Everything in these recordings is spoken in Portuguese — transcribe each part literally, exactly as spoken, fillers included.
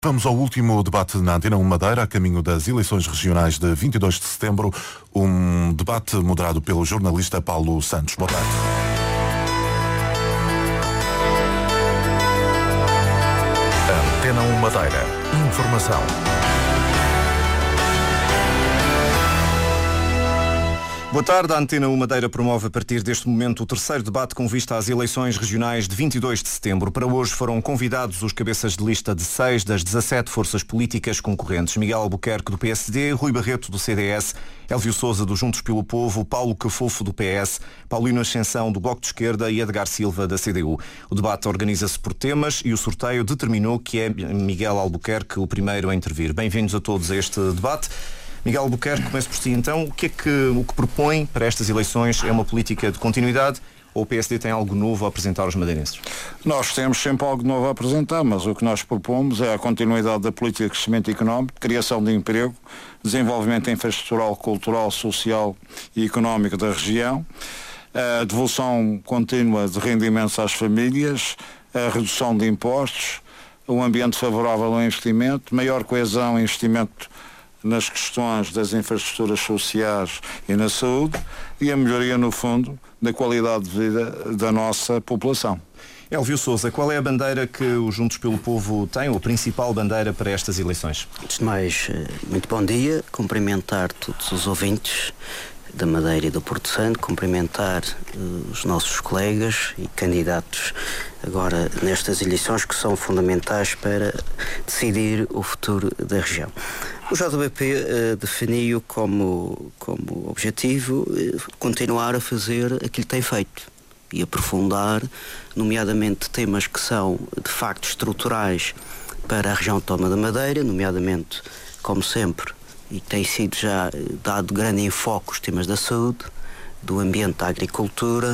Vamos ao último debate na Antena um Madeira, a caminho das eleições regionais de vinte e dois de setembro. Um debate moderado pelo jornalista Paulo Santos. Boa tarde. Antena um Madeira. Informação. Boa tarde. A Antena um Madeira promove a partir deste momento o terceiro debate com vista às eleições regionais de vinte e dois de setembro. Para hoje foram convidados os cabeças de lista de seis das dezassete forças políticas concorrentes. Miguel Albuquerque, do P S D, Rui Barreto, do C D S, Elvio Sousa, do Juntos pelo Povo, Paulo Cafofo, do P S, Paulino Ascensão, do Bloco de Esquerda e Edgar Silva, da C D U. O debate organiza-se por temas e o sorteio determinou que é Miguel Albuquerque o primeiro a intervir. Bem-vindos a todos a este debate. Miguel Albuquerque, começo por si então. O que é que o que propõe para estas eleições é uma política de continuidade ou o P S D tem algo novo a apresentar aos madeirenses? Nós temos sempre algo novo a apresentar, mas o que nós propomos é a continuidade da política de crescimento económico, criação de emprego, desenvolvimento infraestrutural, cultural, social e económico da região, a devolução contínua de rendimentos às famílias, a redução de impostos, um ambiente favorável ao investimento, maior coesão e investimento nas questões das infraestruturas sociais e na saúde e a melhoria, no fundo, da qualidade de vida da nossa população. Elvio Sousa, qual é a bandeira que o Juntos pelo Povo tem, ou a principal bandeira para estas eleições? Antes de mais, muito bom dia, cumprimentar todos os ouvintes da Madeira e do Porto Santo, cumprimentar uh, os nossos colegas e candidatos agora nestas eleições que são fundamentais para decidir o futuro da região. O J B P uh, definiu como, como objetivo uh, continuar a fazer aquilo que tem feito e aprofundar, nomeadamente temas que são de facto estruturais para a região autónoma da Madeira, nomeadamente, como sempre, e tem sido já dado grande enfoque aos temas da saúde, do ambiente, da agricultura,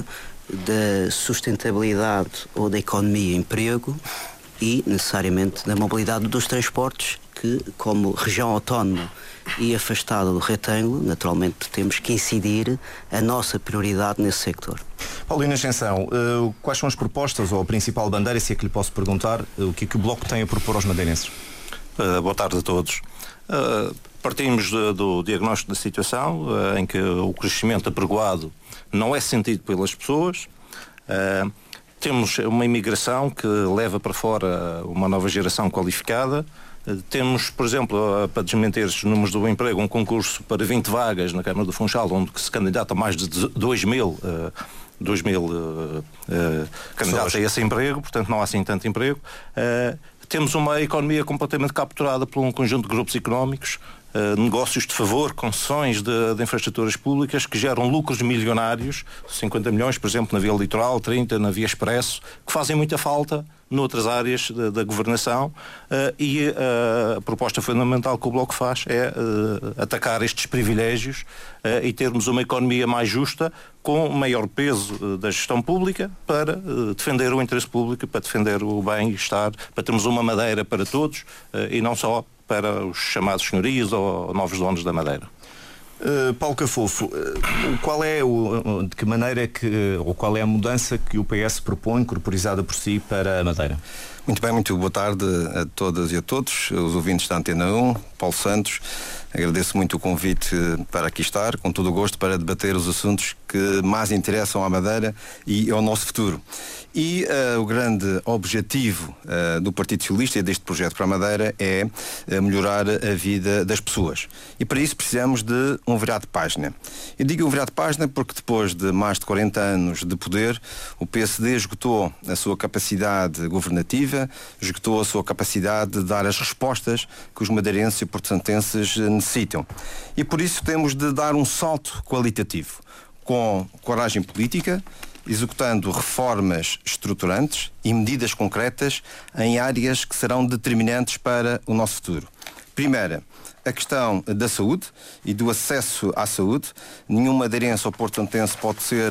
da sustentabilidade ou da economia e emprego e, necessariamente, da mobilidade dos transportes, que, como região autónoma e afastada do retângulo, naturalmente temos que incidir a nossa prioridade nesse sector. Paulino Ascensão, uh, quais são as propostas ou a principal bandeira, se é que lhe posso perguntar, uh, o que é que o Bloco tem a propor aos madeirenses? Uh, boa tarde a todos. Uh, partimos de, do diagnóstico da situação, uh, em que o crescimento apregoado não é sentido pelas pessoas. Uh, temos uma imigração que leva para fora uma nova geração qualificada. Uh, temos, por exemplo, uh, para desmentir estes números do emprego, um concurso para vinte vagas na Câmara do Funchal, onde se candidata mais de dois mil uh, dois mil uh, uh, candidatos a esse emprego, portanto não há assim tanto emprego. Uh, Temos uma economia completamente capturada por um conjunto de grupos económicos, uh, negócios de favor, concessões de, de infraestruturas públicas que geram lucros milionários, cinquenta milhões, por exemplo, na Via Litoral, trinta na Via Expresso, que fazem muita falta noutras áreas da, da governação, uh, e uh, a proposta fundamental que o Bloco faz é uh, atacar estes privilégios uh, e termos uma economia mais justa, com maior peso uh, da gestão pública para uh, defender o interesse público, para defender o bem-estar, para termos uma Madeira para todos uh, e não só para os chamados senhorios ou novos donos da Madeira. Uh, Paulo Cafofo, uh, qual é o, de que maneira é que, ou qual é a mudança que o P S propõe, corporizada por si, para a Madeira? Muito bem, muito boa tarde a todas e a todos, os ouvintes da Antena um, Paulo Santos. Agradeço muito o convite para aqui estar, com todo o gosto, para debater os assuntos que mais interessam à Madeira e ao nosso futuro. E uh, o grande objetivo uh, do Partido Socialista e deste projeto para a Madeira é uh, melhorar a vida das pessoas. E para isso precisamos de um virado de página. Eu digo um virado de página porque depois de mais de quarenta anos de poder, o P S D esgotou a sua capacidade governativa, esgotou a sua capacidade de dar as respostas que os madeirenses e porto-santenses necessitam. E por isso temos de dar um salto qualitativo, com coragem política, executando reformas estruturantes e medidas concretas em áreas que serão determinantes para o nosso futuro. Primeira, a questão da saúde e do acesso à saúde. Nenhum madeirense ou porto-santense pode ser,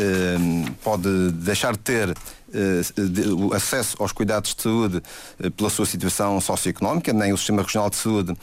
eh, pode deixar de ter eh, de, o acesso aos cuidados de saúde eh, pela sua situação socioeconómica, nem o Sistema Regional de Saúde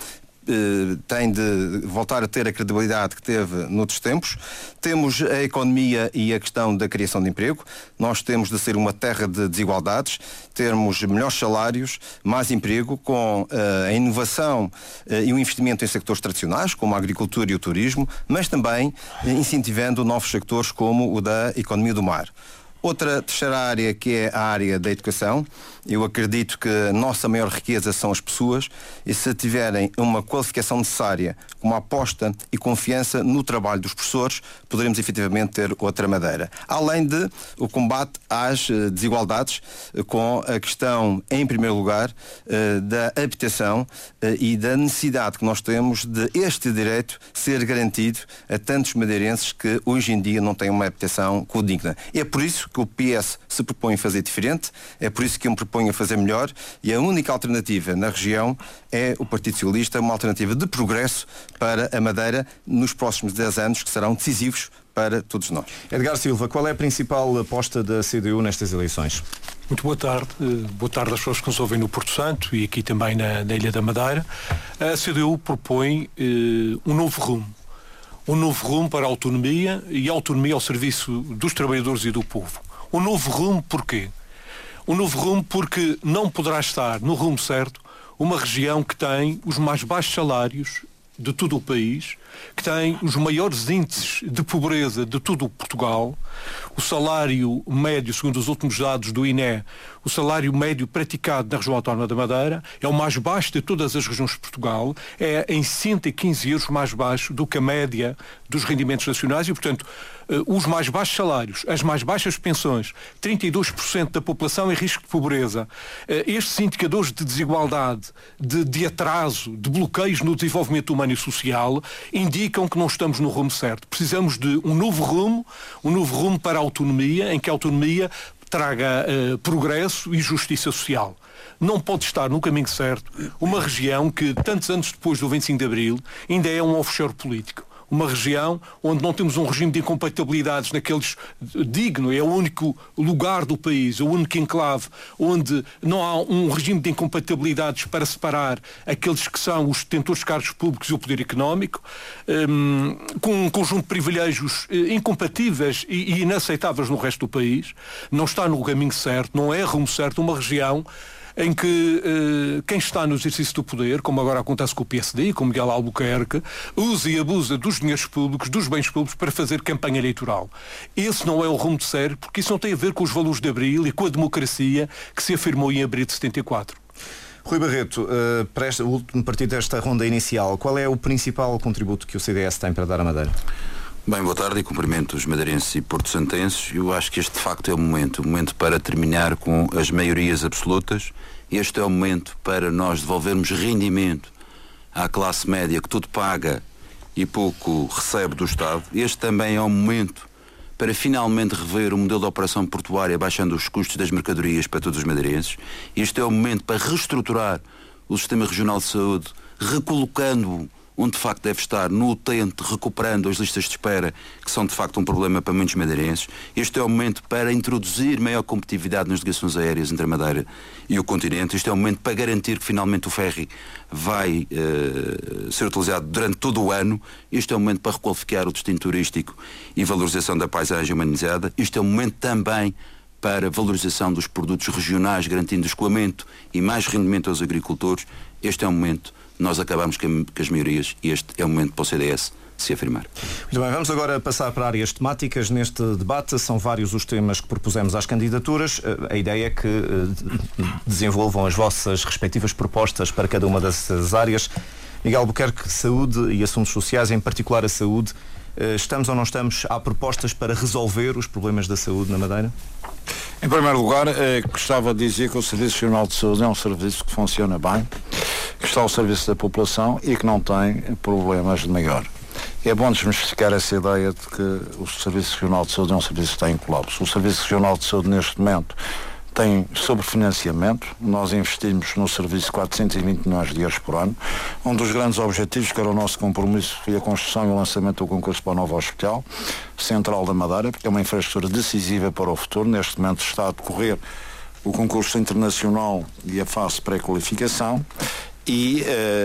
tem de voltar a ter a credibilidade que teve noutros tempos. Temos a economia e a questão da criação de emprego. Nós temos de ser uma terra de desigualdades, termos melhores salários, mais emprego, com uh, a inovação uh, e o investimento em sectores tradicionais, como a agricultura e o turismo, mas também uh, incentivando novos sectores como o da economia do mar. Outra terceira área, que é a área da educação. Eu acredito que a nossa maior riqueza são as pessoas, e se tiverem uma qualificação necessária, com uma aposta e confiança no trabalho dos professores, poderemos efetivamente ter outra Madeira. Além de o combate às uh, desigualdades, uh, com a questão, em primeiro lugar, uh, da habitação uh, e da necessidade que nós temos de este direito ser garantido a tantos madeirenses que hoje em dia não têm uma habitação digna. É por isso que o P S se propõe a fazer diferente, é por isso que eu me proponho a fazer melhor, e a única alternativa na região é o Partido Socialista, uma alternativa de progresso para a Madeira nos próximos dez anos, que serão decisivos para todos nós. Edgar Silva, qual é a principal aposta da C D U nestas eleições? Muito boa tarde. Boa tarde às pessoas que nos ouvem no Porto Santo e aqui também na, na Ilha da Madeira. A C D U propõe uh, um novo rumo. Um novo rumo para a autonomia, e a autonomia ao serviço dos trabalhadores e do povo. Um novo rumo porquê? Um novo rumo porque não poderá estar no rumo certo uma região que tem os mais baixos salários de todo o país, que tem os maiores índices de pobreza de todo o Portugal. O salário médio, segundo os últimos dados do I N E, o salário médio praticado na região autónoma da Madeira é o mais baixo de todas as regiões de Portugal, é em cento e quinze euros mais baixo do que a média dos rendimentos nacionais, e, portanto, os mais baixos salários, as mais baixas pensões, trinta e dois por cento da população em risco de pobreza, estes indicadores de desigualdade, de, de atraso, de bloqueios no desenvolvimento humano e social, indicam que não estamos no rumo certo. Precisamos de um novo rumo, um novo rumo para a autonomia, em que a autonomia traga uh, progresso e justiça social. Não pode estar no caminho certo uma região que, tantos anos depois do vinte e cinco de Abril, ainda é um offshore político. Uma região onde não temos um regime de incompatibilidades naqueles digno, é o único lugar do país, o único enclave onde não há um regime de incompatibilidades para separar aqueles que são os detentores de cargos públicos e o poder económico, um, com um conjunto de privilégios incompatíveis e, e inaceitáveis no resto do país. Não está no caminho certo, não é rumo certo uma região em que uh, quem está no exercício do poder, como agora acontece com o P S D, com Miguel Albuquerque, usa e abusa dos dinheiros públicos, dos bens públicos, para fazer campanha eleitoral. Esse não é o rumo de sério, porque isso não tem a ver com os valores de Abril e com a democracia que se afirmou em Abril de setenta e quatro. Rui Barreto, uh, para este, o último partido desta ronda inicial, qual é o principal contributo que o C D S tem para dar à Madeira? Bem, boa tarde e cumprimento os madeirenses e porto-santenses. Eu acho que este de facto é o momento, o momento para terminar com as maiorias absolutas. Este é o momento para nós devolvermos rendimento à classe média que tudo paga e pouco recebe do Estado. Este também é o momento para finalmente rever o modelo de operação portuária, baixando os custos das mercadorias para todos os madeirenses. Este é o momento para reestruturar o sistema regional de saúde, recolocando-o onde de facto deve estar, no utente, recuperando as listas de espera, que são de facto um problema para muitos madeirenses. Este é o momento para introduzir maior competitividade nas ligações aéreas entre a Madeira e o continente. Este é o momento para garantir que finalmente o ferry vai uh, ser utilizado durante todo o ano. Este é o momento para requalificar o destino turístico e valorização da paisagem humanizada. Este é o momento também para valorização dos produtos regionais, garantindo escoamento e mais rendimento aos agricultores. Este é o momento. Nós acabamos com as maiorias e este é o momento para o C D S se afirmar. Muito bem, vamos agora passar para áreas temáticas neste debate. São vários os temas que propusemos às candidaturas. A ideia é que desenvolvam as vossas respectivas propostas para cada uma dessas áreas. Miguel Albuquerque, saúde e assuntos sociais, em particular a saúde. Estamos ou não estamos? Há propostas para resolver os problemas da saúde na Madeira? Em primeiro lugar, eh, gostava de dizer que o Serviço Regional de Saúde é um serviço que funciona bem, que está ao serviço da população e que não tem problemas de maior. É bom desmistificar essa ideia de que o Serviço Regional de Saúde é um serviço que está em colapso. O Serviço Regional de Saúde, neste momento, tem sobrefinanciamento. Nós investimos no serviço quatrocentos e vinte milhões de euros por ano. Um dos grandes objetivos, que era o nosso compromisso, foi a construção e o lançamento do concurso para o novo Hospital Central da Madeira, porque é uma infraestrutura decisiva para o futuro. Neste momento está a decorrer o concurso internacional e a fase de pré-qualificação. e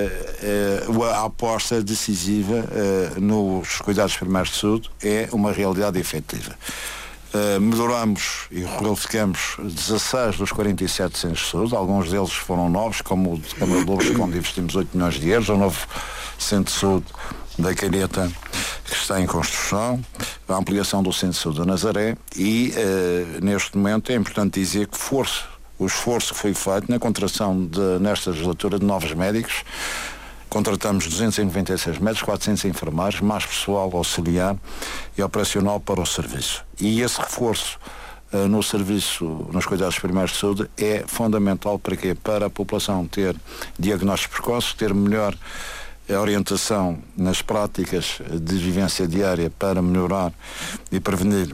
uh, uh, a aposta decisiva uh, nos cuidados primários de saúde é uma realidade efetiva. Uh, melhoramos e qualificamos dezasseis dos quarenta e sete centros de saúde, alguns deles foram novos, como o de Câmara de Lobos, onde investimos oito milhões de euros, o novo centro de saúde da Calheta, que está em construção, a ampliação do centro de saúde da Nazaré e uh, neste momento é importante dizer que força, o esforço que foi feito na contratação de, nesta legislatura de novos médicos. Contratamos duzentos e noventa e seis médicos, quatrocentos enfermeiros, mais pessoal auxiliar e operacional para o serviço. E esse reforço uh, no serviço, nos cuidados primários de saúde, é fundamental para quê? Para a população ter diagnósticos precoces, ter melhor uh, orientação nas práticas de vivência diária para melhorar e prevenir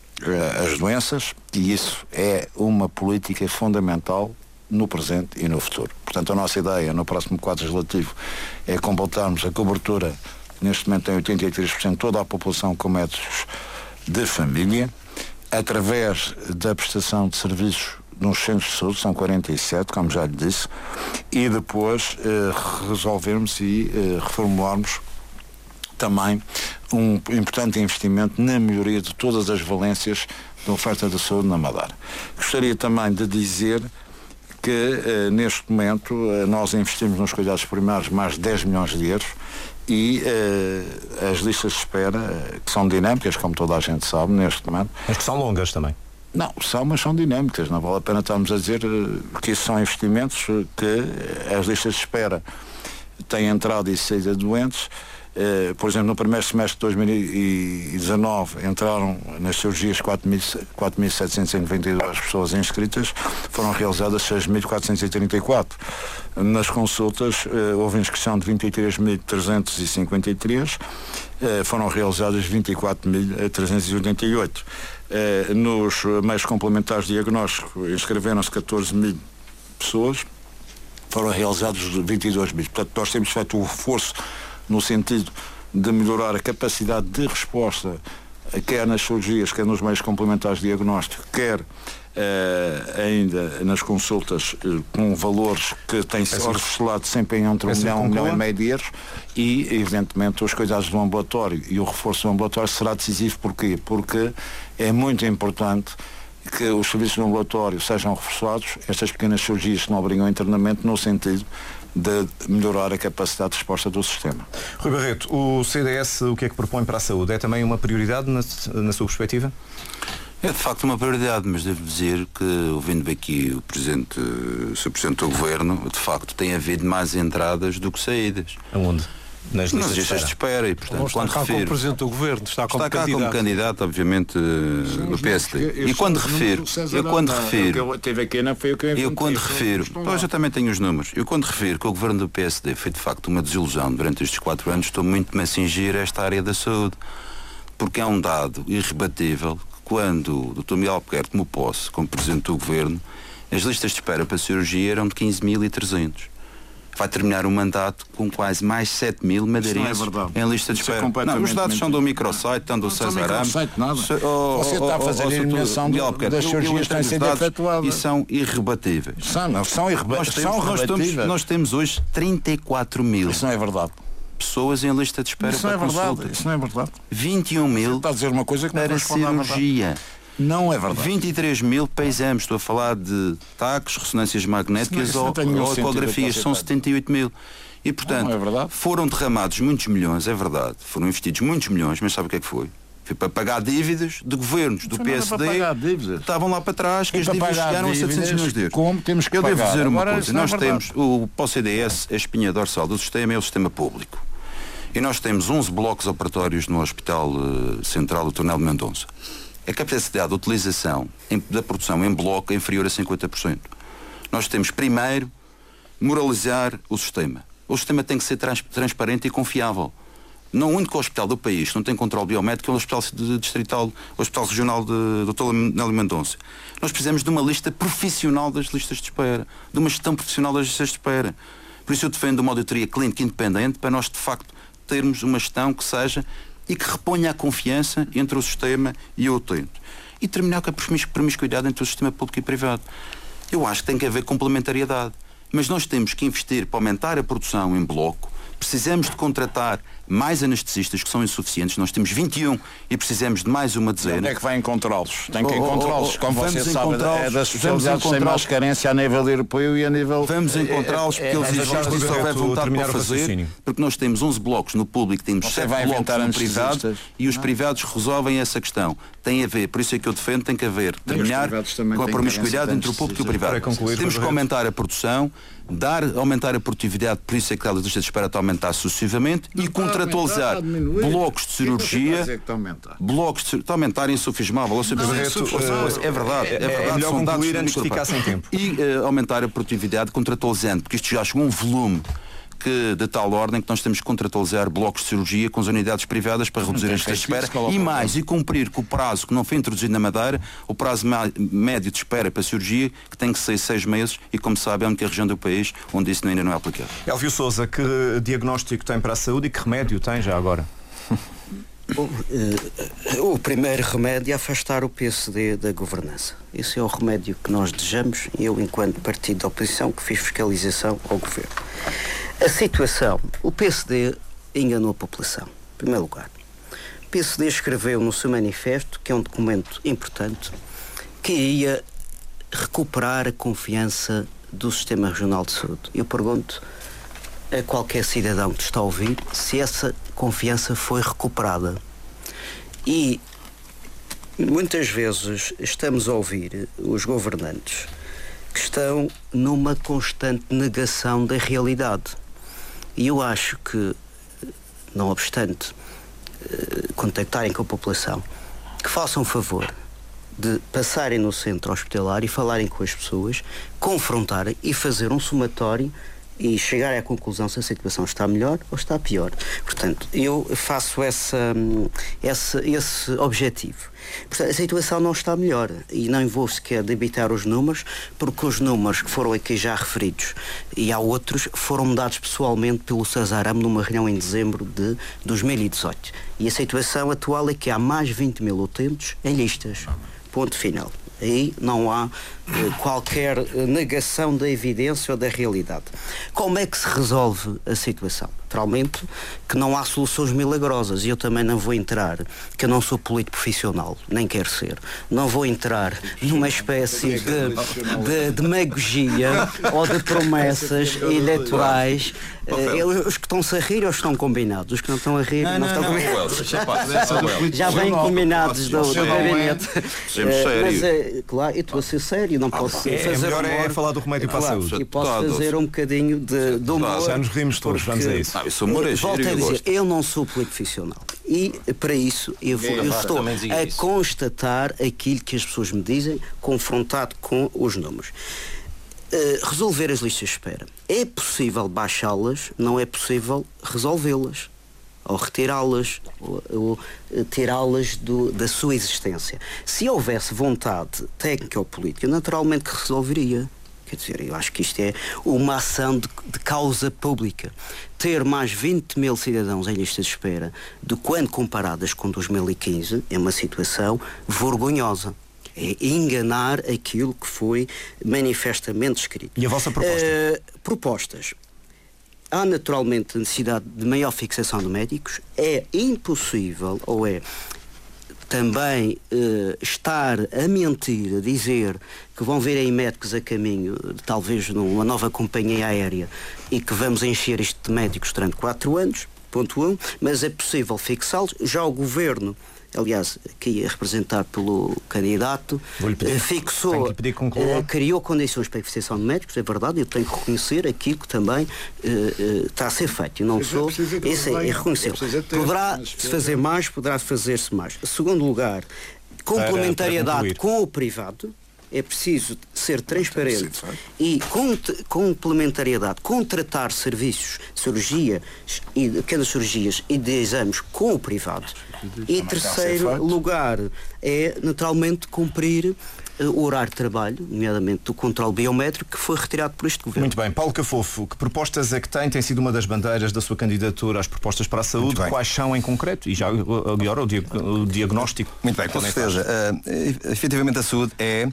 uh, as doenças, e isso é uma política fundamental no presente e no futuro. Portanto, a nossa ideia no próximo quadro legislativo é completarmos a cobertura, neste momento tem oitenta e três por cento de toda a população com médicos de família, através da prestação de serviços nos centros de saúde, são quarenta e sete, como já lhe disse, e depois eh, resolvermos e eh, reformularmos também um importante investimento na melhoria de todas as valências da oferta de saúde na Madeira. Gostaria também de dizer que uh, neste momento uh, nós investimos nos cuidados primários mais de dez milhões de euros e uh, as listas de espera, uh, que são dinâmicas, como toda a gente sabe neste momento. Mas que são longas também. Não, são, mas são dinâmicas. Não vale a pena estarmos a dizer uh, que isso são investimentos uh, que uh, as listas de espera têm entrada e saída de doentes. Uh, por exemplo, no primeiro semestre de dois mil e dezanove entraram nas cirurgias quatro mil setecentos e noventa e duas pessoas inscritas, foram realizadas seis mil quatrocentos e trinta e quatro. Nas consultas uh, houve inscrição de vinte e três mil trezentos e cinquenta e três, uh, foram realizadas vinte e quatro mil trezentos e oitenta e oito. Uh, nos meios complementares de diagnóstico inscreveram-se catorze mil pessoas, foram realizados vinte e dois mil. Portanto, nós temos feito o reforço no sentido de melhorar a capacidade de resposta, quer nas cirurgias, quer nos meios complementares de diagnóstico, quer uh, ainda nas consultas uh, com valores que têm sido oscilados sempre entre um milhão, um milhão e meio de euros, e evidentemente os cuidados do ambulatório e o reforço do ambulatório será decisivo. Porquê? Porque é muito importante que os serviços do ambulatório sejam reforçados, estas pequenas cirurgias que não obrigam internamento, no sentido de melhorar a capacidade de resposta do sistema. Rui Barreto, o C D S o que é que propõe para a saúde? É também uma prioridade na, na sua perspectiva? É de facto uma prioridade, mas devo dizer que, ouvindo aqui o Presidente, o senhor Presidente do Governo, de facto tem havido mais entradas do que saídas. Aonde? Nas listas, Nas listas de espera. E, portanto, está quando cá refiro, como Presidente do Governo, está como está cá candidato. como candidato, obviamente, do P S D. Eu, eu e quando refiro, eu quando refiro, eu teve aqui, não foi o que eu eu quando refiro, pois eu também tenho os números, eu quando refiro que o Governo do P S D foi de facto uma desilusão durante estes quatro anos, estou muito-me a cingir a esta área da saúde, porque é um dado irrebatível que quando o doutor Miguel Albuquerque tomou posse como Presidente do Governo, as listas de espera para cirurgia eram de quinze mil e trezentos. Vai terminar o mandato com quase mais sete mil madeirenses é em lista de Isso espera. é não, os dados mentira. são do microsite, estão do Não César são Ramos. microsite nada. Se, oh, Você está a fazer oh, a eliminação Miguel, das eu- eu cirurgias que entendo têm os sido dados efetuadas. E são irrebatíveis. São, não, são, irreba Nós temos, são nós, temos, irrebatíveis. nós temos hoje trinta e quatro mil Isso não é verdade. pessoas em lista de espera Isso não para é verdade. consulta. Isso não é verdade. vinte e um mil Está a dizer uma coisa que não para corresponde à verdade. cirurgia. Não é verdade. vinte e três mil para exames. Estou a falar de taques, ressonâncias magnéticas Isso não- isso ou, não tem nenhum ou sentido, ecografias. eu São posso setenta e oito mil. E, portanto, Não, é verdade. foram derramados muitos milhões, é verdade. Foram investidos muitos milhões, mas sabe o que é que foi? Foi para pagar dívidas de governos do Foi P nada S para D pagar dívidas. que estavam lá para trás, que E as para dívidas pagar chegaram a dívidas, setecentos milhões de euros. como temos que Eu devo pagar? dizer uma Agora, coisa, isso não é nós verdade. temos, o, para o C D S, a espinha dorsal do sistema é o sistema público. E nós temos onze blocos operatórios no Hospital uh, Central do Tornel de Mendonça. A capacidade de utilização em, da produção em bloco é inferior a cinquenta por cento. Nós temos, primeiro, moralizar o sistema. O sistema tem que ser trans, transparente e confiável. Não o único hospital do país que não tem controle biométrico é o Hospital de Distrital, o Hospital Regional de doutor Nélio Mendonça. Nós precisamos de uma lista profissional das listas de espera, de uma gestão profissional das listas de espera. Por isso eu defendo uma auditoria clínica independente para nós, de facto, termos uma gestão que seja e que reponha a confiança entre o sistema e o utente. E terminar com a promiscuidade entre o sistema público e privado. Eu acho que tem que haver complementariedade. mas nós temos que investir para aumentar a produção em bloco. Precisamos de contratar mais anestesistas, que são insuficientes. Nós temos vinte e um e precisamos de mais uma dezena. Onde é que vai encontrá-los? Tem que Oh, oh, encontrá-los, oh, como vamos você sabe, encontrá-los, é das vamos especialidades sem mais carência a nível europeu e a nível... Vamos encontrá-los porque eles existem e só houver vontade para fazer, porque nós temos onze blocos no público, temos Você sete vai blocos inventar no privado anestesistas? e os privados resolvem essa questão. Tem a ver, por isso é que eu defendo, tem que haver, terminar privados também com a têm promiscuidade carência de entre o público e o privado. Para concluir, Temos que aumentar a produção, dar, aumentar a produtividade, por isso é que a lista de espera está a aumentar sucessivamente e contratualizar blocos de cirurgia, blocos de está a aumentar insufismável. É verdade, é verdade. É melhor são dados concluir antes de ficar sem tempo. E uh, aumentar a produtividade contratualizando, porque isto já chegou a um volume que, de tal ordem que nós temos que contratualizar blocos de cirurgia com as unidades privadas para reduzir as listas de espera e mais, e cumprir com o prazo que não foi introduzido na Madeira, o prazo médio de espera para a cirurgia, que tem que ser seis meses e, como sabe, é a única região do país onde isso ainda não é aplicado. Elvio Sousa, que diagnóstico tem para a saúde e que remédio tem já agora? Bom, uh, o primeiro remédio é afastar o P S D da governança. Esse é o remédio que nós desejamos, eu, enquanto partido da oposição, que fiz fiscalização ao governo. A situação, o P S D enganou a população, em primeiro lugar. O P S D escreveu no seu manifesto, que é um documento importante, que ia recuperar a confiança do Sistema Regional de Saúde. Eu pergunto a qualquer cidadão que está a ouvir se essa confiança foi recuperada. E muitas vezes estamos a ouvir os governantes que estão numa constante negação da realidade. E eu acho que, não obstante contactarem com a população, que façam favor de passarem no centro hospitalar e falarem com as pessoas, confrontarem e fazer um somatório e chegar à conclusão se a situação está melhor ou está pior. Portanto, eu faço essa, essa, esse objetivo. Portanto, a situação não está melhor e não vou sequer debitar os números, porque os números que foram aqui já referidos e há outros foram dados pessoalmente pelo César Amo numa reunião em dezembro de dois mil e dezoito. E a situação atual é que há mais vinte mil utentes em listas. Ponto final. Aí não há eh, qualquer negação da evidência ou da realidade. Como é que se resolve a situação? Naturalmente que não há soluções milagrosas e eu também não vou entrar, que eu não sou político profissional, nem quero ser, não vou entrar numa espécie de, de demagogia ou de promessas eleitorais. Eh, os que estão-se a rir ou estão combinados? Os que não estão a rir não, não estão combinados. Já vêm combinados do, do gabinete. Mas é, claro, eu estou a ser sério, não posso é, fazer melhor humor. É falar do remédio claro, para a saúde. E posso fazer um bocadinho de, de humor. Já nos rimos todos, vamos a isso. Ah, isso humor é Volto a dizer, eu não sou político profissional e para isso eu, vou, eu estou a constatar aquilo que as pessoas me dizem, confrontado com os números. Uh, resolver as listas de espera. É possível baixá-las, não é possível resolvê-las. Ou retirá-las, ou, ou tirá-las do, da sua existência. Se houvesse vontade técnica ou política, naturalmente que resolveria. Quer dizer, eu acho que isto é uma ação de, de causa pública. Ter mais vinte mil cidadãos em lista de espera, de quando comparadas com dois mil e quinze, é uma situação vergonhosa. É enganar aquilo que foi manifestamente escrito. E a vossa proposta? Uh, propostas. Há naturalmente necessidade de maior fixação de médicos. É impossível, ou é também uh, estar a mentir, a dizer que vão vir aí médicos a caminho, talvez numa nova companhia aérea, e que vamos encher isto de médicos durante quatro anos, ponto um, mas é possível fixá-los. Já o Governo, aliás, aqui é representado pelo candidato, pedir, fixou, uh, criou condições para a fixação de médicos, é verdade, eu tenho que reconhecer aquilo que também uh, uh, está a ser feito. Eu não sou, esse é, é reconhecer. Poderá-se fazer mais, poderá fazer-se mais. Em segundo lugar, complementariedade com o privado. É preciso ser transparente e com complementariedade, contratar serviços de cirurgia e de pequenas cirurgias e de exames com o privado. E terceiro lugar é naturalmente cumprir o horário de trabalho, nomeadamente do controle biométrico, que foi retirado por este Governo. Muito bem. Paulo Cafofo, que propostas é que tem? Tem sido uma das bandeiras da sua candidatura às propostas para a saúde. Quais são em concreto? E já agora o, dia, o diagnóstico. Muito bem, com certeza. Uh, efetivamente a saúde é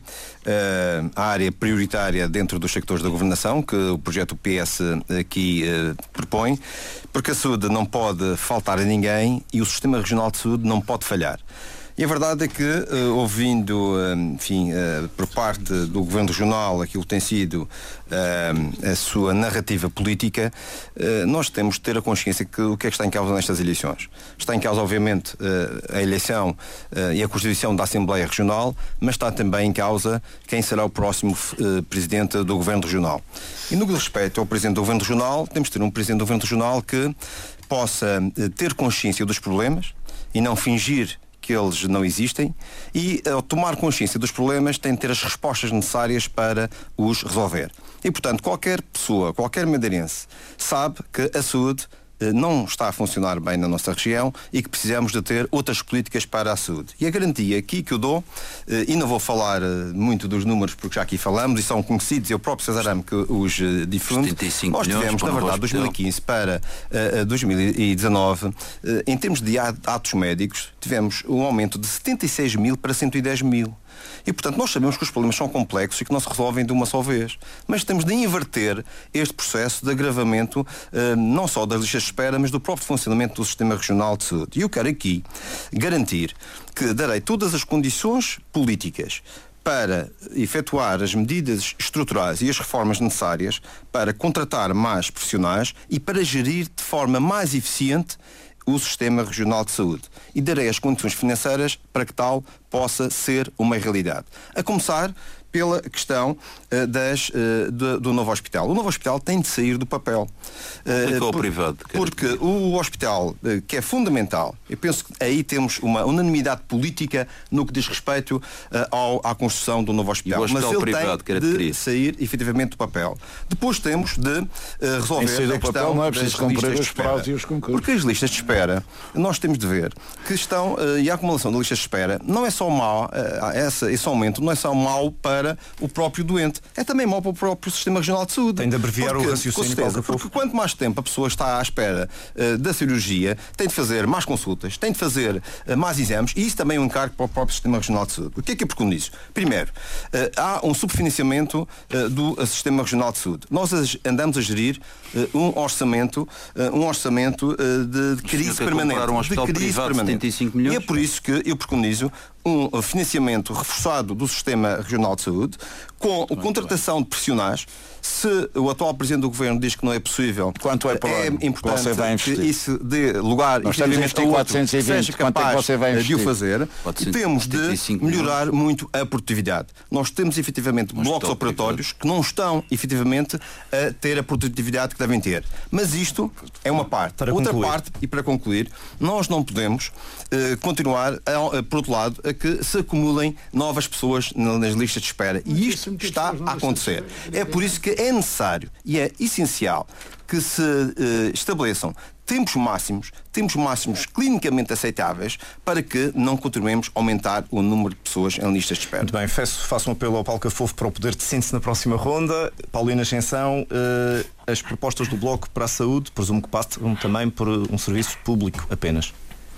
uh, a área prioritária dentro dos sectores da governação que o projeto P S aqui uh, propõe, porque a saúde não pode faltar a ninguém e o Sistema Regional de Saúde não pode falhar. E a verdade é que, uh, ouvindo, uh, enfim, uh, por parte do Governo Regional aquilo que tem sido uh, a sua narrativa política, uh, nós temos de ter a consciência que o que é que está em causa nestas eleições? Está em causa, obviamente, uh, a eleição uh, e a constituição da Assembleia Regional, mas está também em causa quem será o próximo uh, Presidente do Governo Regional. E no que diz respeito ao Presidente do Governo Regional, temos de ter um Presidente do Governo Regional que possa uh, ter consciência dos problemas e não fingir que eles não existem e, ao tomar consciência dos problemas, tem de ter as respostas necessárias para os resolver. E, portanto, qualquer pessoa, qualquer madeirense sabe que a saúde não está a funcionar bem na nossa região e que precisamos de ter outras políticas para a saúde. E a garantia aqui que eu dou, e não vou falar muito dos números porque já aqui falamos e são conhecidos, eu próprio Cesarame que os difunde, nós tivemos, na verdade, dois mil e quinze para uh, dois mil e dezanove, uh, em termos de atos médicos, tivemos um aumento de setenta e seis mil para cento e dez mil. E, portanto, nós sabemos que os problemas são complexos e que não se resolvem de uma só vez. Mas temos de inverter este processo de agravamento, eh, não só das listas de espera, mas do próprio funcionamento do Sistema Regional de Saúde. E eu quero aqui garantir que darei todas as condições políticas para efetuar as medidas estruturais e as reformas necessárias para contratar mais profissionais e para gerir de forma mais eficiente o Sistema Regional de Saúde. E darei as condições financeiras para que tal possa ser uma realidade. A começar pela questão uh, das, uh, do, do novo hospital. O novo hospital tem de sair do papel. Uh, por, privado, porque o hospital, uh, que é fundamental, eu penso que aí temos uma unanimidade política no que diz respeito uh, ao, à construção do novo hospital. hospital Mas ele privado, tem de querer. sair efetivamente do papel. Depois temos de uh, resolver a questão papel, não é das cumprir listas os de espera. prazos e os concursos. Porque as listas de espera, nós temos de ver que estão, uh, e a acumulação de listas de espera não é só mau, uh, essa, esse aumento não é só mau para o próprio doente, é também mau para o próprio Sistema Regional de Saúde. Tem de abreviar porque, o raciocínio. Com certeza, porque quanto mais tempo a pessoa está à espera uh, da cirurgia, tem de fazer mais consultas, tem de fazer uh, mais exames, e isso também é um encargo para o próprio Sistema Regional de Saúde. O que é que eu preconizo? Primeiro, uh, há um subfinanciamento uh, do uh, Sistema Regional de Saúde. Nós andamos a gerir uh, um orçamento, uh, um orçamento uh, de, de crise permanente. Um hospital de crise privado permanente. de setenta e cinco milhões. E é por isso que eu preconizo um financiamento reforçado do Sistema Regional de Saúde, com a contratação de profissionais. Se o atual Presidente do Governo diz que não é possível, quanto é, por é ano? importante Você vai investir? que isso dê lugar Nós estamos a investir quatrocentos e vinte. seja Quanto é que você vai capaz de o investir? fazer. E temos de melhorar muito a produtividade. Nós temos efetivamente Mas blocos operatórios que não estão efetivamente a ter a produtividade que devem ter. Mas isto é uma parte. Para Outra concluir. parte, e para concluir, nós não podemos uh, continuar, a, a, por outro lado, a que se acumulem novas pessoas nas listas de espera. E isto está a acontecer. É por isso que é necessário e é essencial que se uh, estabeleçam tempos máximos, tempos máximos clinicamente aceitáveis para que não continuemos a aumentar o número de pessoas em listas de espera. Muito bem, faço, faço um apelo ao Paulo Cafofo para o poder de síntese na próxima ronda. Paulina Ascensão, uh, as propostas do Bloco para a Saúde, presumo que passam também por um serviço público apenas.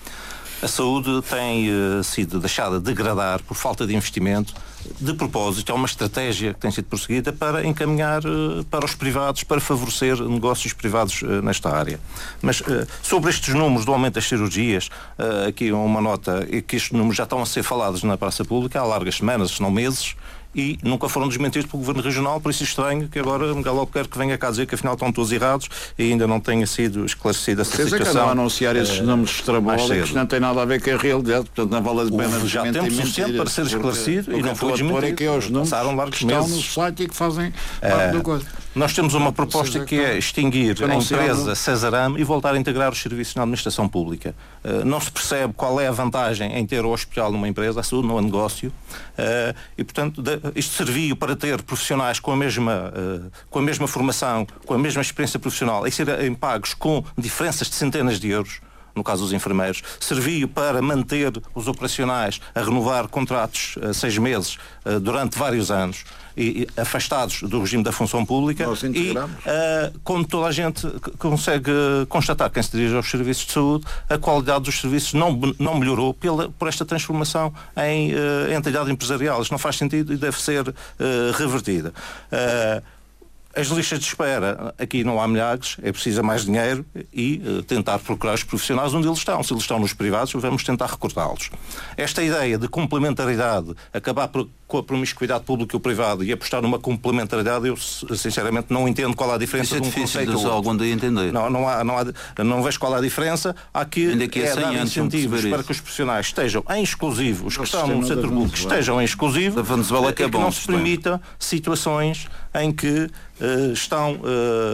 A saúde tem uh, sido deixada de degradar por falta de investimento. De propósito, é uma estratégia que tem sido prosseguida para encaminhar uh, para os privados, para favorecer negócios privados uh, nesta área. Mas uh, sobre estes números do aumento das cirurgias, uh, aqui uma nota, é que estes números já estão a ser falados na praça pública há largas semanas, se não meses, e nunca foram desmentidos pelo Governo Regional, por isso é estranho que agora Miguel Albuquerque venha cá dizer que afinal estão todos errados e ainda não tenha sido esclarecida essa Vocês situação. Vocês é que andam a anunciar esses uh, números estrambólicos, não tem nada a ver com a realidade, portanto não vale a pena já temos suficiente para ser esclarecido e não foi desmentido. Aqui aos números passaram largos que estão meses. no site e que fazem parte do coisa. Nós temos uma proposta que é extinguir a empresa Cesarame e voltar a integrar os serviços na administração pública. Uh, não se percebe qual é a vantagem em ter o hospital numa empresa, a saúde não é negócio, uh, e portanto de, isto serviu para ter profissionais com a mesma, uh, com a mesma formação, com a mesma experiência profissional e serem pagos com diferenças de centenas de euros. no caso dos enfermeiros, serviu para manter os operacionais a renovar contratos a seis meses durante vários anos, e, e afastados do regime da função pública, e uh, como toda a gente consegue constatar, quem se dirige aos serviços de saúde, a qualidade dos serviços não, não melhorou pela, por esta transformação em uh, entidade empresarial. Isto não faz sentido e deve ser uh, revertida. Uh, As listas de espera, aqui não há milagres, é preciso mais dinheiro e uh, tentar procurar os profissionais onde eles estão. Se eles estão nos privados, vamos tentar recrutá-los. Esta ideia de complementaridade, acabar por, com a promiscuidade pública e privada e apostar numa complementaridade, eu sinceramente não entendo qual é a diferença. Isso é de um difícil conceito de só algum dia entender. Não, não, há, não, há, não vejo qual é a diferença. Há que, que é dar incentivos para que os profissionais estejam em exclusivo, os que estão no setor público estejam em exclusivo, a Venezuela que é e que bom, não se permita situações em que uh, estão uh,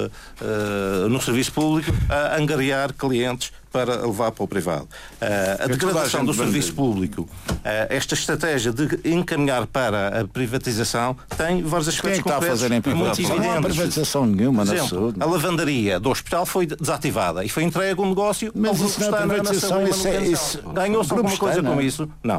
uh, no serviço público a angariar clientes para levar para o privado. Uh, a degradação do serviço público, uh, esta estratégia de encaminhar para a privatização tem vários aspectos concretos muito evidentes. Não há privatização nenhuma na saúde. A lavandaria do hospital foi desativada e foi entregue um negócio ao grupo isso não é privatização, isso é isso. Ganhou-se alguma coisa com isso? Não.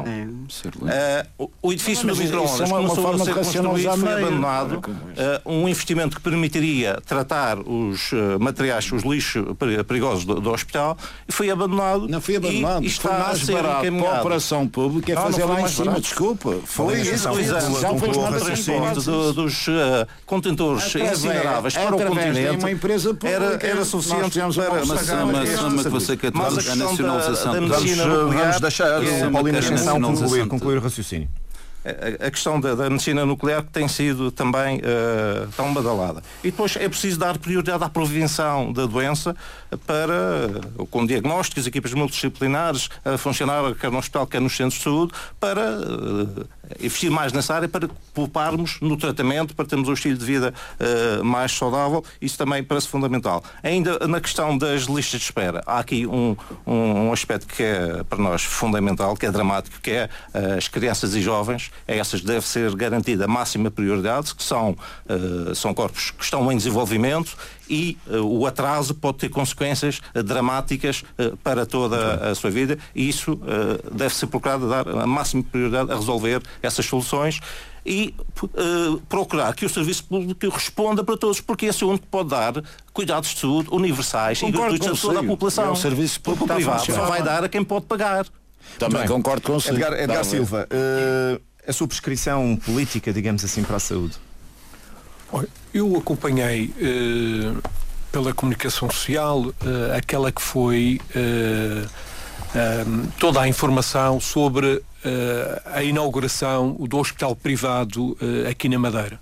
Uh, o edifício dos micro-ondas começou a ser construído, foi abandonado. Uh, um investimento que permitiria tratar os uh, materiais, os lixos perigosos do, do hospital, foi abandonado. Não foi abandonado, e, e foi mais barato para a operação pública é não, fazer não lá em cima, barato. Desculpa. Foi isso, já foi o transporte do, dos uh, contentores incineráveis para o continente, uma empresa pública, era, era suficiente para... Mas chama que você quer a nacionalização. Vamos deixar a Paulina Ascensão concluir, concluir o raciocínio. A questão da, da medicina nuclear, que tem sido também uh, tão badalada. E depois é preciso dar prioridade à prevenção da doença para, uh, com diagnósticos, equipas multidisciplinares a funcionar quer no hospital, quer nos centros de saúde, para uh, investir mais nessa área, para pouparmos no tratamento, para termos um estilo de vida uh, mais saudável. Isso também parece fundamental. Ainda na questão das listas de espera, há aqui um, um, um aspecto que é para nós fundamental, que é dramático, que é uh, as crianças e jovens. A essas deve ser garantida a máxima prioridade, que são, uh, são corpos que estão em desenvolvimento e uh, o atraso pode ter consequências uh, dramáticas uh, para toda a sua vida, e isso uh, deve ser procurado dar a máxima prioridade a resolver essas soluções e uh, procurar que o serviço público responda para todos, porque esse é o único que pode dar cuidados de saúde universais e gratuitos a toda a população. É o serviço público porque o privado só vai dar a quem pode pagar. Também Bem, concordo com o senhor. Edgar, Edgar Silva, uh, a sua prescrição política, digamos assim, para a saúde? Olha, eu acompanhei uh, pela comunicação social uh, aquela que foi uh, um, toda a informação sobre uh, a inauguração do hospital privado uh, aqui na Madeira.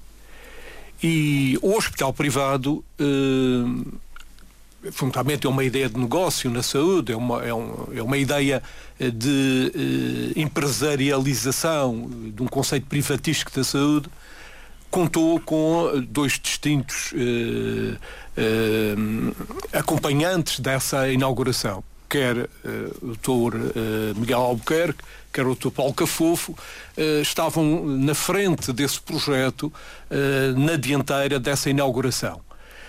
E o hospital privado uh, fundamentalmente é uma ideia de negócio na saúde, é uma, é um, é uma ideia de uh, empresarialização de um conceito privatístico da saúde. Contou com dois distintos uh, uh, acompanhantes dessa inauguração, quer uh, o doutor uh, Miguel Albuquerque, quer o doutor Paulo Cafofo, uh, estavam na frente desse projeto, uh, na dianteira dessa inauguração.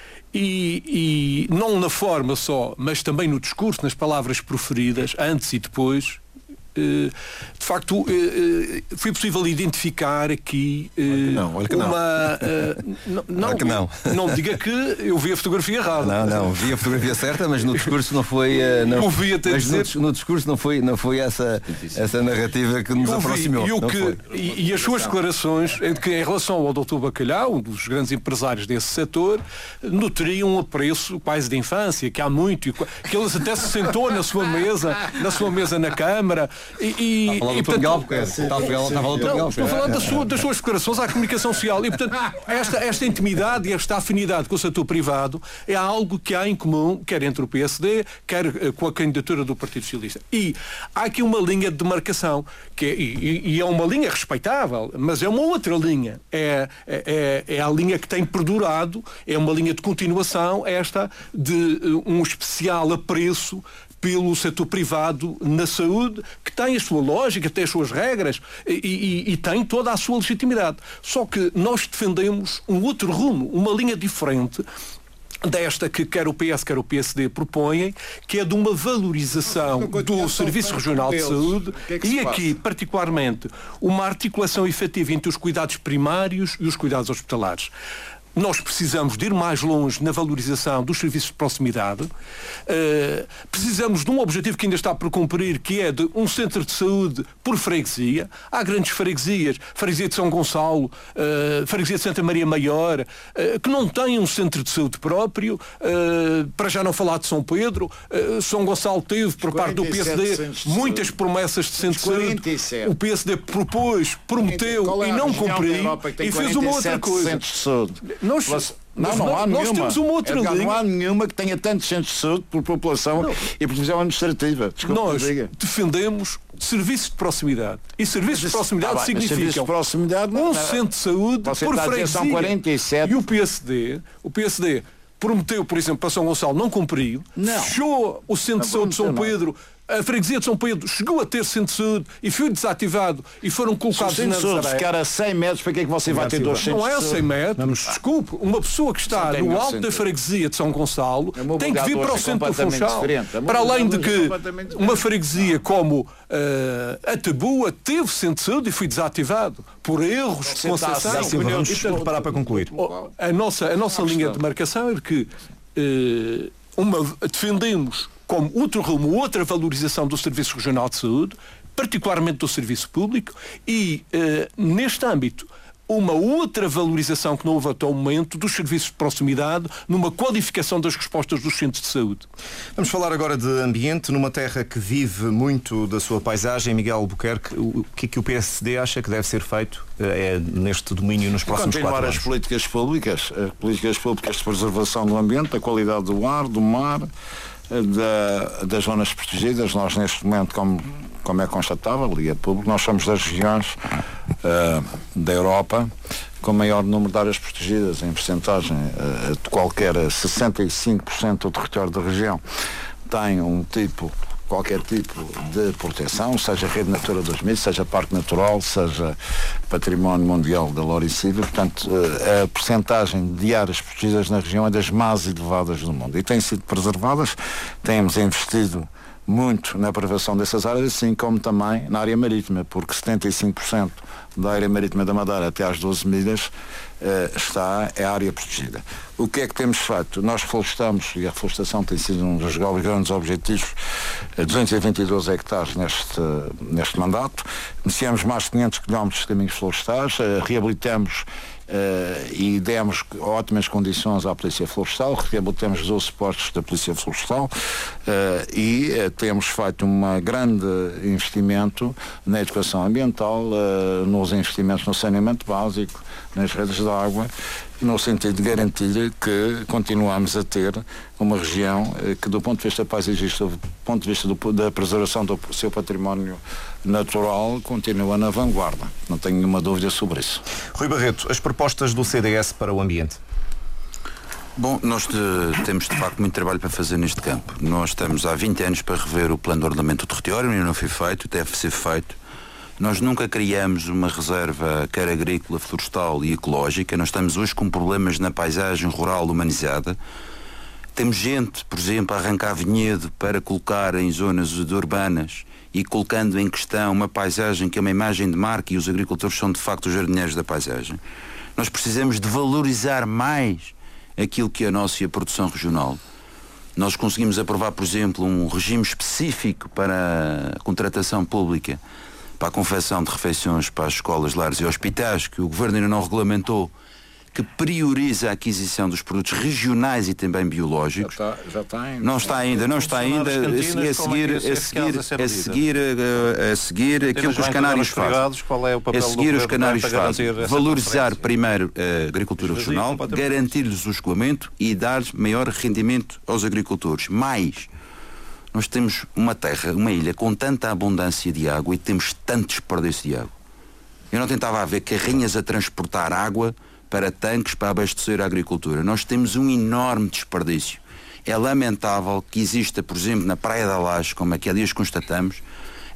E, e não na forma só, mas também no discurso, nas palavras proferidas, antes e depois. De facto, foi possível identificar aqui não, olha que não. uma... Não, não, olha que não. Não diga que eu vi a fotografia errada. Não, não, vi a fotografia certa, mas no discurso não foi... Não, eu vi até mas dizer... no, no discurso não foi, não foi essa, essa narrativa que nos eu aproximou. Vi, e, o não que, foi. E, e as suas declarações, em que em relação ao doutor Bacalhau, um dos grandes empresários desse setor, nutriam um apreço quase de infância, que há muito, que ele até se sentou na sua mesa, na sua mesa na Câmara. E, e, e, portanto, estou falando da sua, das suas declarações à comunicação social e, portanto, esta, esta intimidade e esta afinidade com o setor privado é algo que há em comum, quer entre o P S D, quer com a candidatura do Partido Socialista. E há aqui uma linha de demarcação, que é, e, e é uma linha respeitável, mas é uma outra linha. É, é, é a linha que tem perdurado, é uma linha de continuação, esta de um especial apreço pelo setor privado na saúde, que tem a sua lógica, tem as suas regras e, e, e tem toda a sua legitimidade. Só que nós defendemos um outro rumo, uma linha diferente, desta que quer o P S, quer o P S D propõem, que é de uma valorização do Serviço Regional de Saúde e aqui, particularmente, uma articulação efetiva entre os cuidados primários e os cuidados hospitalares. Nós precisamos de ir mais longe na valorização dos serviços de proximidade. Uh, precisamos de um objetivo que ainda está por cumprir, que é de um centro de saúde por freguesia. Há grandes freguesias, freguesia de São Gonçalo, uh, freguesia de Santa Maria Maior, uh, que não têm um centro de saúde próprio, uh, para já não falar de São Pedro. Uh, São Gonçalo teve, por parte do P S D, muitas promessas de centro de saúde. O P S D propôs, prometeu e não cumpriu e fez uma outra coisa. Nós, não, não há nós nenhuma. temos uma outra Edgar, linha. Não há nenhuma que tenha tantos centros de saúde por população não. e por divisão administrativa. Desculpa, nós diga. defendemos serviços de proximidade. E serviços de proximidade ah, significam de proximidade, um não, centro de saúde por freguesia. quarenta e sete. E o P S D, o P S D prometeu, por exemplo, para São Gonçalo, não cumpriu, não. fechou o centro não, de saúde de São Pedro. A freguesia de São Pedro chegou a ter centro de saúde e foi desativado e foram colocados na Nazaré. Se ficar a cem metros, para que é que você vai ter dois centros de saúde? Não é a cem metros. Vamos... Desculpe, uma pessoa que está no alto da freguesia de São Gonçalo tem que vir para o centro do Funchal. Para além de que uma freguesia como uh, a Tabua teve centro de saúde e foi desativado por erros de concessão. Vamos preparar para concluir. A nossa, a nossa linha de demarcação é de que uh, uma, defendemos como outro rumo, outra valorização do Serviço Regional de Saúde, particularmente do serviço público, e, eh, neste âmbito, uma outra valorização que não houve até o momento dos serviços de proximidade, numa qualificação das respostas dos centros de saúde. Vamos falar agora de ambiente, numa terra que vive muito da sua paisagem. Miguel Albuquerque, o que é que o P S D acha que deve ser feito é, neste domínio nos próximos quatro anos? Continuar as políticas públicas, as políticas públicas de preservação do ambiente, da qualidade do ar, do mar, Da, das zonas protegidas. Nós neste momento, como, como é constatável e é público, nós somos das regiões uh, da Europa com maior número de áreas protegidas em percentagem uh, de qualquer sessenta e cinco por cento do território da região tem um tipo qualquer tipo de proteção, seja Rede Natura dois mil, seja Parque Natural, seja Património Mundial da Lauricívia. Portanto, a percentagem de áreas protegidas na região é das mais elevadas do mundo e têm sido preservadas. Temos investido muito na preservação dessas áreas, assim como também na área marítima, porque setenta e cinco por cento da área marítima da Madeira até às doze milhas eh, está é área protegida. O que é que temos feito? Nós reflorestamos, e a reflorestação tem sido um dos grandes objetivos, duzentos e vinte e dois hectares neste, neste mandato. Iniciamos mais de quinhentos quilómetros de caminhos florestais, eh, reabilitamos Uh, e demos ótimas condições à Polícia Florestal, reabilitamos doze postos da Polícia Florestal uh, e uh, temos feito um grande investimento na educação ambiental, uh, nos investimentos no saneamento básico, nas redes de água, no sentido de garantir que continuamos a ter uma região que, do ponto de vista paisagista, do ponto de vista do, da preservação do seu património natural, continua na vanguarda. Não tenho nenhuma dúvida sobre isso. Rui Barreto, as propostas do C D S para o ambiente? Bom, nós de, temos de facto muito trabalho para fazer neste campo. Nós estamos há vinte anos para rever o plano de ordenamento do território, ainda não foi feito, deve ser feito. Nós nunca criamos uma reserva quer agrícola, florestal e ecológica. Nós estamos hoje com problemas na paisagem rural humanizada. Temos gente, por exemplo, a arrancar vinhedo para colocar em zonas urbanas e colocando em questão uma paisagem que é uma imagem de marca, e os agricultores são de facto os jardineiros da paisagem. Nós precisamos de valorizar mais aquilo que é a nossa e a produção regional. Nós conseguimos aprovar, por exemplo, um regime específico para a contratação pública, para a confecção de refeições para as escolas, lares e hospitais, que o Governo ainda não regulamentou, que prioriza a aquisição dos produtos regionais e também biológicos. Já está, já está ainda. Não está ainda, não está ainda. A seguir, a seguir, a seguir, a seguir, a seguir aquilo que os canários fazem. A seguir os canários fazem. Valorizar primeiro a agricultura regional, garantir-lhes o escoamento e dar maior rendimento aos agricultores. Mais, nós temos uma terra, uma ilha com tanta abundância de água e temos tanto desperdício de água. Eu não tentava haver carrinhas a transportar água para tanques para abastecer a agricultura. Nós temos um enorme desperdício. É lamentável que exista, por exemplo, na Praia da Laje, como aqui há dias constatamos,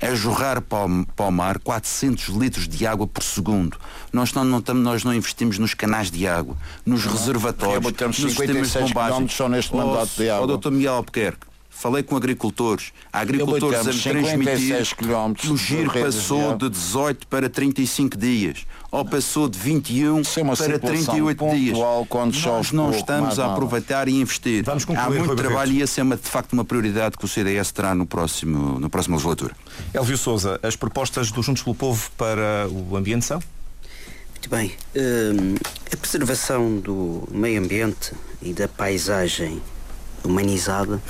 a jorrar para o, para o mar quatrocentos litros de água por segundo. Nós não, não, nós não investimos nos canais de água, nos não. reservatórios, nos sistemas de bombagem. Só neste mandato de água. Ó, doutor Miguel Albuquerque, falei com agricultores. Há agricultores a me transmitir que o giro passou de dezoito para trinta e cinco dias. Ou passou de vinte e um para trinta e oito dias. Nós não estamos a aproveitar e investir. Vamos concluir, Há muito Rui trabalho Barreto. e essa é uma, de facto uma prioridade que o C D S terá no próximo, na próxima legislatura. Elvio Sousa, as propostas do Juntos pelo Povo para o ambiente são? Muito bem. Hum, a preservação do meio ambiente e da paisagem humanizada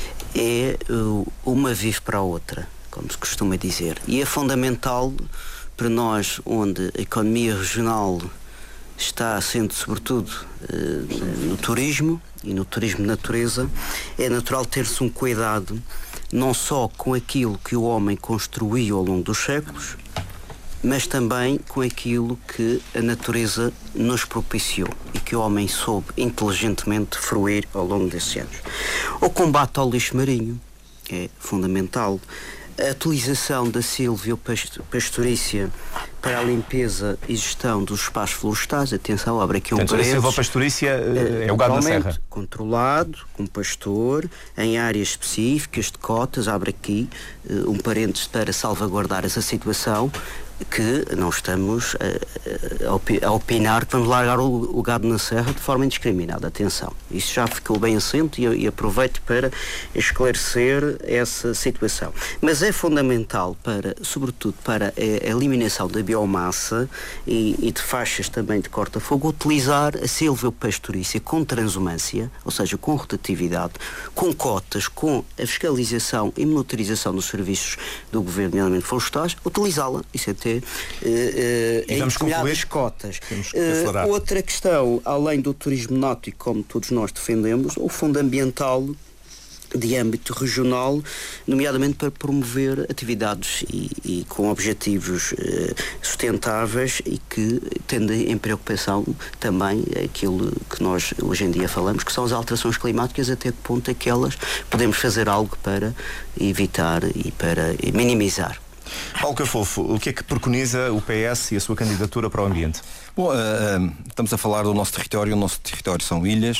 é uh, uma vive para a outra, como se costuma dizer. E é fundamental para nós, onde a economia regional está assente sobretudo uh, no turismo e no turismo de natureza, é natural ter-se um cuidado não só com aquilo que o homem construiu ao longo dos séculos, mas também com aquilo que a natureza nos propiciou e que o homem soube inteligentemente fruir ao longo desses anos. O combate ao lixo marinho é fundamental. A utilização da silvopastorícia para a limpeza e gestão dos espaços florestais, atenção, abre aqui um Portanto, parênteses. A silvopastorícia é o gado na serra. Controlado, com pastor, em áreas específicas de cotas, abre aqui uh, um parênteses para salvaguardar essa situação, que não estamos a, a opinar que vamos largar o, o gado na serra de forma indiscriminada. Atenção, isso já ficou bem assente e, e aproveito para esclarecer essa situação. Mas é fundamental, para, sobretudo para a, a eliminação da biomassa e, e de faixas também de corta-fogo, utilizar a silvopastorícia com transumância, ou seja, com rotatividade, com cotas, com a fiscalização e monitorização dos serviços do Governo, nomeadamente florestais, utilizá-la. Isso é ter Uh, uh, em determinadas cotas. Uh, outra questão, além do turismo náutico, como todos nós defendemos, o fundo ambiental de âmbito regional, nomeadamente para promover atividades e, e com objetivos uh, sustentáveis e que tendem em preocupação também aquilo que nós hoje em dia falamos, que são as alterações climáticas, até que ponto é que elas podemos fazer algo para evitar e para minimizar. Paulo Cafofo, o que é que preconiza o P S e a sua candidatura para o ambiente? Bom, uh, uh, estamos a falar do nosso território. O nosso território são ilhas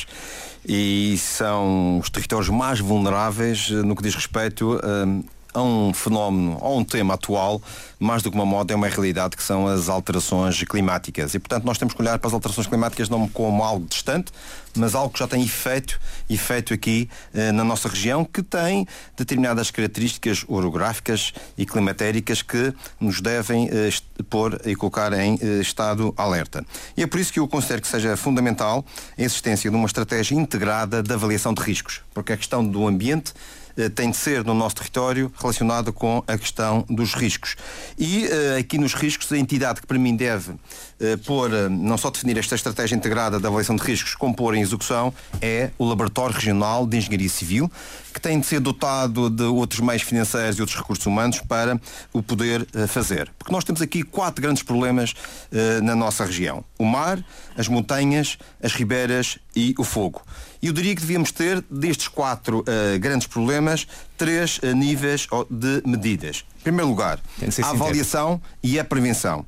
e são os territórios mais vulneráveis uh, no que diz respeito uh, a um fenómeno, a um tema atual, mais do que uma moda, é uma realidade, que são as alterações climáticas. E, portanto, nós temos que olhar para as alterações climáticas não como algo distante, mas algo que já tem efeito, efeito aqui eh, na nossa região, que tem determinadas características orográficas e climatéricas que nos devem eh, pôr e colocar em eh, estado alerta. E é por isso que eu considero que seja fundamental a existência de uma estratégia integrada de avaliação de riscos, porque a questão do ambiente tem de ser no nosso território relacionada com a questão dos riscos. E uh, aqui nos riscos, a entidade que para mim deve uh, pôr, uh, não só definir esta estratégia integrada de avaliação de riscos, como pôr em execução, é o Laboratório Regional de Engenharia Civil, que tem de ser dotado de outros meios financeiros e outros recursos humanos para o poder uh, fazer. Porque nós temos aqui quatro grandes problemas uh, na nossa região: o mar, as montanhas, as ribeiras e o fogo. E eu diria que devíamos ter, destes quatro uh, grandes problemas, três uh, níveis de medidas. Em primeiro lugar, a avaliação e a prevenção.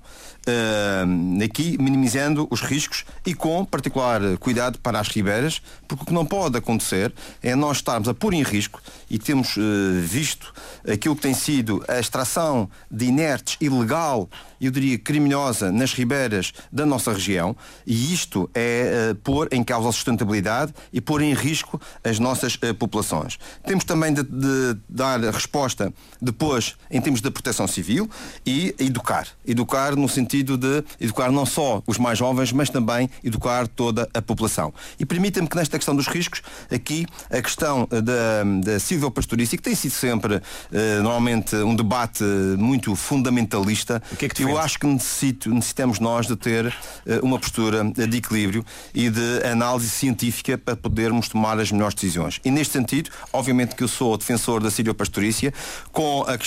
Uh, aqui minimizando os riscos e com particular cuidado para as ribeiras, porque o que não pode acontecer é nós estarmos a pôr em risco, e temos uh, visto aquilo que tem sido a extração de inertes ilegal, eu diria criminosa, nas ribeiras da nossa região, e isto é uh, pôr em causa a sustentabilidade e pôr em risco as nossas uh, populações. Temos também de, de dar resposta depois em termos de proteção civil e educar. Educar no sentido de educar não só os mais jovens, mas também educar toda a população. E permita-me que nesta questão dos riscos, aqui a questão da, da silvopastorícia, que tem sido sempre uh, normalmente um debate muito fundamentalista, o que é que eu acho que necessito, necessitamos nós de ter uh, uma postura de equilíbrio e de análise científica para podermos tomar as melhores decisões. E neste sentido, obviamente que eu sou defensor da silvopastorícia, com a questão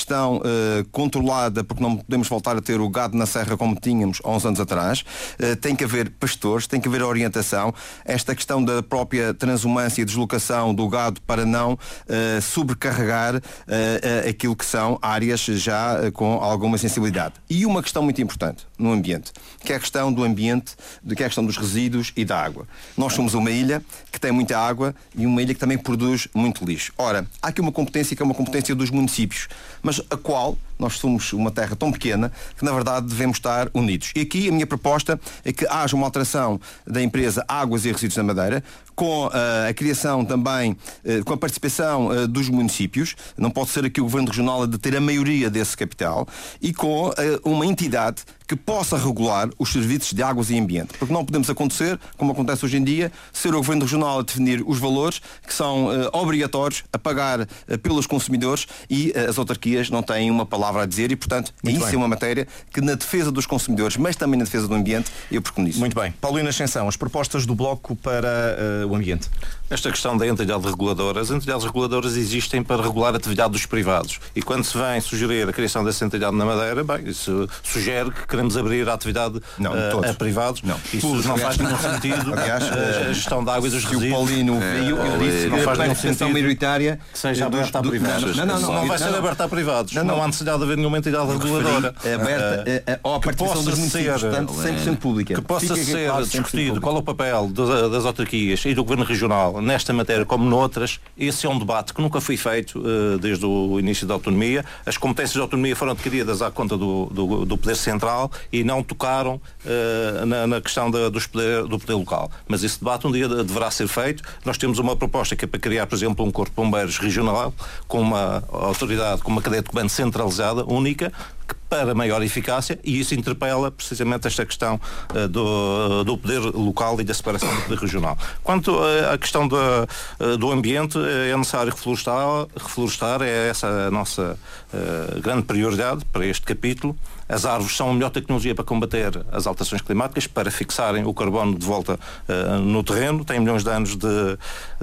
uh, controlada, porque não podemos voltar a ter o gado na serra como tínhamos há uns anos atrás. Uh, tem que haver pastores, tem que haver orientação. Esta questão da própria transumância e deslocação do gado para não uh, sobrecarregar uh, uh, aquilo que são áreas já uh, com alguma sensibilidade. E uma questão muito importante no ambiente, que é a questão do ambiente, que é a questão dos resíduos e da água. Nós somos uma ilha que tem muita água e uma ilha que também produz muito lixo. Ora, há aqui uma competência que é uma competência dos municípios, mas a qual nós somos uma terra tão pequena que na verdade devemos estar unidos. E aqui a minha proposta é que haja uma alteração da empresa Águas e Resíduos da Madeira, com uh, a criação também, uh, com a participação uh, dos municípios, não pode ser aqui o Governo Regional a deter a maioria desse capital, e com uh, uma entidade que possa regular os serviços de águas e ambiente. Porque não podemos acontecer, como acontece hoje em dia, ser o Governo Regional a definir os valores que são uh, obrigatórios a pagar uh, pelos consumidores e uh, as autarquias não têm uma palavra a dizer e, portanto, muito isso bem. É uma matéria que na defesa dos consumidores, mas também na defesa do ambiente, eu preconizo. Muito bem. Paulino Ascensão, as propostas do Bloco para uh, o ambiente. Esta questão da entidade reguladora, as entidades reguladoras existem para regular a atividade dos privados. E quando se vem sugerir a criação dessa entidade na Madeira, bem, isso sugere que queremos abrir a atividade não, uh, a privados. Não. Isso Pus, não faz nenhum sentido. Aliás, uh, a gestão da água e dos resíduos. O Paulino é, eu, eu disse, não faz nenhum sentido maioritária que seja aberta a privados. Não, não, não, não vai ser aberta a privados. Não, não. não há necessidade de haver nenhuma entidade reguladora. É aberta ou a participação dos municípios, portanto, cem por cento pública. Que possa ser discutido qual é o papel das autarquias e do Governo Regional nesta matéria como noutras. Esse é um debate que nunca foi feito uh, desde o início da autonomia. As competências da autonomia foram adquiridas à conta do, do, do poder central e não tocaram uh, na, na questão da, dos poder, do poder local. Mas esse debate um dia deverá ser feito. Nós temos uma proposta que é para criar, por exemplo, um corpo de bombeiros regional com uma autoridade, com uma cadeia de comando centralizada, única, para maior eficácia, e isso interpela precisamente esta questão uh, do, do poder local e da separação do poder regional. Quanto uh, à questão do, uh, do ambiente, uh, é necessário reflorestar, reflorestar, é essa a nossa uh, grande prioridade para este capítulo. As árvores são a melhor tecnologia para combater as alterações climáticas, para fixarem o carbono de volta uh, no terreno, têm milhões de anos de...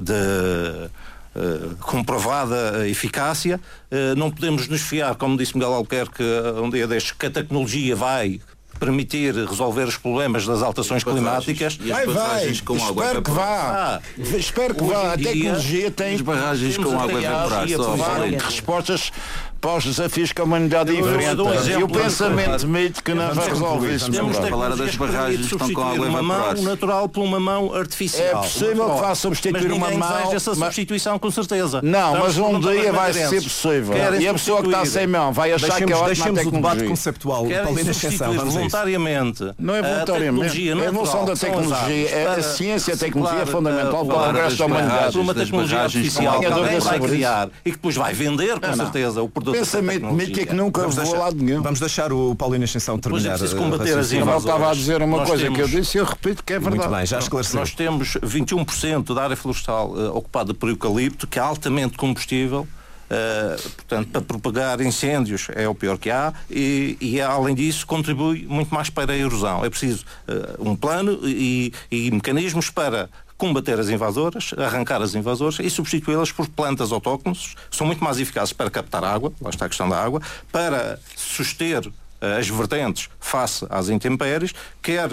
de Uh, comprovada eficácia. Uh, não podemos nos fiar, como disse Miguel Albuquerque uh, um dia destes, que a tecnologia vai permitir resolver os problemas das alterações climáticas. Vai, vai, espero que vá. Espero que vá. A tecnologia tem as barragens com água evaporar. Respostas para os desafios que a humanidade enfrenta. E o pensamento mito que não vai resolver isso. Temos de falar das barragens que estão com água uma evaporar. Mão natural por uma mão artificial. É possível que vá substituir uma mão. Mas essa substituição com certeza. Não, mas um dia vai ser possível. E a pessoa que está sem mão vai achar que é ótima tecnologia. o debate conceptual. Querem substituir voluntariamente. Não é voluntariamente. A evolução da tecnologia, a ciência e a tecnologia é fundamental para o progresso da humanidade. Uma tecnologia artificial que alguém vai criar e que depois vai vender, com certeza, o produto. Pensamento mítico é que nunca vou lá de nenhum. Vamos deixar o Paulino Ascensão terminar. Pois é preciso combater as invasoras. Ele estava a dizer uma coisa temos... que eu disse e eu repito que é verdade. Muito bem, já esclareceu. Nós temos vinte e um por cento da área florestal uh, ocupada por eucalipto, que é altamente combustível. Uh, portanto, para propagar incêndios é o pior que há e, e além disso contribui muito mais para a erosão. É preciso uh, um plano e, e mecanismos para combater as invasoras, arrancar as invasoras e substituí-las por plantas autóctones, que são muito mais eficazes para captar água, lá está a questão da água, para suster as vertentes face às intempéries, quer uh,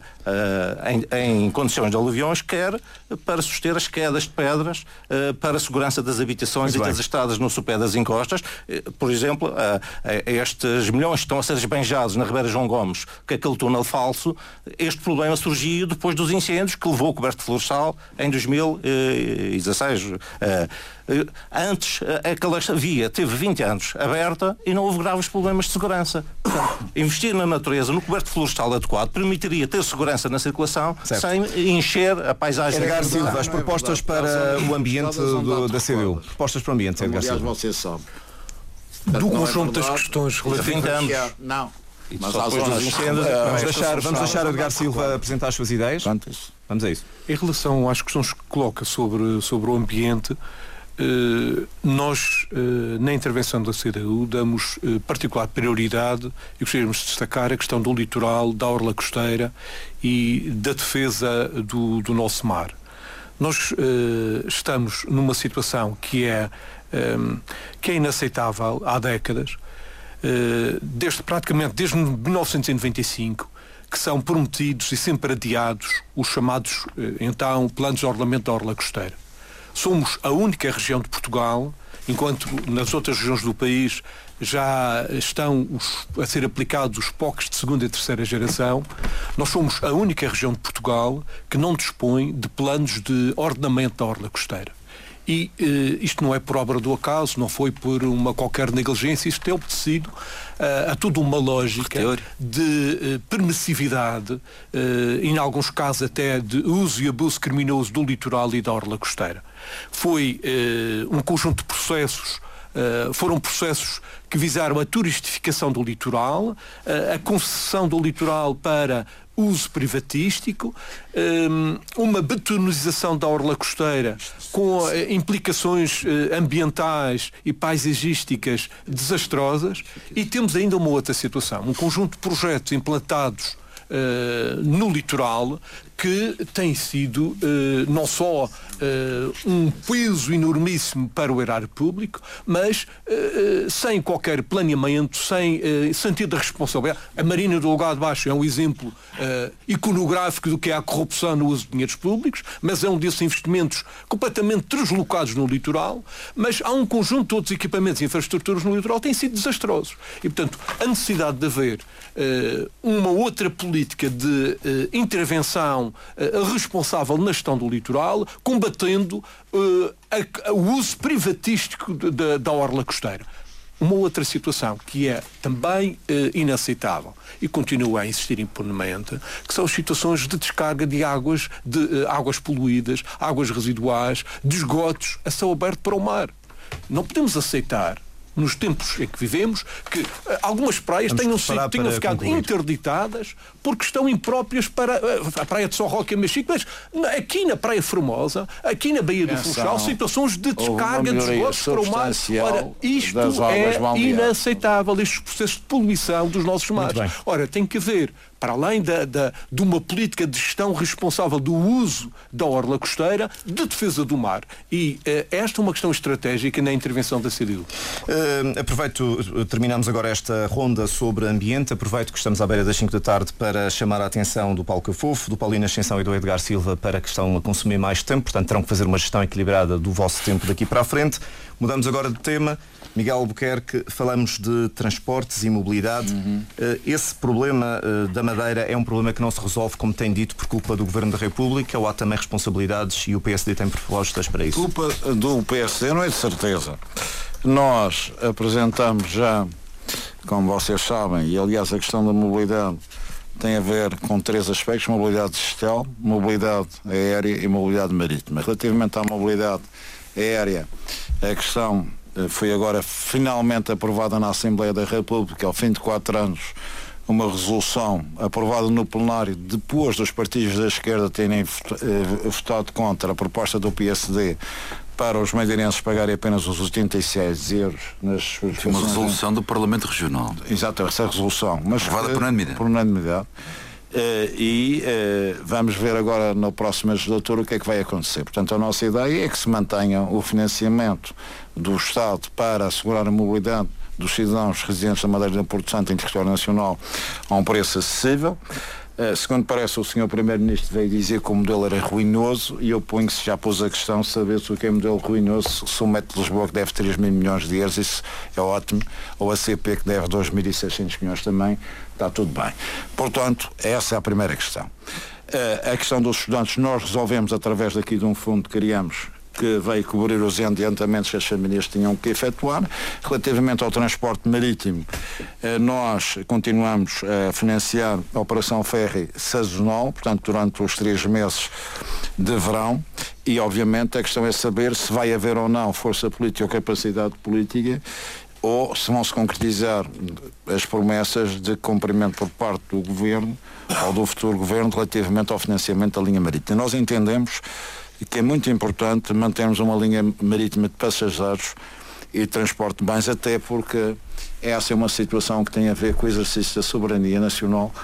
uh, em, em condições de aluviões, quer para suster as quedas de pedras uh, para a segurança das habitações Muito e bem. das estradas no sopé das encostas. Uh, por exemplo, uh, uh, estes milhões que estão a ser esbanjados na Ribeira João Gomes, que aquele túnel falso, este problema surgiu depois dos incêndios que levou o coberto florestal em dois mil e dezasseis. Uh, uh, antes, uh, aquela via teve vinte anos aberta e não houve graves problemas de segurança. Portanto, investir na natureza, no coberto florestal adequado, permitiria ter segurança na circulação certo. sem encher a paisagem. Edgar Silva, as propostas para o ambiente do, da C D U. Propostas para o ambiente, Edgar Silva. Aliás, você sabe. Do conjunto das questões relativas. Não. Mas às zonas incêndios, vamos deixar, vamos deixar Edgar Silva apresentar as suas ideias. Vamos a isso. Em relação às questões que coloca sobre, sobre o ambiente, Uh, nós, uh, na intervenção da C D U, damos uh, particular prioridade e gostaríamos de destacar a questão do litoral, da orla costeira e da defesa do, do nosso mar. Nós uh, estamos numa situação que é, um, que é inaceitável há décadas. desde praticamente desde mil novecentos e noventa e cinco, que são prometidos e sempre adiados os chamados, então, planos de ordenamento da orla costeira. Somos a única região de Portugal, enquanto nas outras regiões do país já estão os, a ser aplicados os P O Cs de segunda e terceira geração, nós somos a única região de Portugal que não dispõe de planos de ordenamento da orla costeira. E eh, isto não é por obra do acaso, não foi por uma qualquer negligência, isto é obedecido uh, a toda uma lógica de uh, permissividade, uh, em alguns casos até de uso e abuso criminoso do litoral e da orla costeira. Foi uh, um conjunto de processos, uh, foram processos que visaram a turistificação do litoral, uh, a concessão do litoral para uso privatístico, uma betonização da orla costeira com implicações ambientais e paisagísticas desastrosas, e temos ainda uma outra situação, um conjunto de projetos implantados Uh, no litoral que tem sido uh, não só uh, um peso enormíssimo para o erário público, mas uh, sem qualquer planeamento, sem uh, sentido de responsabilidade. A Marina do Algado Baixo é um exemplo uh, iconográfico do que é a corrupção no uso de dinheiros públicos, mas é um desses investimentos completamente deslocados no litoral, mas há um conjunto de outros equipamentos e infraestruturas no litoral que têm sido desastrosos. E, portanto, a necessidade de haver uh, uma outra política de uh, intervenção uh, responsável na gestão do litoral, combatendo uh, a, a, o uso privatístico de, de, da orla costeira. Uma outra situação que é também uh, inaceitável e continua a insistir impunemente, que são as situações de descarga de águas, de uh, águas poluídas, águas residuais, de esgotos a céu aberto para o mar. Não podemos aceitar, nos tempos em que vivemos, que uh, algumas praias tenham, sido, tenham ficado concluir. interditadas porque estão impróprias para uh, a praia de São Roque e Mexico, mas aqui na Praia Formosa, aqui na Baía do Funchal, situações de descarga de esgotos para o mar. Ora, isto é inaceitável, estes processos de poluição dos nossos mares. Ora, tem que haver, para além da, da, de uma política de gestão responsável do uso da orla costeira, de defesa do mar. E uh, esta é uma questão estratégica na intervenção da C D U. Uh, aproveito, terminamos agora esta ronda sobre ambiente, aproveito que estamos à beira das cinco da tarde para chamar a atenção do Paulo Cafofo, do Paulino Ascensão e do Edgar Silva para que estão a consumir mais tempo, portanto terão que fazer uma gestão equilibrada do vosso tempo daqui para a frente. Mudamos agora de tema. Miguel Albuquerque, falamos de transportes e mobilidade. Uhum. Esse problema da Madeira é um problema que não se resolve, como tem dito, por culpa do Governo da República, ou há também responsabilidades e o P S D tem propostas para isso? Culpa do P S D não é de certeza. Nós apresentamos já, como vocês sabem, e aliás a questão da mobilidade tem a ver com três aspectos: mobilidade digital, mobilidade aérea e mobilidade marítima. Relativamente à mobilidade aérea, a questão foi agora finalmente aprovada na Assembleia da República, ao fim de quatro anos, uma resolução aprovada no plenário, depois dos partidos da esquerda terem votado contra a proposta do P S D para os madeirenses pagarem apenas os oitenta e seis euros nas suas... Foi uma resolução do Parlamento Regional. Exato, essa resolução. Mas aprovada por unanimidade. Por unanimidade. Uh, e uh, vamos ver agora na próxima legislatura o que é que vai acontecer. Portanto, a nossa ideia é que se mantenha o financiamento do Estado para assegurar a mobilidade dos cidadãos residentes da Madeira e do Porto Santo em território nacional a um preço acessível. Uh, segundo parece, o senhor Primeiro-Ministro veio dizer que o modelo era ruinoso, e eu ponho que se já pôs a questão de saber se o que é modelo ruinoso, se o Metro de Lisboa que deve três mil milhões de euros, isso é ótimo, ou a C P que deve dois mil e seiscentos milhões também, está tudo bem. Portanto, essa é a primeira questão. Uh, a questão dos estudantes nós resolvemos através daqui de um fundo que criamos, que veio cobrir os adiantamentos que as famílias tinham que efetuar. Relativamente ao transporte marítimo, nós continuamos a financiar a operação ferry sazonal, portanto durante os três meses de verão, e obviamente a questão é saber se vai haver ou não força política ou capacidade política, ou se vão se concretizar as promessas de cumprimento por parte do Governo ou do futuro Governo relativamente ao financiamento da linha marítima. Nós entendemos que é muito importante mantermos uma linha marítima de passageiros e de transporte de bens, até porque essa é uma situação que tem a ver com o exercício da soberania nacional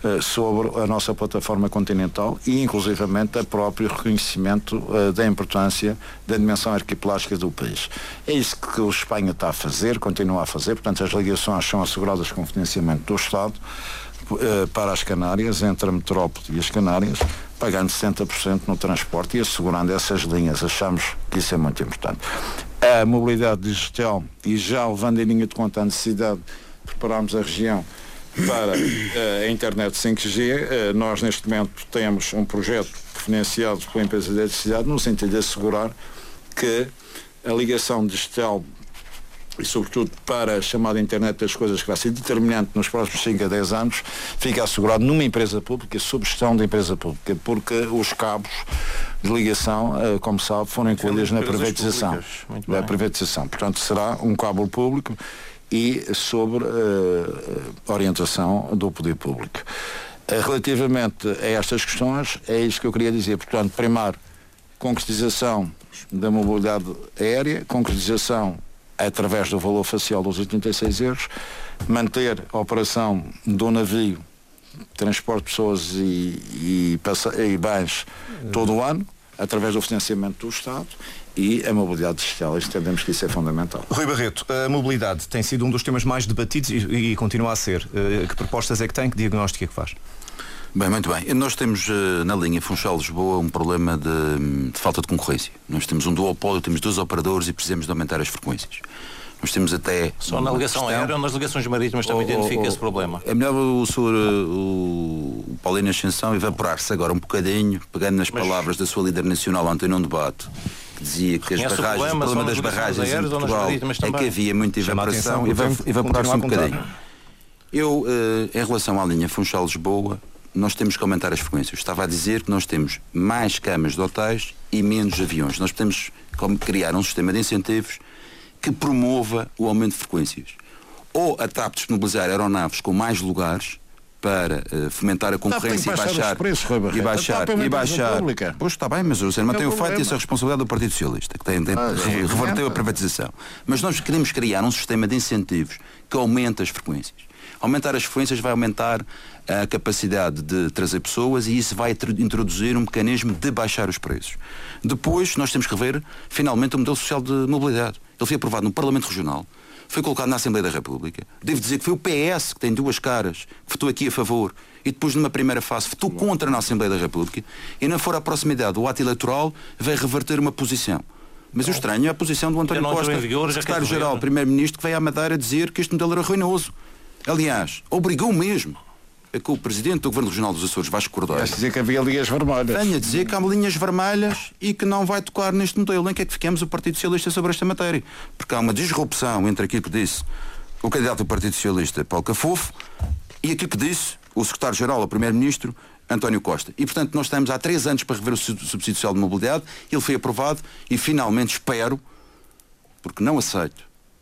uh, sobre a nossa plataforma continental e, inclusivamente, o próprio reconhecimento uh, da importância da dimensão arquipelágica do país. É isso que a Espanha está a fazer, continua a fazer, portanto, as ligações são asseguradas com financiamento do Estado uh, para as Canárias, entre a metrópole e as Canárias, pagando setenta por cento no transporte e assegurando essas linhas. Achamos que isso é muito importante. A mobilidade digital, e já levando em linha de conta a necessidade de prepararmos a região para uh, a internet cinco G, uh, nós neste momento temos um projeto financiado pela empresa de eletricidade no sentido de assegurar que a ligação digital e sobretudo para a chamada internet das coisas, que vai ser determinante nos próximos cinco a dez anos, fica assegurado numa empresa pública, sob gestão da empresa pública, porque os cabos de ligação, como sabe, foram incluídos na privatização. Da privatização. Portanto, será um cabo público e sobre uh, orientação do poder público. Uh, relativamente a estas questões, é isso que eu queria dizer. Portanto, primeiro, concretização da mobilidade aérea, concretização através do valor facial dos oitenta e seis euros, manter a operação do navio, transporte de pessoas e, e, e bens todo o ano, através do financiamento do Estado, e a mobilidade digital. Entendemos que isso é fundamental. Rui Barreto, a mobilidade tem sido um dos temas mais debatidos e, e continua a ser. Uh, que propostas é que tem? Que diagnóstico é que faz? Bem, muito bem. Nós temos na linha Funchal-Lisboa um problema de, de falta de concorrência. Nós temos um duopólio, temos dois operadores e precisamos de aumentar as frequências. Nós temos até... Só na ligação aérea ou nas ligações marítimas também oh, identifica oh, esse problema? É melhor o senhor o Paulino Ascensão evaporar-se agora um bocadinho, pegando nas Mas... palavras da sua líder nacional ontem num debate, que dizia que as barragens, o problema, o problema das barragens em Portugal é que havia muita evaporação, evaporar-se um bocadinho. Eu, uh, em relação à linha Funchal-Lisboa, nós temos que aumentar as frequências. Estava a dizer que nós temos mais camas de hotéis e menos aviões. Nós podemos criar um sistema de incentivos que promova o aumento de frequências. Ou a TAP disponibilizar aeronaves com mais lugares para uh, fomentar a concorrência e baixar preços, e baixar e baixar. Pois está bem, mas o senhor mantém o feito e essa é a responsabilidade do Partido Socialista, que tem, tem ah, re, reverteu a privatização. Mas nós queremos criar um sistema de incentivos que aumente as frequências. Aumentar as frequências vai aumentar a capacidade de trazer pessoas e isso vai introduzir um mecanismo de baixar os preços. Depois nós temos que rever finalmente o modelo social de mobilidade. Ele foi aprovado no Parlamento Regional, foi colocado na Assembleia da República. Devo dizer que foi o P S, que tem duas caras, que votou aqui a favor e depois numa primeira fase votou contra na Assembleia da República e não for a proximidade do ato eleitoral vai reverter uma posição. Mas o estranho é a posição do António Costa, secretário-geral, primeiro-ministro, que veio à Madeira dizer que este modelo era ruinoso. Aliás, obrigou mesmo a que o Presidente do Governo Regional dos Açores, Vasco Cordeiro, a dizer que havia linhas vermelhas. Venha dizer que há linhas vermelhas e que não vai tocar neste modelo. Em que é que ficamos o Partido Socialista sobre esta matéria? Porque há uma disrupção entre aquilo que disse o candidato do Partido Socialista, Paulo Cafofo, e aquilo que disse o Secretário-Geral, o Primeiro-Ministro, António Costa. E, portanto, nós estamos há três anos para rever o subsídio social de mobilidade. Ele foi aprovado e, finalmente, espero, porque não aceito,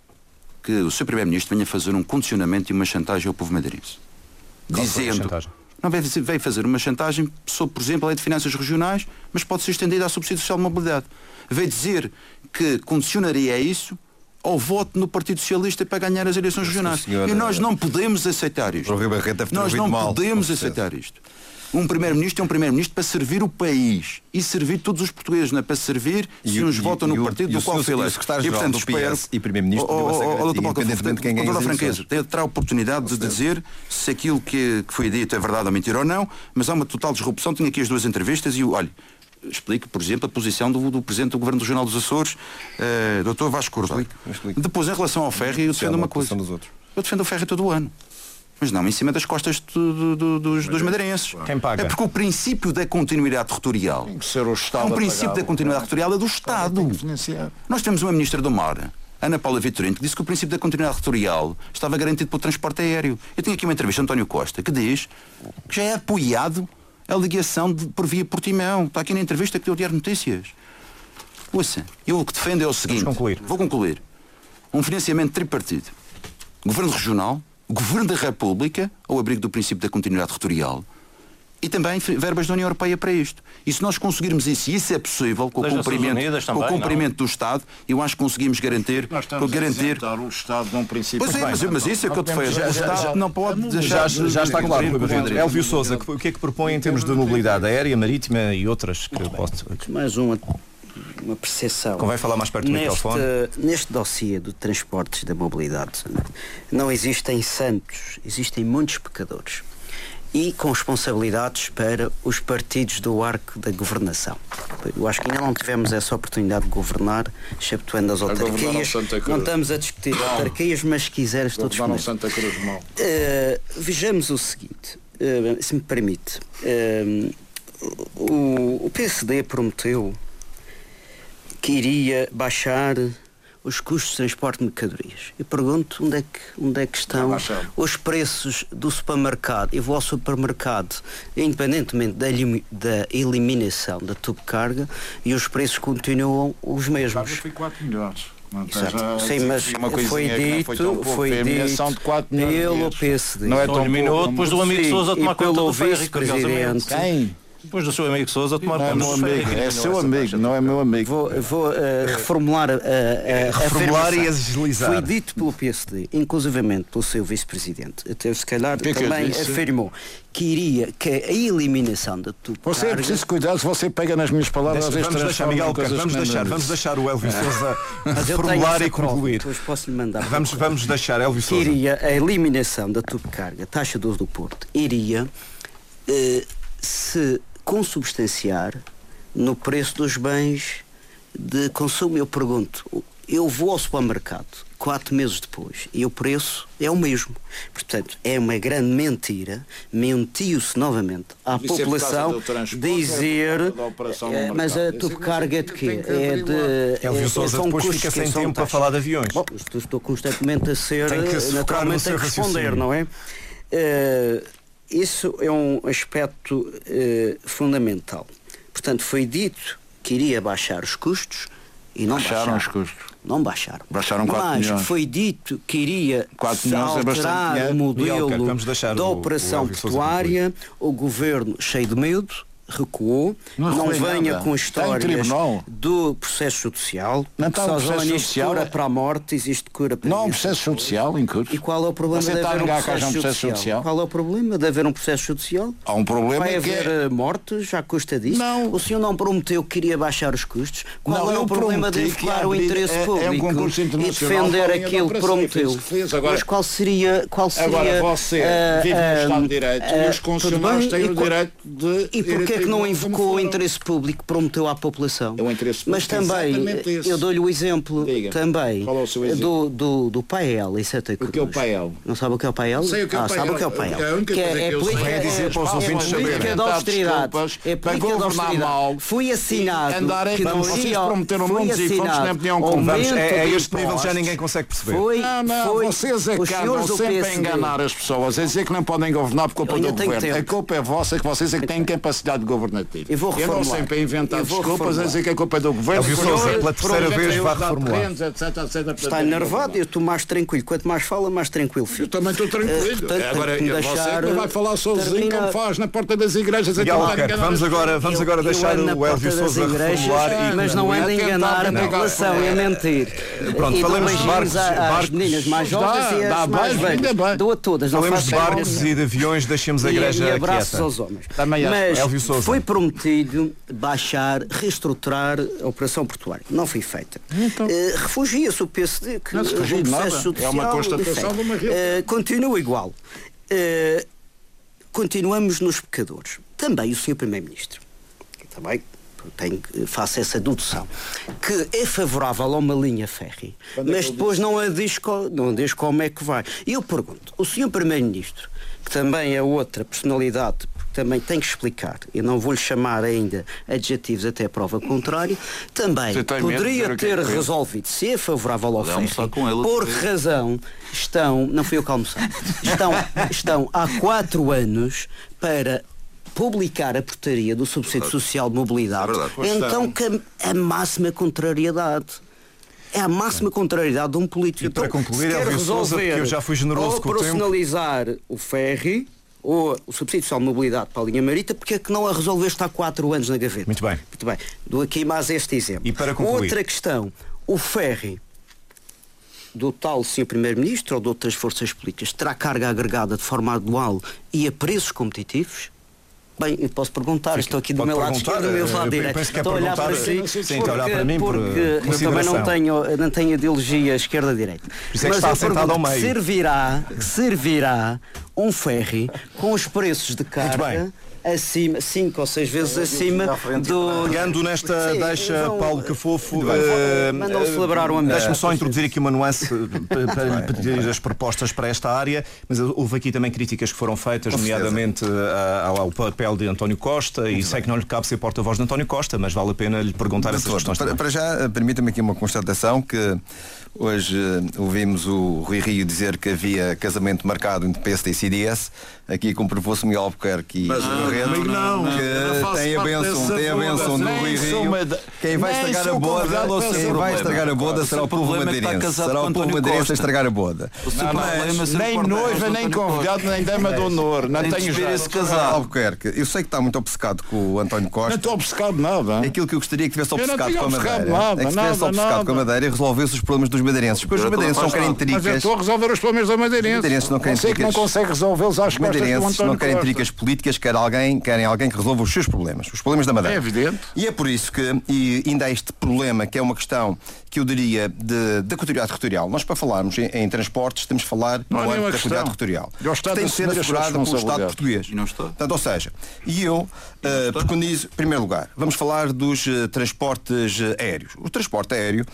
que o seu Primeiro-Ministro venha fazer um condicionamento e uma chantagem ao povo madeirense. Dizendo... Não, veio fazer uma chantagem sobre, por exemplo, a Lei de Finanças Regionais, mas pode ser estendida ao subsídio social de mobilidade. Veio dizer que condicionaria isso ao voto no Partido Socialista para ganhar as eleições regionais. Senhora... E nós não podemos aceitar isto. Nós não mal, podemos aceitar isto. Um Primeiro-Ministro é um Primeiro-Ministro para servir o país e servir todos os portugueses, não é para servir se e, uns e, votam e, no partido do qual foi eleito. E, portanto, espero... E Primeiro-Ministro independentemente de quem ganha as eleições. Terá a oportunidade de dizer se aquilo que, que foi dito é verdade ou mentira ou não, mas há uma total disrupção. Tenho aqui as duas entrevistas e, olha, explico, por exemplo, a posição do, do Presidente do Governo Regional dos Açores, uh, doutor Vasco Cordeiro. Depois, em relação ao ferry, eu defendo uma coisa. Eu defendo o ferry todo o ano. Mas não em cima das costas do, do, dos, dos madeirenses. Quem paga? É porque o princípio da continuidade territorial tem que ser o Estado. É um princípio da continuidade territorial é do Estado. Nós temos uma Ministra do Mar, Ana Paula Vitorino, que disse que o princípio da continuidade territorial estava garantido pelo transporte aéreo. Eu tenho aqui uma entrevista de António Costa que diz que já é apoiado a ligação de, por via Portimão. Está aqui na entrevista que deu o Diário Notícias. Ouça, eu o que defendo é o seguinte. Vamos concluir. Vou concluir. Um financiamento tripartido. Governo Regional, Governo da República, ao abrigo do princípio da continuidade territorial, e também verbas da União Europeia para isto. E se nós conseguirmos isso, e isso é possível, com o cumprimento, Unidas também, com o cumprimento do Estado, eu acho que conseguimos garantir... Nós estamos garantir... a o Estado de um princípio... Pois é, mas, mas isso é que eu defendo. Já, O já, Estado já, não pode deixar... Já, já está claro, Rui Barreto. Elvio Sousa, Sousa, o que é que propõe em termos de mobilidade aérea, marítima e outras que posso... Mais uma, uma percepção. Convém falar mais perto do neste, microfone. Neste dossiê de transportes e da mobilidade não existem santos, existem muitos pecadores. E com responsabilidades para os partidos do arco da governação. Eu acho que ainda não tivemos essa oportunidade de governar, exceptuando as autarquias. Não estamos a discutir autarquias, mas se quiseres todos comigo. Santa Cruz mal. Uh, vejamos o seguinte, uh, se me permite. Uh, o, o P S D prometeu que iria baixar os custos de transporte de mercadorias. Eu pergunto onde é que, onde é que estão os preços do supermercado. Eu vou ao supermercado, independentemente da, elim, da eliminação da tubo-carga, e os preços continuam os mesmos. Foi quatro milhões. Sim, mas foi dito, foi dito pelo P S D. Não é tão minuto depois do amigo Sousa tomar conta do vice-presidente. Quem? Depois do seu amigo Sousa tomar conta do amigo. É seu amigo, não é meu amigo. Vou, vou uh, reformular a, uh, uh, reformular e agilizar. Foi dito pelo P S D, inclusivamente pelo seu vice-presidente, até se calhar que também que afirmou que iria que a eliminação da tubo-carga... Você é preciso cuidar se você pega nas minhas palavras. Deixa, vamos deixar, Miguel, vamos deixar, vamos deixar o Elvio Sousa reformular e concluir. Depois posso-lhe mandar. Vamos, vamos deixar Elvio Sousa. Que iria a eliminação da tubo-carga, taxa do do Porto, iria uh, se consubstanciar no preço dos bens de consumo. Eu pergunto, eu vou ao supermercado quatro meses depois e o preço é o mesmo. Portanto, é uma grande mentira, mentiu-se novamente à Isso população é dizer é, é, mas a tubo-carga é de quê? É de... Elvio Sousa é, depois fica sem tempo para falar de aviões. Bom, estou constantemente a ser, se naturalmente a responder, não é? Uh, Isso é um aspecto eh, fundamental. Portanto, foi dito que iria baixar os custos e não baixaram. Baixaram os custos. Não baixaram. Baixaram quatro milhões. Mas foi dito que iria alterar é o modelo Miguel, da operação portuária. O governo, cheio de medo, recuou, não, não venha nada. com histórias do processo judicial, não que está só um processo judicial cura para a morte, existe cura para a Não há um processo judicial em curso. E qual é o problema Você de haver um processo, um processo judicial? judicial? Qual é o problema de haver um processo judicial? Há um problema Vai que haver é... mortes à custa disso? Não. O senhor não prometeu que iria baixar os custos? Qual não, é o problema de enfocar o interesse é, público é um concurso e internacional defender aquilo que prometeu? Agora, Mas qual seria... Qual seria agora você uh, vive no Estado de Direito uh, e os concessionários têm o direito de... E porquê é que não invocou o interesse público que prometeu à população? É o interesse Mas também, eu dou-lhe o exemplo Diga. também Qual é o seu exemplo? do, do, do P A E L em Santa Cruz. O que é o P A E L? Não sabe o que é o P A E L? Sei o que é o ah, P A E L. sabe o que é o P A E L. É a única que coisa é, que eu política, sei. é, dizer para os é, ouvintes é política saberem. de austeridade. É para política de governar austeridade. mal. Foi assinado Andarem, que não vocês iria... prometeram foi mundos e fundos assinado nem podiam aumento converter. É, é de este nível já ninguém consegue perceber. Foi, Não, não, foi, vocês é os que senhores andam do sempre P a S D. enganar as pessoas, a dizer que não podem governar por culpa Eu do ainda tenho governo. tempo. A culpa é vossa, que vocês é que têm capacidade governativa. Eu vou Eu não reformular. sempre a inventar Eu vou desculpas, a reformular. dizer que a culpa é do governo. Elvio Sousa, pela terceira vez, vai reformular. Está enervado, eu estou mais tranquilo. Quanto mais fala, mais tranquilo fico. Eu também estou tranquilo. Uh, portanto, Agora, tem que me você deixar que vai falar sozinho terminar. como faz na porta das igrejas. Miguel Albuquerque, vamos agora, vamos Eu- agora eu deixar ando na o Elvio porta das Sousa igrejas, reformular e mas não anda a tentar enganar a negar. população, é mentir. Pronto, E dou falamos de beijinhos barcos- à- às barcos- meninas mais Dá, jovens e dá às mais bem, ainda velhas. bem. Dou a todas, não Falamos de faço mal. barcos e de aviões, deixemos a E- igreja e abraços quieta. aos homens. Também acho. Mas Elvio Sousa. foi prometido baixar, reestruturar a operação portuária. Não foi feita. Então. Eh, Refugia-se o P S D que Não se refugia o de nada. processo É uma judicial, constatação enfim, de uma realidade. eh, continua igual. Eh, continuamos nos pecadores. Também o senhor Primeiro-Ministro. Também tem, faço essa dedução, que é favorável a uma linha férrea, Quando é mas que ele depois disse? não, a diz, co- não diz como é que vai. E eu pergunto, o senhor Primeiro-Ministro, que também é outra personalidade, porque também tem que explicar, eu não vou-lhe chamar ainda adjetivos até prova contrária, também Você tem medo de poderia dizer o que é ter que pensa? resolvido, se é favorável ao Pode almoçar férrea, com ele, por depois. que razão estão, não fui eu que almocei, estão, estão há quatro anos para publicar a portaria do subsídio social de mobilidade, É verdade. então que a, a máxima contrariedade. É a máxima contrariedade de um político. E para Então, concluir, se quer Elvio Sousa, resolver porque eu já fui generoso com o tempo. operacionalizar o ferry, ou o subsídio social de mobilidade para a linha marita, porque é que não a resolveste há quatro anos na gaveta? Muito bem. Muito bem. Dou aqui mais este exemplo. E para concluir... Outra questão, o ferry do tal senhor Primeiro-Ministro ou de outras forças políticas terá carga agregada de forma anual e a preços competitivos? Bem, eu posso perguntar, estou aqui do meu lado esquerdo e do meu lado direito. Estou a olhar para si, sim, porque, olhar para mim por, porque eu também não tenho, não tenho ideologia esquerda-direita. Mas é que está sentado ao meio. Servirá, servirá um ferry com os preços de carga acima, cinco ou seis vezes acima do... Pegando nesta Sim, deixa, vão, Paulo Cafofo, uh, mandam celebrar o ambiente. Deixe-me só introduzir aqui uma nuance para lhe pedir as propostas para esta área, mas houve aqui também críticas que foram feitas, nomeadamente ao, ao papel de António Costa, e sei que não lhe cabe ser porta-voz de António Costa, mas vale a pena lhe perguntar essas Doutor, questões. Para, para já, permita-me aqui uma constatação que hoje uh, ouvimos o Rui Rio dizer que havia casamento marcado entre P S D e C D S, aqui comprovou-se Miguel Albuquerque e mas, o Rento, não, que não tem a benção, tem a benção do Rui Rio. Quem vai estragar a boda, quem vai estragar a boda será o povo madeirense. Será o povo madeirense a estragar a boda. Nem noiva, nem convidado, nem dama de honor. Não tenho já esse casal. Albuquerque, eu sei que está muito obcecado com o António Costa. Não estou obcecado nada. Aquilo que eu gostaria que tivesse obcecado com a Madeira. Nada, é que tivesse obcecado com a Madeira e resolvesse os problemas dos madeirenses. Porque os madeirenses não querem tricas. Mas eu estou a resolver os problemas da madeirense. Os madeirenses não querem tricas. Sei que não consegue resolvê-los às costas do António Costa. Não querem tricas políticas, querem alguém, querem alguém que resolva os seus problemas, os problemas da Madeira. É evidente. E é por isso que, e ainda há este problema, que é uma questão que eu diria de, da continuidade territorial. Nós, para falarmos em, em transportes, temos de falar no âmbito da continuidade territorial. Que tem de ser assegurada pelo Estado português. E não está. Portanto, ou seja, e eu uh, preconizo, em primeiro lugar, vamos falar dos uh, transportes uh, aéreos. O transporte aéreo,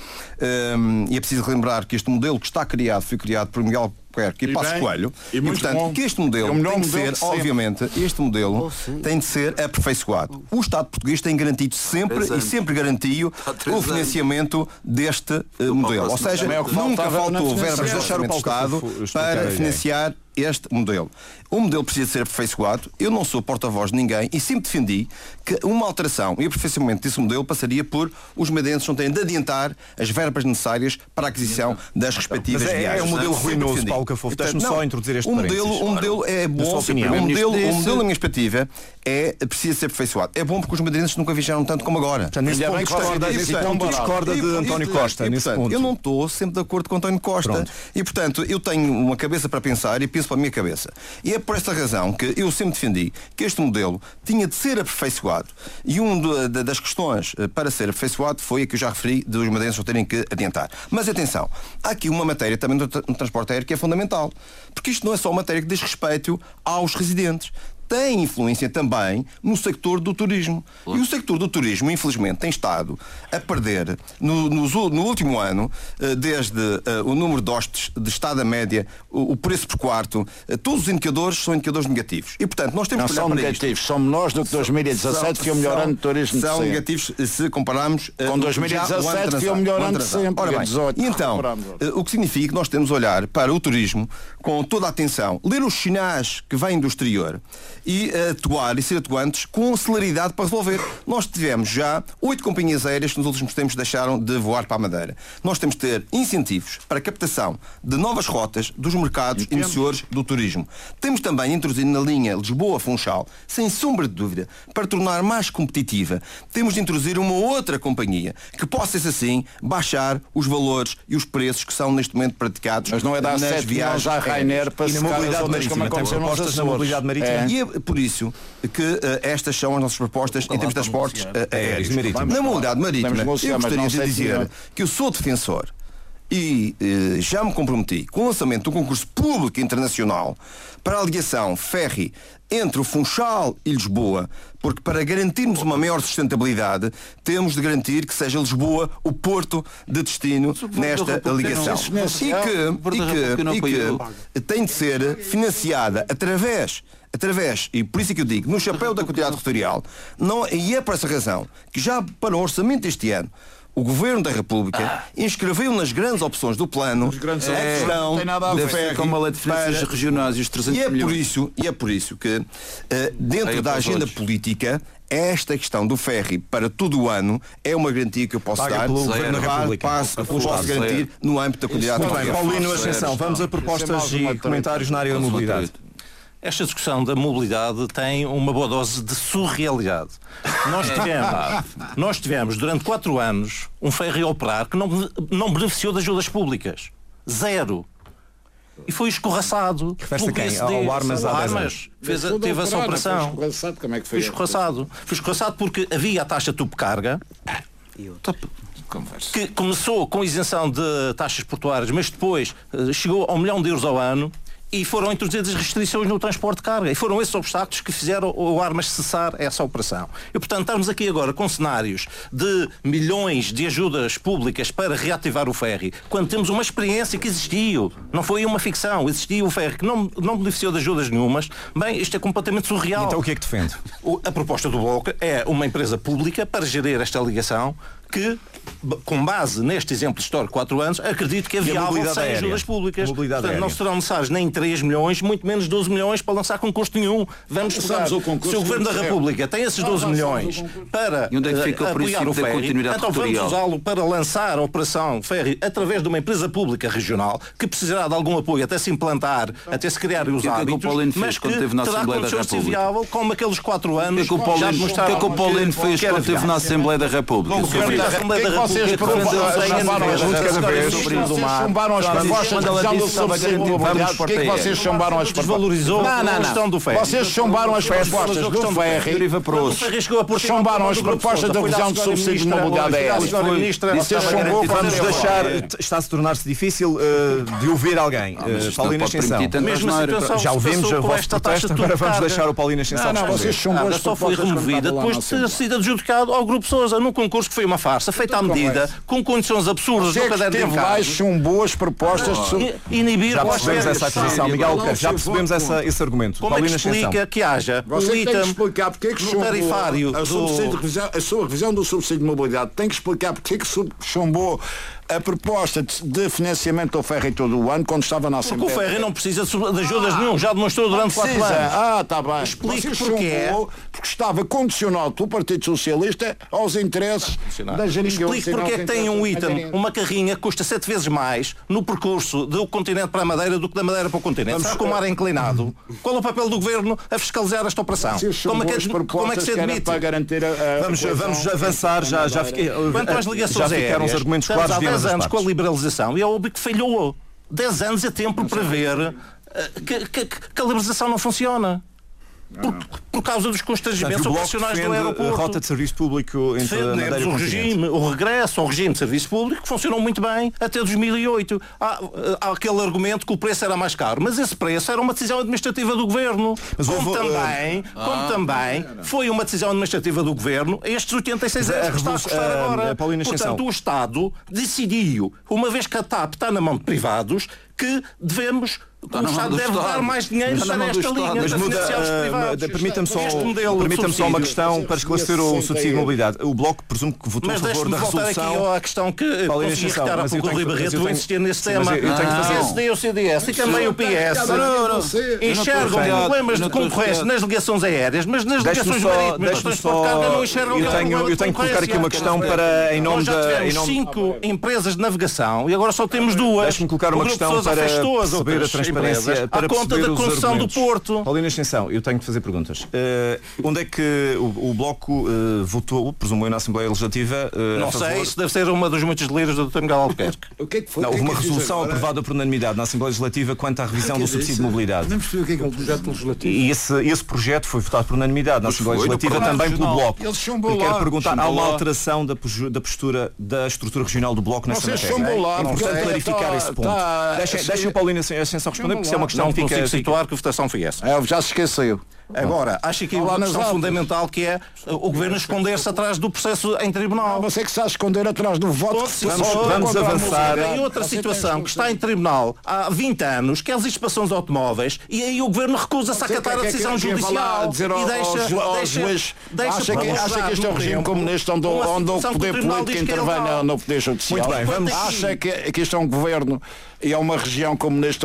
um, e é preciso lembrar que este modelo que está criado, foi criado por Miguel Albuquerque e Passos Coelho, e, e portanto bom. que este modelo é tem de ser, de obviamente, este modelo oh, tem de ser aperfeiçoado. O Estado português tem garantido sempre e sempre garantiu o financiamento deste uh, modelo. Ou seja, nunca faltou verbas do Orçamento do Estado para financiar este modelo. O modelo precisa ser aperfeiçoado. Eu não sou porta-voz de ninguém e sempre defendi que uma alteração e aperfeiçoamento desse modelo passaria por os madeirenses não terem de adiantar as verbas necessárias para a aquisição das respectivas Mas é, viagens. É um modelo ruinoso, Paulo Cafofo. Deixe-me só introduzir este o modelo, o modelo é bom. O modelo, o modelo, na minha perspectiva, é, precisa ser aperfeiçoado. É bom porque os madeirenses nunca viajaram tanto como agora. Portanto, nesse ponto discorda, nesse ponto discorda de António Costa. E, nesse portanto, ponto. Eu não estou sempre de acordo com António Costa. Pronto. E, portanto, eu tenho uma cabeça para pensar e penso para a minha cabeça. E é por esta razão que eu sempre defendi que este modelo tinha de ser aperfeiçoado. E uma das questões para ser aperfeiçoado foi a que eu já referi dos madeirenses não terem que adiantar. Mas atenção, há aqui uma matéria também no transporte aéreo que é fundamental. Porque isto não é só uma matéria que diz respeito aos residentes. Tem influência também no sector do turismo. E o sector do turismo, infelizmente, tem estado a perder, no, no, no último ano, desde uh, o número de hóspedes, de estada média, o, o preço por quarto, uh, todos os indicadores são indicadores negativos. E, portanto, nós temos não que olhar são para negativos, isto. são menores do que dois mil e dezassete, que é o melhor ano de turismo. São negativos se compararmos uh, com dois mil e dezassete, que é o melhor ano de sempre. Ora bem, dezoito, então, uh, o que significa que nós temos de olhar para o turismo com toda a atenção, ler os sinais que vêm do exterior e uh, atuar e ser atuantes com celeridade para resolver. Nós tivemos já oito companhias aéreas que nos últimos tempos deixaram de voar para a Madeira. Nós temos de ter incentivos para a captação de novas rotas dos mercados Entendo. emissores do turismo. Temos também introduzido na linha Lisboa-Funchal, sem sombra de dúvida, para tornar mais competitiva, temos de introduzir uma outra companhia que possa, assim, baixar os valores e os preços que são neste momento praticados. Mas não é dar nas sete viagens à Ryanair para e na mobilidade marítima. Tem propostas na mobilidade marítima. É. E é por isso que uh, estas são as nossas propostas em termos de transportes uh, aéreos. Na mobilidade marítima, eu gostaria de dizer que eu sou defensor e uh, já me comprometi com o lançamento de um concurso público internacional para a ligação ferry entre o Funchal e Lisboa, porque para garantirmos uma maior sustentabilidade temos de garantir que seja Lisboa o porto de destino nesta ligação. E que, e que, e que tem de ser financiada através através, e por isso é que eu digo, no chapéu da continuidade territorial, não, e é por essa razão que já para o orçamento deste ano o Governo da República ah. inscreveu nas grandes opções do plano a questão do ferry com uma lei de finanças regionais e os trezentos e é milhões. Por isso, e é por isso que uh, dentro da agenda política esta questão do ferry para todo o ano é uma garantia que eu posso Paga dar pelo Governo da República. Passo, posso garantir no âmbito da comunidade. Muito bem, Paulino Ascensão, vamos a propostas e comentários na área da mobilidade. esta discussão da mobilidade tem uma boa dose de surrealidade. Nós tivemos, nós tivemos durante quatro anos um ferry a operar que não, não beneficiou de ajudas públicas. Zero. E foi escorraçado. Refere-se a quem? Ao Armas há dez anos. Fez a, teve essa operação. Foi escorraçado, como é que foi? Foi escorraçado. Foi escorraçado porque havia a taxa tubo-carga, que começou com isenção de taxas portuárias, mas depois uh, chegou a um milhão de euros ao ano e foram introduzidas restrições no transporte de carga. E foram esses obstáculos que fizeram o Armas cessar essa operação. E, portanto, estamos aqui agora com cenários de milhões de ajudas públicas para reativar o ferry, quando temos uma experiência que existiu. Não foi uma ficção. Existiu o ferry que não, não beneficiou de ajudas nenhumas. Bem, isto é completamente surreal. Então o que é que defende? O, a proposta do Bloco é uma empresa pública para gerir esta ligação que, com base neste exemplo histórico de quatro anos, acredito que é viável sem ajudas públicas. Portanto, não serão necessários nem três milhões, muito menos doze milhões para lançar concurso nenhum. Vamos pegar. Se o Governo da República tem esses doze milhões para e onde é que fica o apoiar o ferry, então vamos usá-lo para lançar a operação ferry através de uma empresa pública regional que precisará de algum apoio até se implantar, até se criar os hábitos, mas que terá condições de ser viável, como aqueles quatro anos já demonstraram. O que é que o Paulino fez quando esteve na Assembleia da República? O que é que vocês chumbaram as propostas de revisão do subsídio de mobilidade? O que é que vocês chumbaram as propostas? Não, não, não. Vocês chumbaram as propostas do ferry. Chumbaram as propostas da revisão do subsídio de mobilidade aérea. Vocês chumbou. Vamos deixar. Está a se tornar-se difícil de ouvir alguém. Paulino Ascensão. Já ouvimos a vossa protesta, agora vamos deixar o Paulino Ascensão. Não, vocês chumbou. Só foi removida depois de ter sido adjudicado ao Grupo Sousa num concurso que foi uma farsa, feita à medida, com condições absurdas no caderno de encargos. Chumbou as propostas de inibir. Já percebemos essa acusação, Miguel Albuquerque, já percebemos essa, esse argumento. Como é que explica que haja o item no tarifário a, do... a sua revisão do subsídio de mobilidade tem que explicar porque é que chumbou a proposta de financiamento do ferry todo o ano quando estava na Assembleia. Porque o ferry não precisa de ajudas ah, nenhum, já demonstrou durante quatro anos. Ah, está bem. Explique porquê. Porque estava condicionado pelo Partido Socialista aos interesses da Jeringa. Explique porque é que tem um item, uma carrinha que custa sete vezes mais no percurso do continente para a Madeira do que da Madeira para o continente. Será que o mar é inclinado? Qual é o papel do Governo a fiscalizar esta operação? Como é que, como é que se admite? Para garantir a, a vamos, vamos avançar, já, já fiquei... Quanto às ligações aéreas, uns argumentos claros há dez anos com a liberalização e é óbvio que falhou. dez anos é tempo para ver que, que, que a liberalização não funciona. Por, por causa dos constrangimentos operacionais do aeroporto. A rota de serviço público entre a Madeira e o regime, o regresso ao regime de serviço público que funcionou muito bem até dois mil e oito. Há, há aquele argumento que o preço era mais caro, mas esse preço era uma decisão administrativa do Governo. Mas como houve, também, uh... como ah, também foi uma decisão administrativa do Governo estes oitenta e seis anos que está a custar uh, agora. Portanto, o Estado decidiu, uma vez que a TAP está na mão de privados, que devemos... O Estado deve dar mais dinheiro para esta linha. Mas muda, uh, permita-me só, permita só uma questão para esclarecer o subsídio de mobilidade. O Bloco presumo que votou a favor da resolução. Mas deixe-me voltar aqui à questão que consegui retirar há pouco o Rui Barreto, vou insistir nesse tema. Eu tenho que fazer o C D e o C D S e também o P S enxergam problemas de concorrência nas ligações aéreas, mas nas ligações marítimas de carga não enxergam. Eu tenho que colocar aqui uma questão para, em nome da... Nós já tivemos cinco empresas de navegação e agora só temos duas. Deixe-me colocar uma questão para perceber a transparência, para à conta da construção do Porto. Paulino Ascensão, eu tenho que fazer perguntas. Uh, onde é que o, o Bloco uh, votou, presumo eu, na Assembleia Legislativa? Uh, não sei, isso deve ser uma dos muitos delírios do doutor Miguel Albuquerque. O que é que foi? Não, houve uma resolução aprovada por unanimidade na Assembleia Legislativa quanto à revisão do subsídio de mobilidade. Não percebi o que é que é o projeto legislativo. E esse, esse projeto foi votado por unanimidade na Assembleia Legislativa também pelo Bloco. Eles chumbou lá. Quero perguntar, há uma alteração da, da postura da estrutura regional do Bloco nessa matéria? É importante clarificar esse ponto. Deixem o Paulino Ascensão responder, porque isso é uma questão que fica... situar que a votação foi essa. É, já se esqueceu. Agora, acho que é uma questão fundamental que é o Governo esconder-se atrás do processo em tribunal. Você que está a esconder atrás do voto. Que vamos vamos avançar. Em outra situação que está em tribunal há vinte anos, que é as inspeções de automóveis, e aí o Governo recusa-se a acatar a decisão judicial e deixa... Acha que este é o regime comunista onde o poder político intervém no poder judicial? Muito bem, vamos... Acha que isto é um Governo e é uma região comunista onde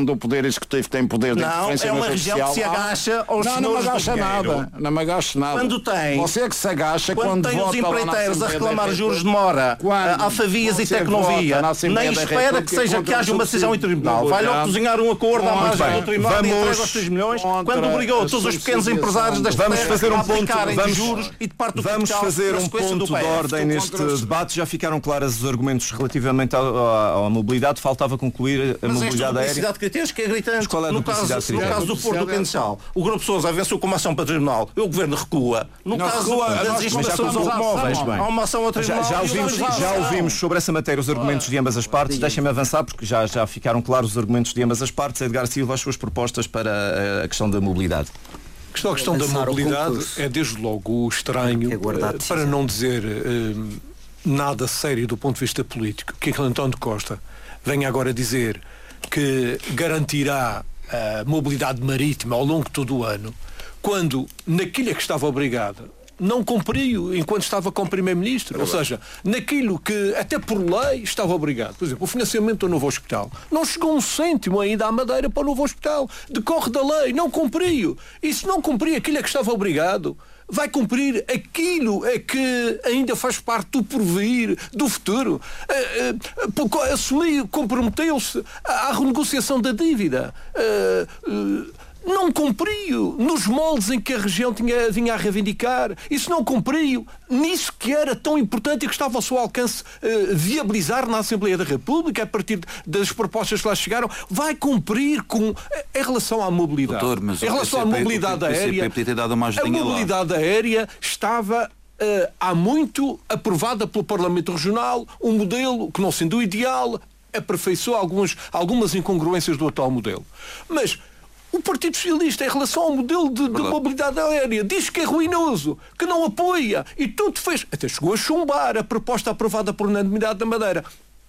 onde o poder executivo tem poder de não, interferência é uma no região judicial. que se agacha aos não, não me senhores do agacha dinheiro. nada. Não me agacha nada. Quando tem, você é que se agacha quando, quando tem os vota lá na empreiteiros a Assembleia reclamar da juros de República. mora, Quando alfavias e você tecnovia, vota na Assembleia nem da espera que República seja contra que haja o uma decisão em subsídio tribunal. do Vai logo governo. cozinhar um acordo à Muito margem bem. do tribunal Vamos de entrega aos três milhões, contra quando obrigou a todos os pequenos empresários das Vamos terras fazer um a aplicarem ponto, de vamos, juros e de parte do vamos capital fazer na um sequência do ponto P de F. ordem neste debate. Já ficaram claros os argumentos relativamente à, à, à mobilidade. Faltava concluir a Mas mobilidade esta aérea. duplicidade de critérios que é gritante. Mas qual é a no, caso, duplicidade de no critérios? caso do Porto do Candial, o Grupo Sousa avançou com uma ação para o tribunal, o Governo recua. No Não caso recua, das nós instalações começamos a automóveis, ação. há uma ação ao Já, tribunal. já, e o ouvimos, Governo já vai ouvimos sobre essa matéria os argumentos de ambas as partes. Deixem-me avançar porque já, já ficaram claros os argumentos de ambas as partes. Edgar Silva, as suas propostas para a questão da mobilidade. A questão, a questão da Lançar o mobilidade concurso. é desde logo estranho, É guardar eh, decisão. para não dizer eh, nada sério do ponto de vista político, que António Costa venha agora dizer que garantirá a mobilidade marítima ao longo de todo o ano, quando naquilo a que estava obrigado não cumpriu enquanto estava como Primeiro-Ministro. Ou seja, naquilo que até por lei estava obrigado. Por exemplo, o financiamento do novo hospital. Não chegou um cêntimo ainda à Madeira para o novo hospital. Decorre da lei, não cumpriu. E se não cumprir aquilo a que estava obrigado, vai cumprir aquilo a que ainda faz parte do porvir, do futuro. Uh, uh, assumiu, comprometeu-se à, à renegociação da dívida. Uh, uh, Não cumpriu nos moldes em que a região tinha, vinha a reivindicar. Isso não cumpriu nisso que era tão importante e que estava ao seu alcance uh, viabilizar na Assembleia da República a partir das propostas que lá chegaram. Vai cumprir com em relação à mobilidade. Doutor, mas em relação à mobilidade aérea, a mobilidade aérea estava uh, há muito aprovada pelo Parlamento Regional, um modelo que, não sendo o ideal, aperfeiçoou alguns, algumas incongruências do atual modelo. Mas o Partido Socialista, em relação ao modelo de, de mobilidade aérea, diz que é ruinoso, que não apoia, e tudo fez. Até chegou a chumbar a proposta aprovada por unanimidade da Madeira.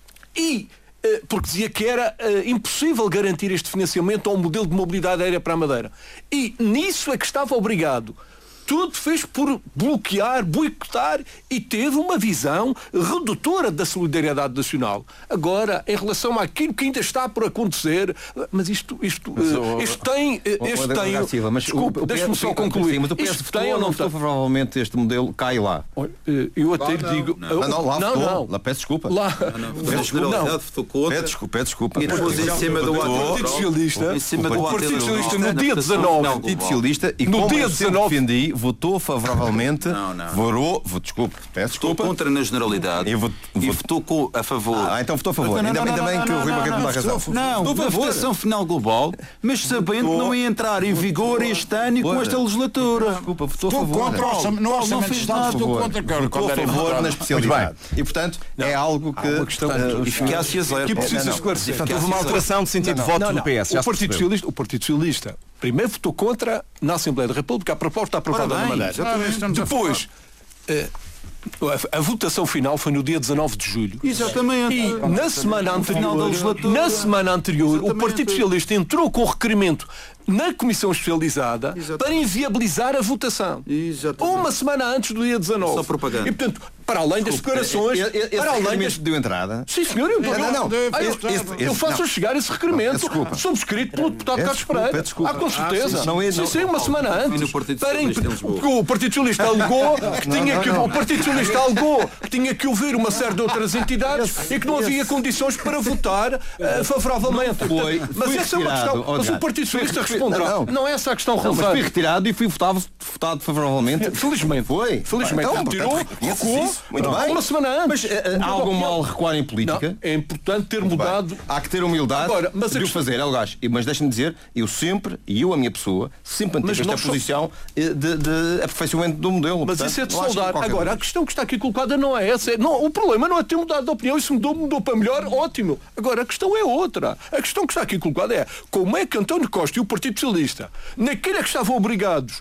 E, eh, porque dizia que era eh, impossível garantir este financiamento a um modelo de mobilidade aérea para a Madeira. E nisso é que estava obrigado. Tudo fez por bloquear, boicotar e teve uma visão redutora da solidariedade nacional. Agora, em relação àquilo que ainda está por acontecer, mas isto, isto, mas, uh, isto tem, uh, isto tem, Silva, mas desculpe, o, o, deixe-me só concluir. Sim, mas o P S Isto tem ou não tem? Provavelmente este modelo cai lá. Eu até lhe digo, Não, não, lá não, votou. não. Lá, peço desculpa. Lá, A generalidade votou contra. Peço desculpa, peço desculpa. E depois em cima do o Partido Socialista, Em cima o do Partido ato Socialista da no dia adaptação dezanove, final Partido global. Socialista e No como dia eu sempre dezanove defendi, votou favoravelmente, Não, não. votou, vou, desculpe, peço Votou desculpa. contra na generalidade Eu vou- e vou- votou com, a favor. Ah, então votou a favor. Não, Ainda não, bem não, também não, que o não, Rui não, Macaco me dá não, razão. Não, Votou a a favor. votação final global, mas sabendo que não ia entrar em vigor este ano e com esta legislatura. Desculpa, votou a Estou favor. contra o orçamento, no orçamento de fez Estado, nada, estou favor. contra que Votou a favor na especialidade. E, portanto, é algo que... uma questão portanto, de- Eficácia zero. que precisa não, não. esclarecer. Portanto, houve uma alteração de sentido de voto Não, do não. P S. Já O se Partido, percebeu. Socialista, o Partido Socialista primeiro votou contra na Assembleia da República a proposta aprovada Ora bem, na Madeira. exatamente, estamos a Depois, eh, a, a votação final foi no dia dezanove de julho. Exatamente. E na semana No final da anterior, legislatura. na semana anterior, o Exatamente. Partido Socialista entrou com requerimento na Comissão Especializada Exatamente. para inviabilizar a votação. Exatamente. Uma semana antes do dia dezanove. Só propaganda. E, portanto, para além das declarações, Esse para além das... requerimento deu entrada. Sim, senhor, eu, Não, não, não. Ah, eu, Esse- esse- eu esse- faço não. chegar esse Não, requerimento desculpa. subscrito pelo deputado Peço Carlos desculpa, Pereira. peço desculpa. Ah, com certeza. sim, não é- sim, não- sim, uma semana E antes. no Partido Para Socialista imp- em Lisboa. porque o Partido Socialista alegou que tinha não, que não. o Partido Socialista alegou que tinha que ouvir uma série de outras entidades e que não havia condições para votar eh, favoravelmente. foi- Mas foi essa é uma retirado, questão. ó, Mas o Gato. Partido Socialista Foi- responderá. não, Não é essa a questão Não, mas fui relevante. retirado e fui votado, votado favoravelmente. Felizmente. Foi. Felizmente. Então, Retirou, portanto, reconhece recuou. isso. Muito Não, bem. Uma semana antes. Mas eh, há algum mal recuar em política? Não, é importante ter Muito bem. mudado. Há que ter humildade Agora, mas a de o questão- fazer, aliás. E- Mas deixa-me dizer, eu sempre, e eu, a minha pessoa, sempre Mas mantive esta nós só- posição eh, de, de aperfeiçoamento do modelo. Mas Portanto, isso é de não acho que saudar. qualquer Agora, a coisa. questão que está aqui colocada não é essa. É- Não, o problema não é ter mudado de opinião. Isso mudou, mudou para melhor, ótimo. Agora, a questão é outra. A questão que está aqui colocada é como é que António Costa e o Partido Socialista, naquele que estavam obrigados, tiveram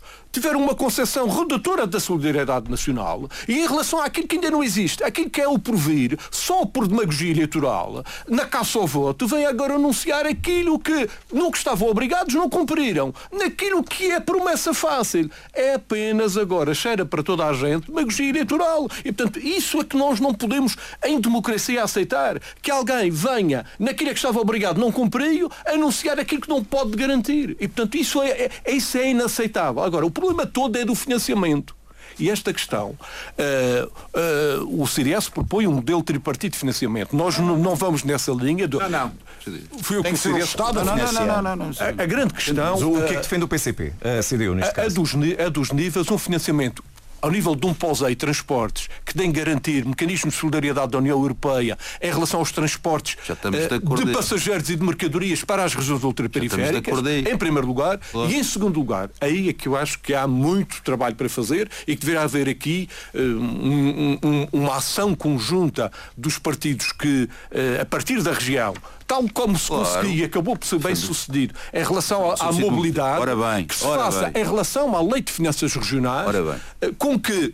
tiveram uma concepção redutora da solidariedade nacional e em relação àquilo que ainda não existe, aquilo que é o porvir, só por demagogia eleitoral, na caça ao voto, vem agora anunciar aquilo que, no que estavam obrigados, não cumpriram. Naquilo que é promessa fácil. É apenas agora, cheira para toda a gente, demagogia eleitoral. E, portanto, isso é que nós não podemos, em democracia, aceitar. Que alguém venha, naquilo que estava obrigado, não cumpriu, anunciar aquilo que não pode garantir. E, portanto, isso é, é, isso é inaceitável. Agora, o problema todo é do financiamento. E esta questão, uh, uh, o C D S propõe um modelo tripartite de financiamento. Nós não, não vamos nessa linha. Do... Não, não. Foi o que o C D S... Estado a financiar. Não, não, não, não, não. A, a grande questão... Mas o que é que defende o P C P? A C D U, neste a, caso. A dos, a dos níveis, um financiamento ao nível de um POSEI transportes que tem garantir mecanismos de solidariedade da União Europeia em relação aos transportes de, de passageiros e de mercadorias para as regiões ultraperiféricas, em primeiro lugar, claro. E em segundo lugar, aí é que eu acho que há muito trabalho para fazer e que deverá haver aqui um, um, uma ação conjunta dos partidos que, a partir da região, tal como se claro. conseguiu e acabou por ser bem sucedido em relação à, à mobilidade, bem, que se faça bem. Em relação à Lei de Finanças Regionais, com que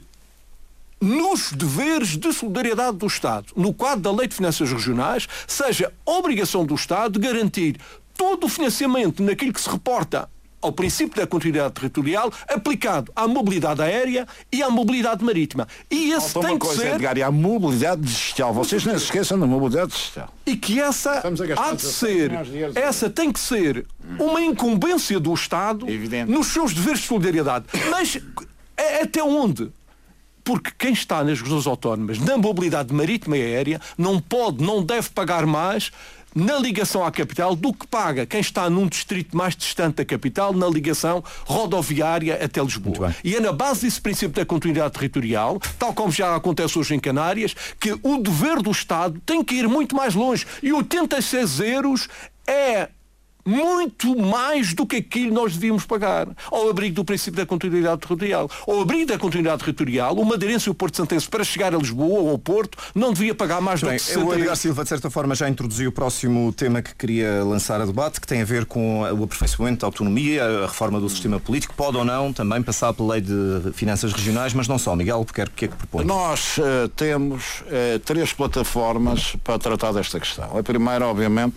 nos deveres de solidariedade do Estado, no quadro da Lei de Finanças Regionais, seja obrigação do Estado garantir todo o financiamento naquilo que se reporta ao princípio da continuidade territorial aplicado à mobilidade aérea e à mobilidade marítima. E esse Falta tem uma que coisa, ser... Edgar, e à mobilidade digital. Vocês não se esqueçam da mobilidade digital. E que essa há de ser, essa tem que ser uma incumbência do Estado Evidente. Nos seus deveres de solidariedade. Mas até onde? Porque quem está nas regiões autónomas, na mobilidade marítima e aérea, não pode, não deve pagar mais na ligação à capital do que paga quem está num distrito mais distante da capital na ligação rodoviária até Lisboa. E é na base desse princípio da continuidade territorial, tal como já acontece hoje em Canárias, que o dever do Estado tem que ir muito mais longe. E oitenta e seis euros é muito mais do que aquilo nós devíamos pagar ao abrigo do princípio da continuidade territorial. Ao abrigo da continuidade territorial, o madeirense e o Porto Santense, para chegar a Lisboa ou ao Porto, não devia pagar mais do que sessenta euros. O Edgar Silva, de certa forma, já introduziu o próximo tema que queria lançar a debate, que tem a ver com o aperfeiçoamento da autonomia, a reforma do sistema político. Pode ou não também passar pela Lei de Finanças Regionais, mas não só. Miguel, porque o que é que propõe? Nós uh, temos uh, três plataformas para tratar desta questão. A primeira, obviamente,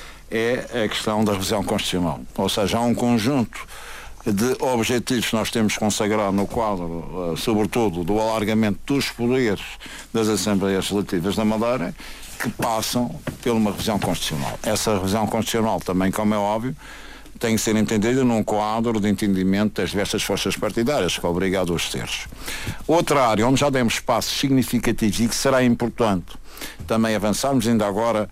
é a questão da revisão constitucional. Ou seja, há um conjunto de objetivos que nós temos que consagrar no quadro, sobretudo, do alargamento dos poderes das Assembleias Legislativas da Madeira, que passam por uma revisão constitucional. Essa revisão constitucional também, como é óbvio, tem que ser entendida num quadro de entendimento das diversas forças partidárias, que é obrigado a os teres. Outra área onde já demos passos significativos e que será importante também avançarmos, ainda agora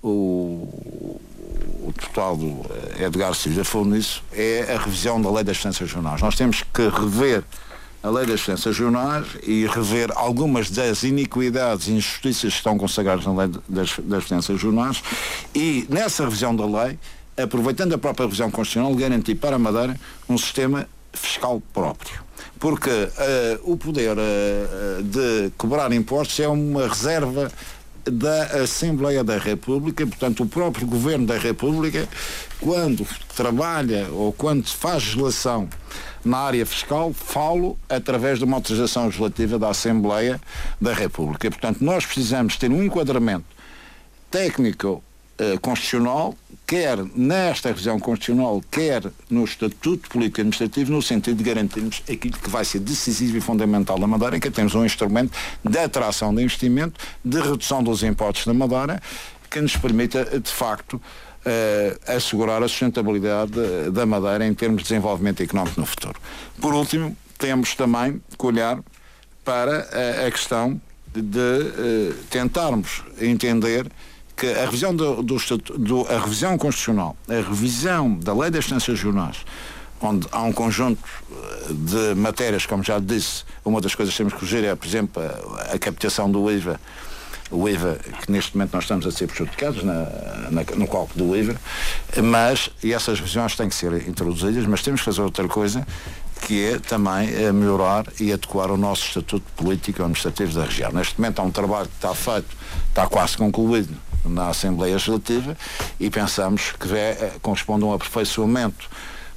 o o deputado Edgar Silva falou nisso, é a revisão da Lei das Finanças Regionais. Nós temos que rever a Lei das Finanças Regionais e rever algumas das iniquidades e injustiças que estão consagradas na Lei das, das Finanças Regionais e, nessa revisão da lei, aproveitando a própria revisão constitucional, garantir para a Madeira um sistema fiscal próprio. Porque uh, o poder uh, de cobrar impostos é uma reserva da Assembleia da República, portanto o próprio Governo da República, quando trabalha ou quando faz legislação na área fiscal, falo através de uma autorização legislativa da Assembleia da República. Portanto, nós precisamos ter um enquadramento técnico eh, constitucional, quer nesta revisão constitucional, quer no Estatuto Político Administrativo, no sentido de garantirmos aquilo que vai ser decisivo e fundamental da Madeira, em que temos um instrumento de atração de investimento, de redução dos impostos da Madeira, que nos permita, de facto, uh, assegurar a sustentabilidade da Madeira em termos de desenvolvimento económico no futuro. Por último, temos também que olhar para a, a questão de, de uh, tentarmos entender que a revisão, do, do, do, a revisão constitucional, a revisão da Lei das Finanças Regionais, onde há um conjunto de matérias, como já disse, uma das coisas que temos que corrigir é, por exemplo, a, a captação do I V A, o I V A, que neste momento nós estamos a ser prejudicados na, na, no cálculo do I V A, mas, e essas revisões têm que ser introduzidas, mas temos que fazer outra coisa, que é também a melhorar e adequar o nosso estatuto político e administrativo da região. Neste momento há um trabalho que está feito, está quase concluído na Assembleia Legislativa e pensamos que é, corresponde a um aperfeiçoamento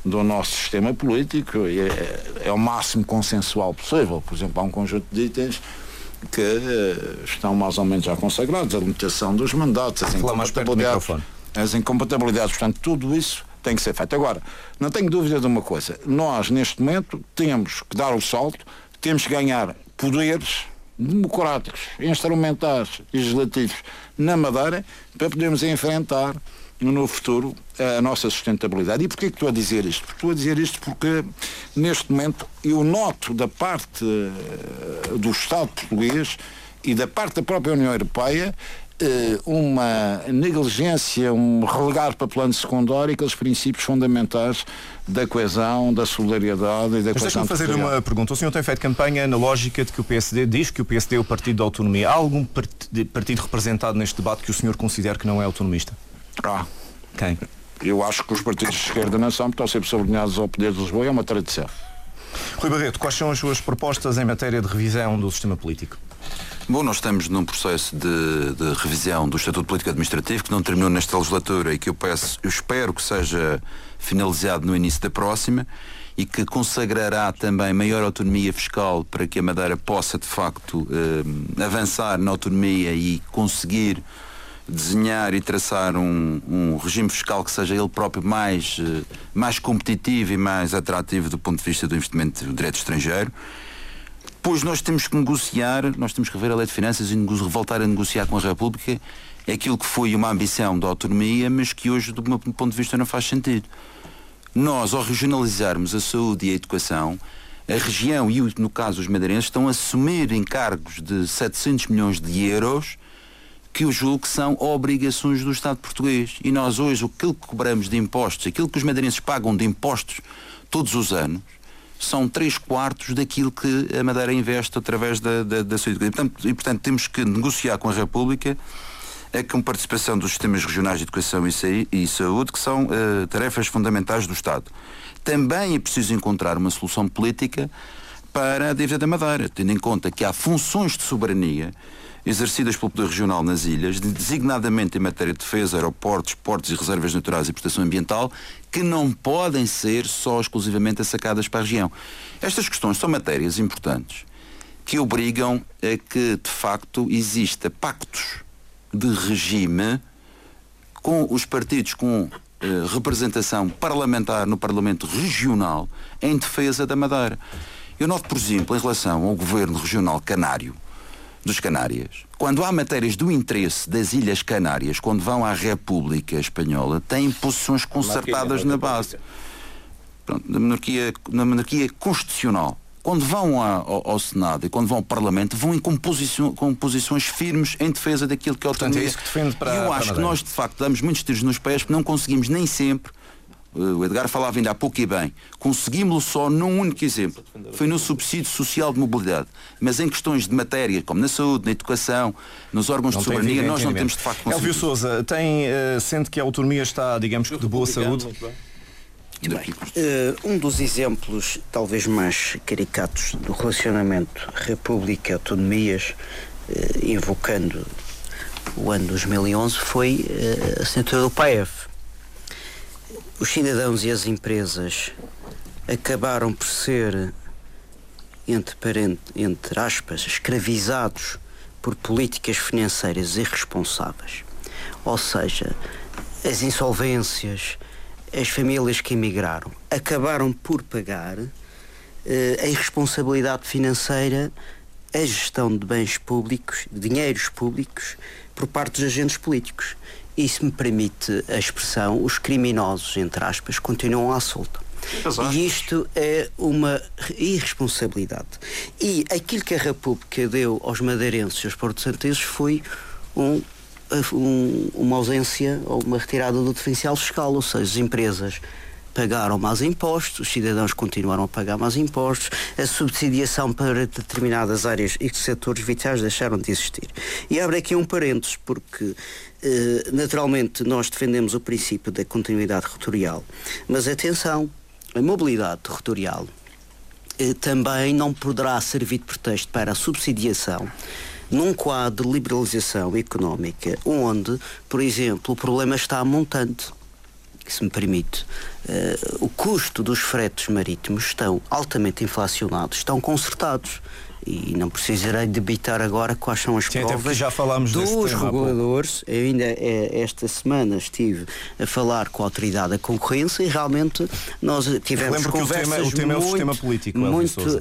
do nosso sistema político e é, é o máximo consensual possível. Por exemplo, há um conjunto de itens que uh, estão mais ou menos já consagrados, a limitação dos mandatos, as incompatibilidades, as incompatibilidades, portanto, tudo isso tem que ser feito. Agora, não tenho dúvida de uma coisa, nós neste momento temos que dar o salto, temos que ganhar poderes democráticos, instrumentais, legislativos na Madeira para podermos enfrentar no futuro a nossa sustentabilidade. E porquê que estou a dizer isto? Estou a dizer isto porque neste momento eu noto da parte uh, do Estado português e da parte da própria União Europeia uh, uma negligência, um relegar para plano secundário aqueles princípios fundamentais da coesão, da solidariedade e da Mas coesão. Mas deixa-me fazer uma pergunta. O senhor tem feito campanha na lógica de que o P S D diz que o P S D é o partido da autonomia. Há algum partido representado neste debate que o senhor considere que não é autonomista? Ah, quem? Eu acho que os partidos de esquerda não são, porque estão sempre subordinados ao poder de Lisboa, é uma tradição. Rui Barreto, quais são as suas propostas em matéria de revisão do sistema político? Bom, nós estamos num processo de, de revisão do Estatuto Político Administrativo que não terminou nesta legislatura e que eu, peço, eu espero que seja finalizado no início da próxima e que consagrará também maior autonomia fiscal para que a Madeira possa, de facto, eh, avançar na autonomia e conseguir desenhar e traçar um, um regime fiscal que seja ele próprio mais, uh, mais competitivo e mais atrativo do ponto de vista do investimento do direito estrangeiro. Pois nós temos que negociar, nós temos que rever a Lei de Finanças e voltar a negociar com a República aquilo que foi uma ambição da autonomia, mas que hoje, do meu ponto de vista, não faz sentido. Nós, ao regionalizarmos a saúde e a educação, a região e, no caso, os madeirenses, estão a assumir encargos de setecentos milhões de euros que eu julgo que são obrigações do Estado português. E nós hoje, aquilo que cobramos de impostos, aquilo que os madeirenses pagam de impostos todos os anos, são três quartos daquilo que a Madeira investe através da, da, da sua educação. E portanto, e, portanto, temos que negociar com a República a com participação dos sistemas regionais de educação e saúde, que são uh, tarefas fundamentais do Estado. Também é preciso encontrar uma solução política para a dívida da Madeira, tendo em conta que há funções de soberania exercidas pelo Poder Regional nas ilhas, designadamente em matéria de defesa, aeroportos, portos e reservas naturais e proteção ambiental, que não podem ser só exclusivamente sacadas para a região. Estas questões são matérias importantes que obrigam a que, de facto, exista pactos de regime com os partidos com eh, representação parlamentar no Parlamento Regional em defesa da Madeira. Eu noto, por exemplo, em relação ao Governo Regional Canário, dos Canárias, quando há matérias do interesse das Ilhas Canárias, quando vão à República Espanhola, têm posições concertadas na base. Pronto, na monarquia, na monarquia constitucional. Quando vão ao, ao Senado e quando vão ao Parlamento, vão em composição, com posições firmes em defesa daquilo que é a autonomia. Portanto, é isso que defende para, e eu para acho que nós, de facto, damos muitos tiros nos pés porque não conseguimos nem sempre. O Edgar falava ainda há pouco e bem, conseguimos-lo só num único exemplo, foi no subsídio social de mobilidade, mas em questões de matéria, como na saúde, na educação, nos órgãos não de soberania, nós não temos de facto conseguido. Elvio Sousa, tem, uh, sente que a autonomia está, digamos que, de boa saúde? Bem, uh, um dos exemplos talvez mais caricatos do relacionamento República-autonomias, uh, invocando o ano dois mil e onze, foi uh, a assinatura do P A E F. Os cidadãos e as empresas acabaram por ser, entre, parente, entre aspas, escravizados por políticas financeiras irresponsáveis. Ou seja, as insolvências, as famílias que emigraram, acabaram por pagar eh, a irresponsabilidade financeira, a gestão de bens públicos, de dinheiros públicos, por parte dos agentes políticos. Isso me permite a expressão, os criminosos, entre aspas, continuam à solta. E isto é uma irresponsabilidade. E aquilo que a República deu aos madeirenses e aos porto-santenses foi um, um, uma ausência ou uma retirada do diferencial fiscal, ou seja, as empresas pagaram mais impostos, os cidadãos continuaram a pagar mais impostos, a subsidiação para determinadas áreas e setores vitais deixaram de existir. E abre aqui um parênteses, porque eh, naturalmente nós defendemos o princípio da continuidade territorial, mas atenção, a mobilidade territorial eh, também não poderá servir de pretexto para a subsidiação num quadro de liberalização económica onde, por exemplo, o problema está montante. se me permite, uh, o custo dos fretes marítimos estão altamente inflacionados, estão consertados. E não precisarei debitar agora quais são as Sim, provas já falámos dos tema, reguladores. Eu ainda esta semana estive a falar com a Autoridade da Concorrência e realmente nós tivemos Lembro conversas que o tema, o tema muito, é o sistema político, muito uh, uh,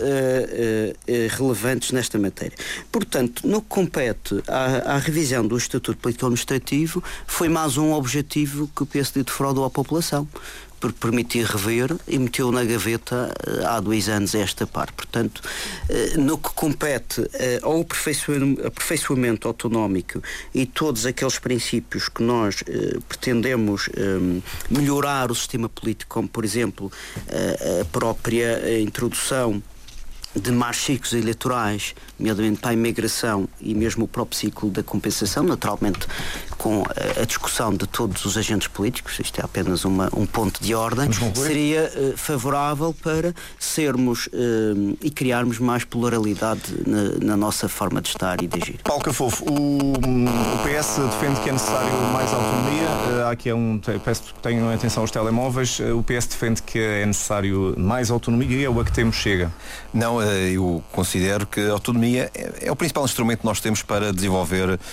uh, relevantes nesta matéria. Portanto, no que compete à, à revisão do Estatuto Político Administrativo, foi mais um objetivo que o P S D defraudou à população, por permitir rever e meteu na gaveta uh, há dois anos esta parte. Portanto, uh, no que compete uh, ao aperfeiçoamento, aperfeiçoamento autonómico e todos aqueles princípios que nós uh, pretendemos um, melhorar o sistema político, como por exemplo uh, a própria introdução de mais ciclos eleitorais, nomeadamente para a imigração e mesmo o próprio ciclo da compensação, naturalmente com a, a discussão de todos os agentes políticos, isto é apenas uma, um ponto de ordem, seria uh, favorável para sermos uh, e criarmos mais pluralidade na, na nossa forma de estar e de agir. Paulo Cafofo, o, o P S defende que é necessário mais autonomia. Uh, há aqui é um, peço que tenham atenção aos telemóveis. Uh, o P S defende que é necessário mais autonomia e é o a que temos chega. Não, eu considero que a autonomia é, é o principal instrumento que nós temos para desenvolver uh,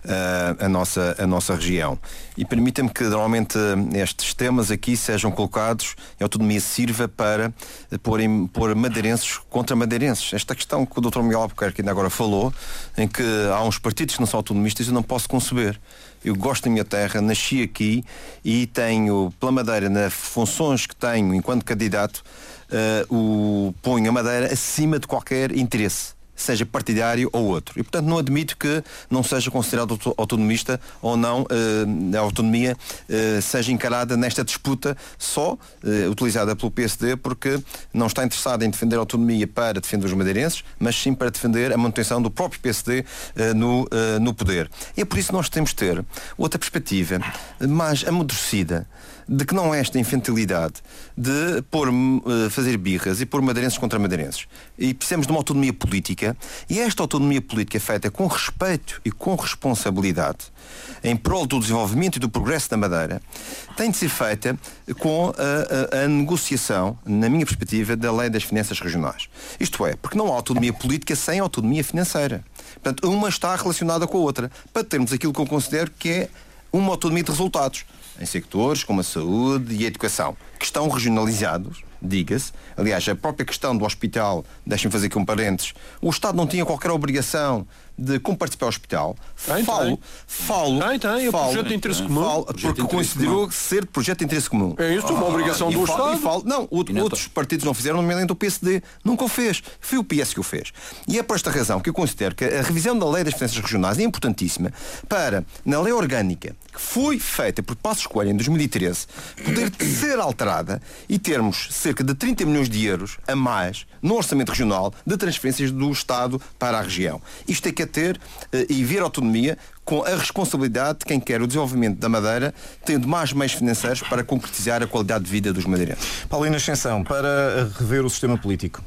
a, nossa, a nossa região. E permita-me que normalmente estes temas aqui sejam colocados, a autonomia sirva para pôr, em, pôr madeirenses contra madeirenses. Esta questão que o doutor Miguel Albuquerque ainda agora falou, em que há uns partidos que não são autonomistas, eu não posso conceber. Eu gosto da minha terra, nasci aqui e tenho, pela Madeira, nas funções que tenho enquanto candidato, Uh, o ponho a Madeira acima de qualquer interesse, seja partidário ou outro. E, portanto, não admito que não seja considerado autonomista ou não uh, a autonomia uh, seja encarada nesta disputa só uh, utilizada pelo P S D, porque não está interessado em defender a autonomia para defender os madeirenses, mas sim para defender a manutenção do próprio P S D uh, no, uh, no poder. E é por isso que nós temos de ter outra perspectiva mais amadurecida, de que não é esta infantilidade de pôr, uh, fazer birras e pôr madeirenses contra madeirenses. E precisamos de uma autonomia política, e esta autonomia política é feita com respeito e com responsabilidade em prol do desenvolvimento e do progresso da Madeira, tem de ser feita com a, a, a negociação, na minha perspectiva, da Lei das Finanças Regionais. Isto é, porque não há autonomia política sem autonomia financeira. Portanto, uma está relacionada com a outra, para termos aquilo que eu considero que é uma autonomia de resultados, em sectores como a saúde e a educação, que estão regionalizados, diga-se. Aliás, a própria questão do hospital, deixem-me fazer aqui um parênteses, o Estado não tinha qualquer obrigação de compartilhar o hospital. Tem, falo, tem. falo, tem, tem, é falo, projeto de interesse comum. Falo, porque considerou ser de projeto de interesse comum. É isso, uma obrigação e do falo, Estado. E falo, não, outro, não outros partidos não fizeram, nomeadamente o P S D. Nunca o fez. Foi o P S que o fez. E é por esta razão que eu considero que a revisão da Lei das Finanças Regionais é importantíssima para, na lei orgânica, que foi feita por Passos Coelho em dois mil e treze, poder ser alterada e termos cerca de trinta milhões de euros a mais no orçamento regional de transferências do Estado para a região. Isto é que é ter uh, e ver autonomia com a responsabilidade de quem quer o desenvolvimento da Madeira, tendo mais meios financeiros para concretizar a qualidade de vida dos madeirenses. Paulino Ascensão, para rever o sistema político,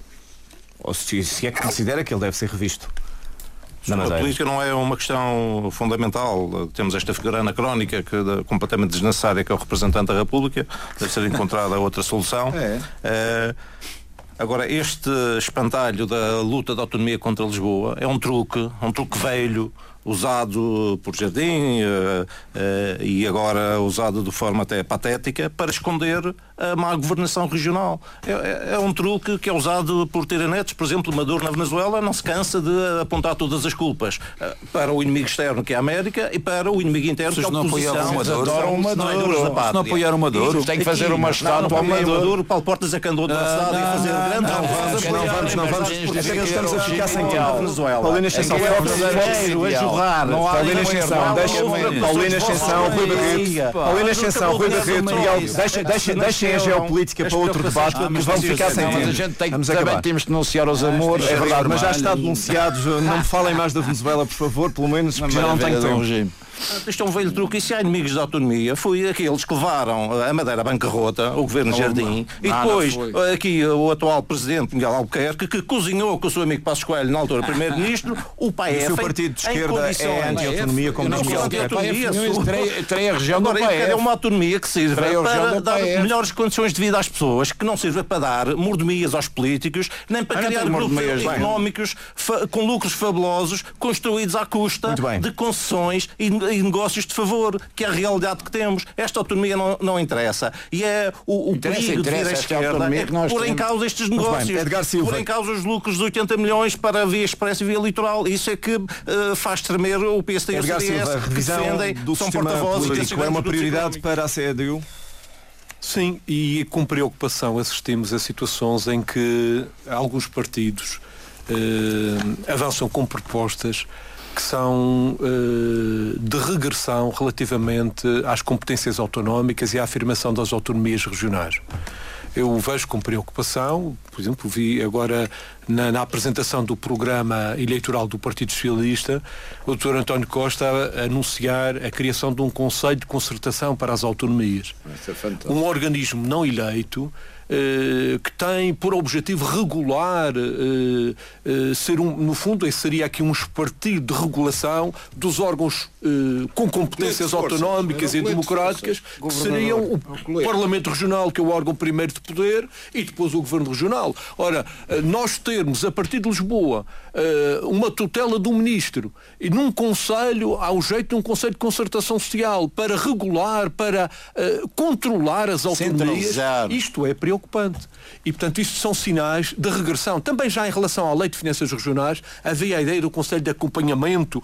ou se, se é que considera que ele deve ser revisto? A política não é uma questão fundamental. Temos esta figura anacrónica que, de, completamente desnecessária, que é o representante da República. Deve ser encontrada outra solução. É. É, agora, este espantalho da luta da autonomia contra Lisboa é um truque, um truque velho, usado por Jardim uh, uh, e agora usado de forma até patética para esconder a má governação regional. É, é, é um truque que é usado por tiranetes. Por exemplo, Maduro na Venezuela não se cansa de apontar todas as culpas uh, para o inimigo externo, que é a América, e para o inimigo interno, que é a oposição. Adoram o Maduro. Se não apoiar o Maduro, tem que fazer uma estátua ao Maduro. Paulo Portas é que andou do passado e fazer um grande... Não vamos, não vamos, não vamos. Estamos a ficar sem tempo. Paulino Ascensão, Paulino Ascensão, deixa-me. Paulino Ascensão, Rui Barreto. Paulino Ascensão, Rui Barreto. Deixem a geopolítica para outro debate, que vamos ficar sem tempo. Mas a gente tem, também temos que denunciar os amores. É verdade, mas já está denunciado. Não me falem mais da Venezuela, por favor, pelo menos, porque já não tenho tempo. Isto é um velho truque. E se há inimigos da autonomia, foi aqueles que levaram a Madeira à bancarrota, o Governo Jardim, e depois aqui o atual Presidente Miguel Albuquerque, que cozinhou com o seu amigo Passos Coelho, na altura Primeiro-Ministro, o P A E F. O seu partido de esquerda é anti-autonomia, como não sou anti-autonomia. Terei a região do P A E F. É uma autonomia que sirva para dar melhores condições de vida às pessoas, que não sirva para dar mordomias aos políticos, nem para criar grupos económicos com lucros fabulosos, construídos à custa de concessões e, e negócios de favor, que é a realidade que temos. Esta autonomia não, não interessa. E é o, o interessa, perigo interessa, de vir à esquerda é que pôr em causa estes negócios, pôr em causa os lucros de oitenta milhões para a via expressa e via litoral. Isso é que uh, faz tremer o P S D e o C D S, Silva, a revisão que defendem, do são sistema político é uma prioridade para a C D U? Sim, e com preocupação assistimos a situações em que alguns partidos eh, avançam com propostas que são eh, de regressão relativamente às competências autonómicas e à afirmação das autonomias regionais. Eu vejo com preocupação, por exemplo, vi agora na, na apresentação do programa eleitoral do Partido Socialista, o doutor António Costa a, a anunciar a criação de um Conselho de Concertação para as Autonomias. É um organismo não eleito, eh, que tem por objetivo regular, eh, eh, ser um, no fundo, esse seria aqui um espartido de regulação dos órgãos eh, com competências autonómicas e democráticas, que seriam o Parlamento Regional, que é o órgão primeiro de poder, e depois o Governo Regional. Ora, nós termos, a partir de Lisboa, uma tutela do Ministro, e num Conselho, ao jeito de um Conselho de Concertação Social, para regular, para controlar as autonomias, isto é preocupante. E, portanto, isto são sinais de regressão. Também já em relação à Lei de Finanças Regionais, havia a ideia do Conselho de Acompanhamento,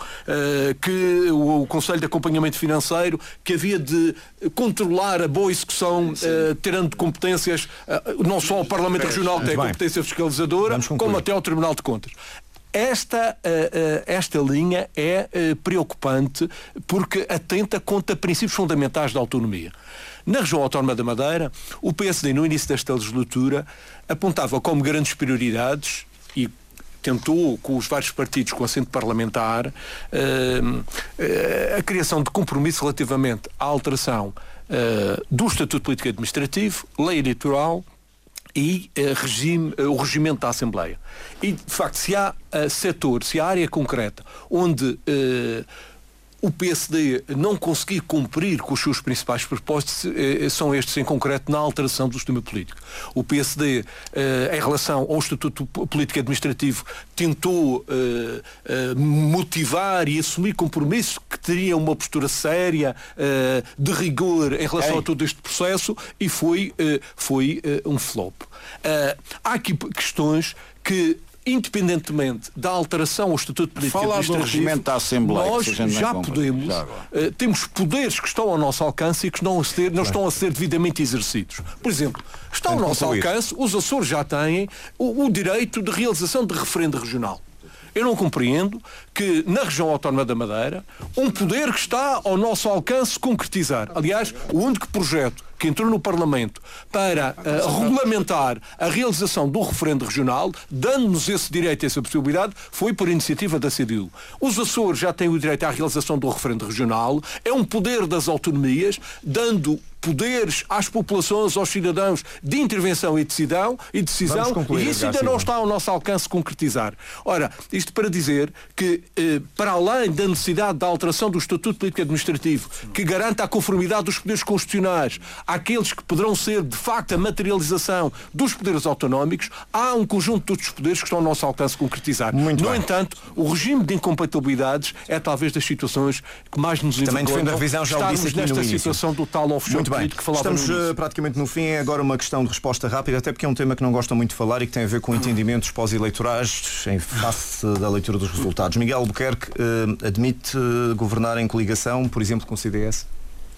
que o Conselho de Acompanhamento Financeiro, que havia de controlar a boa execução, uh, terando competências, uh, não só ao Parlamento Regional, que tem competência fiscalizadora, como até ao Tribunal de Contas. Esta, uh, uh, esta linha é uh, preocupante porque atenta contra princípios fundamentais da autonomia. Na região autónoma da Madeira, o P S D, no início desta legislatura, apontava como grandes prioridades, e tentou, com os vários partidos com assento parlamentar, uh, uh, a criação de compromisso relativamente à alteração uh, do Estatuto Político Administrativo, lei eleitoral e uh, regime, uh, o regimento da Assembleia. E, de facto, se há uh, setor, se há área concreta onde uh, o P S D não conseguir cumprir com os seus principais propósitos, eh, são estes em concreto na alteração do sistema político. O P S D, eh, em relação ao Estatuto Político Administrativo, tentou eh, eh, motivar e assumir compromisso que teria uma postura séria, eh, de rigor em relação Ei. a todo este processo, e foi, eh, foi eh, um flop. Eh, há aqui questões que, independentemente da alteração ao Estatuto Político Administrativo, do regimento da Assembleia, nós já podemos, já uh, temos poderes que estão ao nosso alcance e que não, a ser, não estão a ser devidamente exercidos. Por exemplo, está ao nosso alcance, os Açores já têm o, o direito de realização de referendo regional. Eu não compreendo que, na região autónoma da Madeira, um poder que está ao nosso alcance concretizar. Aliás, o único projeto que entrou no Parlamento para uh, regulamentar a realização do referendo regional, dando-nos esse direito e essa possibilidade, foi por iniciativa da C D U. Os Açores já têm o direito à realização do referendo regional, é um poder das autonomias, dando poderes às populações, aos cidadãos, de intervenção e decisão, e, decisão, concluir, e isso ainda não está ao nosso alcance concretizar. Ora, isto para dizer que, eh, para além da necessidade da alteração do Estatuto Político Administrativo, que garanta a conformidade dos poderes constitucionais àqueles que poderão ser, de facto, a materialização dos poderes autonómicos, há um conjunto de outros poderes que estão ao nosso alcance concretizar. Muito no bem. entanto, o regime de incompatibilidades é talvez das situações que mais nos envergonham. Também defende a revisão, já o disse aqui nesta no situação do tal offshore. Que Estamos uh, praticamente no fim. É agora uma questão de resposta rápida, até porque é um tema que não gostam muito de falar e que tem a ver com entendimentos pós-eleitorais em face da leitura dos resultados. Miguel Albuquerque uh, admite uh, governar em coligação, por exemplo, com o C D S?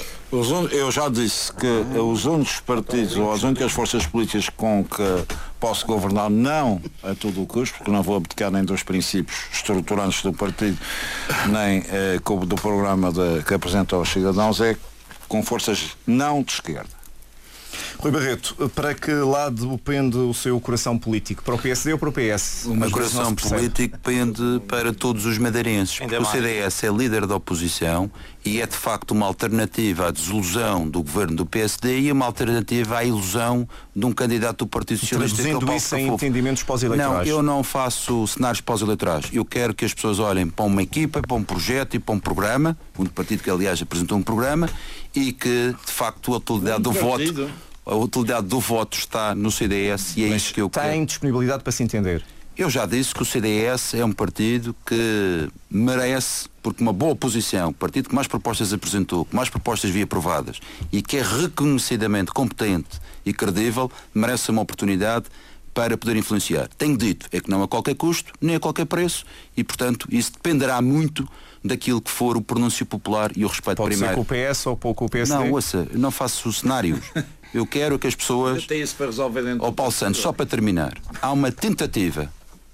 Eu já disse que os únicos partidos ou as únicas forças políticas com que posso governar, não a todo o custo, porque não vou abdicar nem dos princípios estruturantes do partido, nem eh, do programa de, que apresenta aos cidadãos, é com forças não de esquerda. Rui Barreto, para que lado pende o seu coração político? Para o P S D ou para o P S? O meu coração político pende para todos os madeirenses. Porque o C D S é líder da oposição e é de facto uma alternativa à desilusão do governo do P S D e uma alternativa à ilusão de um candidato do Partido Socialista. Traduzindo isso em entendimentos pós-eleitorais. Não, eu não faço cenários pós-eleitorais. Eu quero que as pessoas olhem para uma equipa, para um projeto e para um programa, um partido que aliás apresentou um programa, e que de facto a utilidade do voto, a utilidade do voto está no C D S e é Mas isso que eu quero. Tem disponibilidade para se entender? Eu já disse que o C D S é um partido que merece, porque uma boa oposição, partido que mais propostas apresentou, que mais propostas via aprovadas e que é reconhecidamente competente e credível, merece uma oportunidade para poder influenciar. Tenho dito, é que não a qualquer custo, nem a qualquer preço, e portanto isso dependerá muito daquilo que for o pronúncio popular e o respeito Pode primeiro. Pode ser com o P S ou com o P S D? Não, ouça, eu não faço cenários. Eu quero que as pessoas... Tem isso para resolver dentro Ó Paulo Santos, só para terminar, há uma tentativa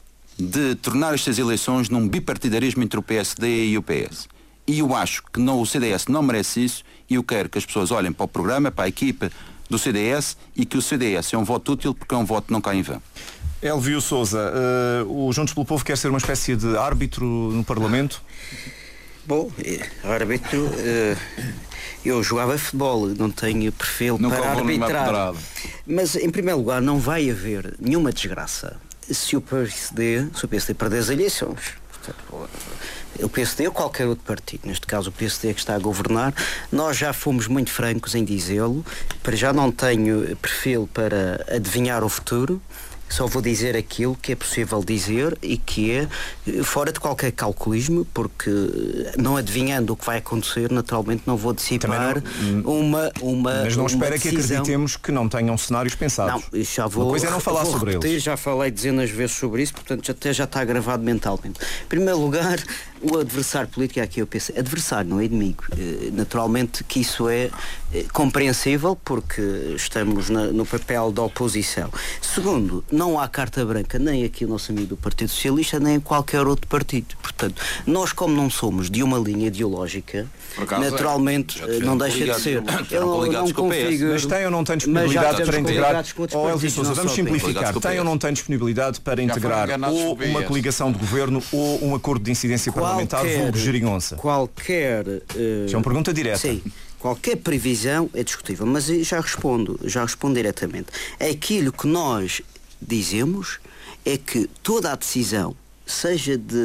de tornar estas eleições num bipartidarismo entre o P S D e o P S. E eu acho que não, o C D S não merece isso, e eu quero que as pessoas olhem para o programa, para a equipa do C D S, e que o C D S é um voto útil porque é um voto que não cai em vão. Elvio Sousa, uh, o Juntos pelo Povo quer ser uma espécie de árbitro no Parlamento? Bom, árbitro, uh, eu jogava futebol, não tenho perfil Nunca para vou numa arbitrar. pedrada. Mas, em primeiro lugar, não vai haver nenhuma desgraça se o P S D, se o P S D perder as eleições. Portanto, o P S D ou qualquer outro partido, neste caso o P S D que está a governar, nós já fomos muito francos em dizê-lo, para já não tenho perfil para adivinhar o futuro, só vou dizer aquilo que é possível dizer e que é fora de qualquer calculismo, porque não adivinhando o que vai acontecer, naturalmente não vou dissipar não, uma, uma Mas não uma espera decisão. que acreditemos que não tenham cenários pensados. Não, já vou, uma coisa é não falar vou sobre repetir, eles. Já falei dezenas de vezes sobre isso, portanto até já está gravado mentalmente. Em primeiro lugar, o adversário político é aqui eu penso, adversário, não é inimigo. Naturalmente que isso é compreensível porque estamos na, no papel da oposição. Segundo, não há carta branca nem aqui o nosso amigo do Partido Socialista nem em qualquer outro partido. Portanto, nós como não somos de uma linha ideológica, acaso, naturalmente é. não deixa de ser. Eu não, não configuro, mas tem ou não tem disponibilidade para integrar? Oh, Elvio Sousa, vamos simplificar. Tem ou não tem disponibilidade para integrar ou uma coligação de governo ou um acordo de incidência parlamentar vulgo geringonça? Qualquer... Uh, Isso é uma pergunta direta. Sim. Qualquer previsão é discutível, mas já respondo, já respondo diretamente. Aquilo que nós dizemos é que toda a decisão, seja de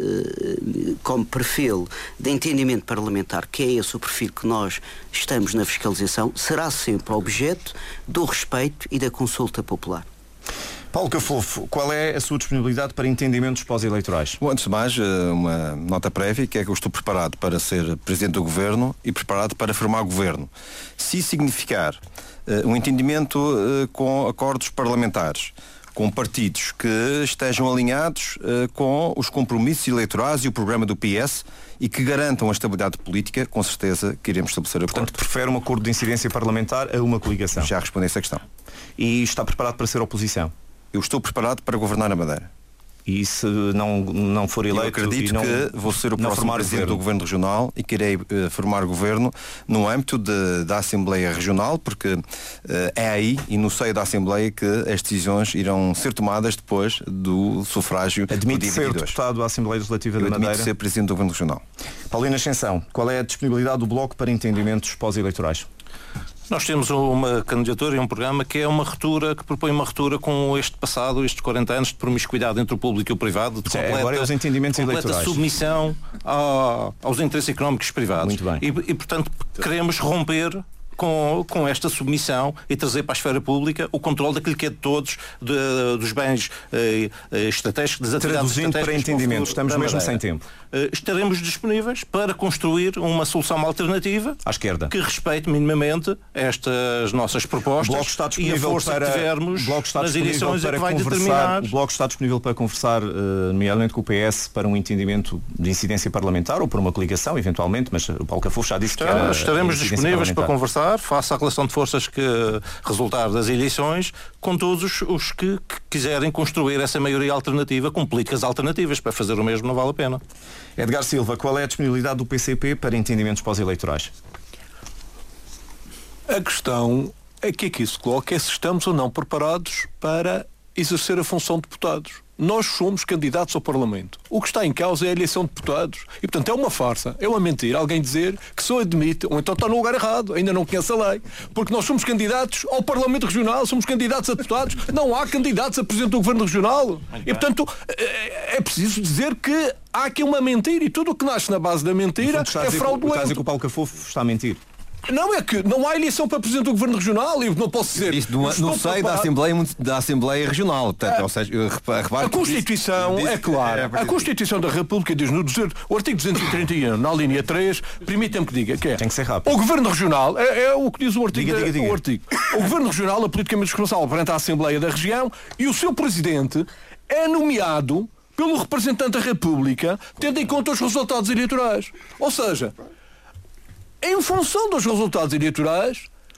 uh, como perfil de entendimento parlamentar, que é esse o perfil que nós estamos na fiscalização, será sempre objeto do respeito e da consulta popular. Paulo Cafofo, qual é a sua disponibilidade para entendimentos pós-eleitorais? Bom, antes de mais, uma nota prévia, que é que eu estou preparado para ser Presidente do Governo e preparado para formar Governo. Se significar uh, um entendimento uh, com acordos parlamentares, com partidos que estejam alinhados uh, com os compromissos eleitorais e o programa do P S e que garantam a estabilidade política, com certeza que iremos estabelecer acordos. Portanto, prefere um acordo de incidência parlamentar a uma coligação? Já respondi essa questão. E está preparado para ser oposição? Eu estou preparado para governar a Madeira. E se não, não for eleito... Eu acredito e não, que vou ser o próximo presidente do Governo Regional e que irei uh, formar governo no âmbito de, da Assembleia Regional, porque uh, é aí e no seio da Assembleia que as decisões irão ser tomadas depois do sufrágio. Admite ser deputado da Assembleia Legislativa Eu da Madeira? Admito ser presidente do Governo Regional. Paulina Ascensão, qual é a disponibilidade do Bloco para entendimentos pós-eleitorais? Nós temos uma candidatura e um programa que é uma ruptura, que propõe uma ruptura com este passado, estes quarenta anos de promiscuidade entre o público e o privado, de completa, agora é os entendimentos completa eleitorais. submissão ao, aos interesses económicos privados. Muito bem. E, e, portanto, queremos romper com, com esta submissão e trazer para a esfera pública o controle daquilo que é de todos, de, dos bens eh, estratégicos, das atividades Traduzindo para entendimentos, estamos mesmo sem tempo. Uh, estaremos disponíveis para construir uma solução alternativa à esquerda que respeite minimamente estas nossas propostas. O Bloco está disponível e a força para que tivermos o Bloco está nas disponível eleições para é que vai conversar. determinar. O Bloco está disponível para conversar, uh, nomeadamente com o P S, para um entendimento de incidência parlamentar ou por uma coligação, eventualmente, mas o Paulo Cafofo já disse Está, que era estaremos disponíveis para conversar, face à relação de forças que resultar das eleições, com todos os, os que, que quiserem construir essa maioria alternativa com políticas alternativas. Para fazer o mesmo não vale a pena. Edgar Silva, qual é a disponibilidade do P C P para entendimentos pós-eleitorais? A questão aqui é que isso coloca é se estamos ou não preparados para exercer a função de deputados. Nós somos candidatos ao Parlamento. O que está em causa é a eleição de deputados. E, portanto, é uma farsa, é uma mentira alguém dizer que só admite, ou então está no lugar errado, ainda não conhece a lei. Porque nós somos candidatos ao Parlamento Regional, somos candidatos a deputados, não há candidatos a Presidente do Governo Regional. E, portanto, é preciso dizer que há aqui uma mentira e tudo o que nasce na base da mentira é fraudulento. Está a dizer que o Paulo Cafofo está a mentir? Não, é que não há eleição para Presidente do Governo Regional e eu não posso dizer... Isso no, no seio da Assembleia, da Assembleia Regional. Portanto, é, ou seja, repare, a Constituição disse, é clara. É, a Constituição da República diz no o artigo duzentos e trinta e um, na linha três, permitam-me que diga que é... Tem que ser rápido. O Governo Regional, é, é o que diz o artigo, diga, diga, diga. o artigo. O Governo Regional é politicamente responsável perante a Assembleia da Região e o seu Presidente é nomeado pelo representante da República, tendo em conta os resultados eleitorais. Ou seja... em função dos resultados eleitorais,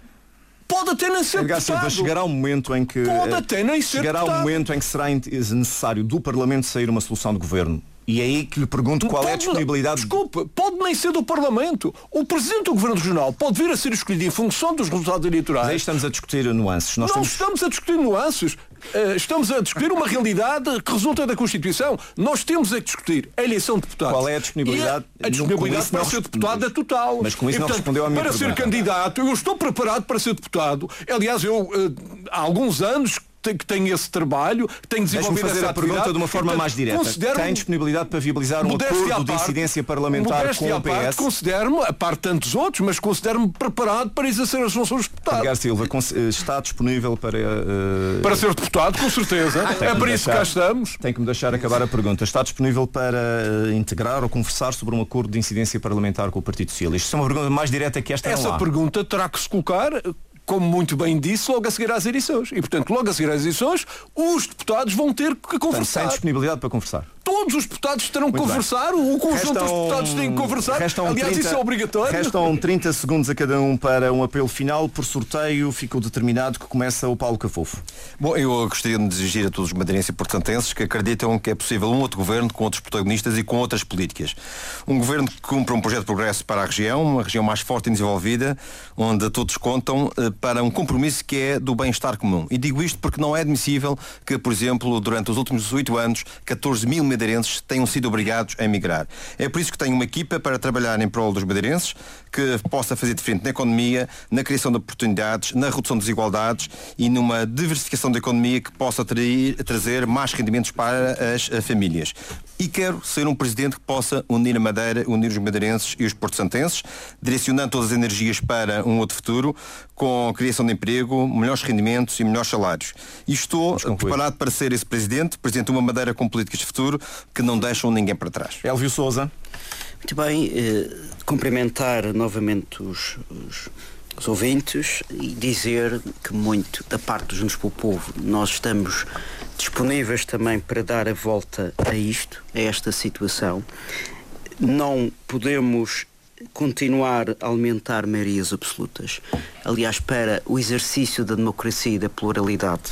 pode até nem ser deputado. Silva, chegará um momento em que pode até nem ser chegará deputado. um momento em que será necessário do Parlamento sair uma solução de governo. E é aí que lhe pergunto qual pode, é a disponibilidade... Desculpe, pode nem ser do Parlamento. O Presidente do Governo Regional pode vir a ser escolhido em função dos resultados eleitorais. Mas aí estamos a discutir nuances. Nós Não temos... estamos a discutir nuances. Uh, estamos a discutir uma realidade que resulta da Constituição. Nós temos a discutir a eleição de deputados. Qual é a disponibilidade? A, a disponibilidade para ser deputado é total. Mas com isso e, não portanto, respondeu à minha para pergunta. ser candidato, eu estou preparado para ser deputado. Aliás, eu uh, há alguns anos que tenho esse trabalho, tenho desenvolvido fazer essa a pergunta atividade. de uma forma Portanto, mais direta. Tem disponibilidade para viabilizar um acordo de incidência parlamentar com o P S? Considero-me, a parte de tantos outros, mas considero-me preparado para exercer as funções de deputado. Edgar Silva, está disponível para... Uh... Para ser deputado, com certeza. É para isso que cá estamos. Tem que me deixar acabar a pergunta. Está disponível para uh, integrar ou conversar sobre um acordo de incidência parlamentar com o Partido Socialista? Isso é uma pergunta mais direta que esta. Essa não há. pergunta terá que se colocar... como muito bem disse, logo a seguir às eleições. E, portanto, logo a seguir às eleições, os deputados vão ter que conversar. Portanto, tem disponibilidade para conversar? Todos os deputados terão que muito conversar, bem. O conjunto restam, dos deputados têm que conversar. Aliás, trinta, isso é obrigatório. Restam trinta segundos a cada um para um apelo final. Por sorteio, ficou determinado que começa o Paulo Cafofo. Bom, eu gostaria de exigir a todos os madeirenses e portantenses que acreditam que é possível um outro governo com outros protagonistas e com outras políticas. Um governo que cumpra um projeto de progresso para a região, uma região mais forte e desenvolvida, onde todos contam para um compromisso que é do bem-estar comum. E digo isto porque não é admissível que, por exemplo, durante os últimos oito anos, catorze mil madeirenses tenham sido obrigados a emigrar. É por isso que tenho uma equipa para trabalhar em prol dos madeirenses, que possa fazer diferente na economia, na criação de oportunidades, na redução de desigualdades e numa diversificação da economia que possa trair, trazer mais rendimentos para as famílias. E quero ser um presidente que possa unir a Madeira, unir os madeirenses e os porto-santenses, direcionando todas as energias para um outro futuro, com a criação de emprego, melhores rendimentos e melhores salários. E estou preparado para ser esse presidente, presidente de uma Madeira com políticas de futuro que não deixam ninguém para trás. Elvio Sousa. Muito bem, eh, cumprimentar novamente os, os, os ouvintes e dizer que muito da parte do Juntos pelo Povo nós estamos disponíveis também para dar a volta a isto, a esta situação. Não podemos continuar a alimentar maiorias absolutas. Aliás, para o exercício da democracia e da pluralidade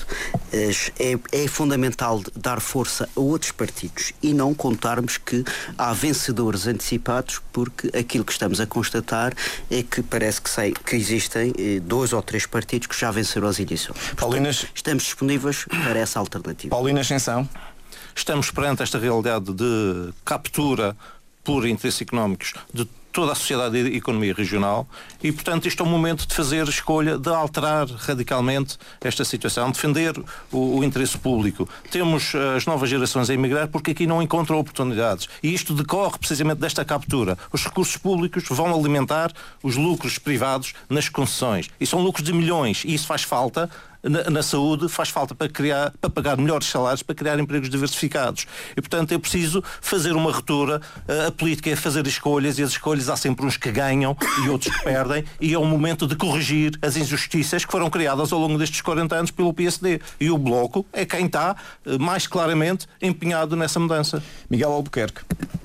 é, é fundamental dar força a outros partidos e não contarmos que há vencedores antecipados, porque aquilo que estamos a constatar é que parece que, sei, que existem dois ou três partidos que já venceram as eleições. Paulinas... Estamos disponíveis para essa alternativa. Paulina Ascensão. Estamos perante esta realidade de captura por interesses económicos de toda a sociedade e a economia regional e, portanto, isto é um momento de fazer a escolha de alterar radicalmente esta situação, defender o, o interesse público. Temos as novas gerações a emigrar porque aqui não encontram oportunidades e isto decorre precisamente desta captura. Os recursos públicos vão alimentar os lucros privados nas concessões e são lucros de milhões e isso faz falta Na, na saúde, faz falta para criar, para pagar melhores salários, para criar empregos diversificados. E, portanto, é preciso fazer uma ruptura. A política é fazer escolhas e as escolhas há sempre uns que ganham e outros que perdem e é o momento de corrigir as injustiças que foram criadas ao longo destes quarenta anos pelo P S D. E o Bloco é quem está mais claramente empenhado nessa mudança. Miguel Albuquerque.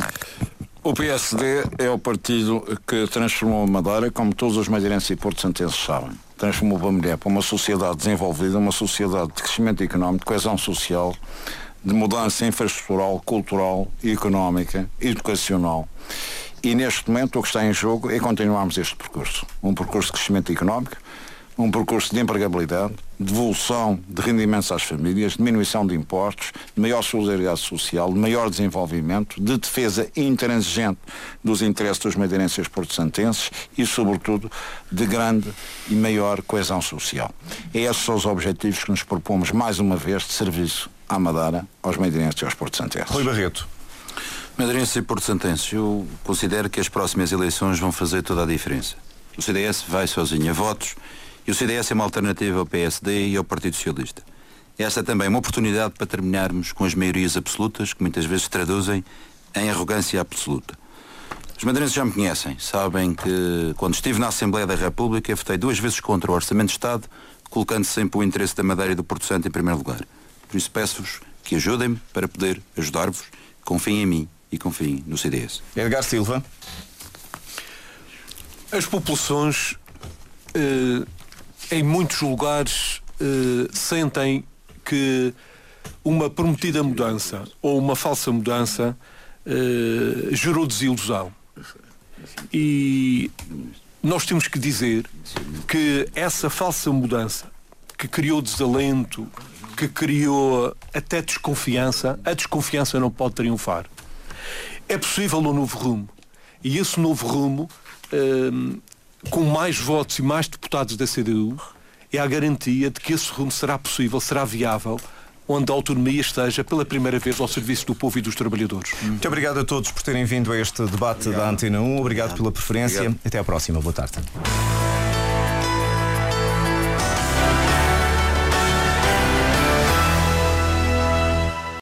O P S D é o partido que transformou a Madeira, como todos os madeirenses e porto-santenses sabem. Transformou a mulher para uma sociedade desenvolvida, uma sociedade de crescimento económico, de coesão social, de mudança infraestrutural, cultural, económica, educacional. E neste momento o que está em jogo é continuarmos este percurso. Um percurso de crescimento económico, um percurso de empregabilidade, devolução de rendimentos às famílias, diminuição de impostos, de maior solidariedade social, de maior desenvolvimento, de defesa intransigente dos interesses dos madeirenses e porto-santenses e, sobretudo, de grande e maior coesão social. E esses são os objetivos que nos propomos, mais uma vez, de serviço à Madeira, aos madeirenses e aos porto-santenses. Rui Barreto. Madeirenses e porto-santenses, eu considero que as próximas eleições vão fazer toda a diferença. O C D S vai sozinho a votos e o C D S é uma alternativa ao P S D e ao Partido Socialista. Esta é também uma oportunidade para terminarmos com as maiorias absolutas que muitas vezes traduzem em arrogância absoluta. Os madeirenses já me conhecem, sabem que quando estive na Assembleia da República votei duas vezes contra o Orçamento de Estado, colocando sempre o interesse da Madeira e do Porto Santo em primeiro lugar. Por isso peço-vos que ajudem-me para poder ajudar-vos, confiem em mim e confiem no C D S. Edgar Silva. As populações, eh, em muitos lugares, eh, sentem que uma prometida mudança ou uma falsa mudança eh, gerou desilusão. E nós temos que dizer que essa falsa mudança que criou desalento, que criou até desconfiança, a desconfiança não pode triunfar. É possível um novo rumo. E esse novo rumo, Um, com mais votos e mais deputados da C D U, é a garantia de que esse rumo será possível, será viável, onde a autonomia esteja pela primeira vez ao serviço do povo e dos trabalhadores. Muito obrigado a todos por terem vindo a este debate obrigado. da Antena um. Obrigado, obrigado. pela preferência. Obrigado. Até à próxima. Boa tarde.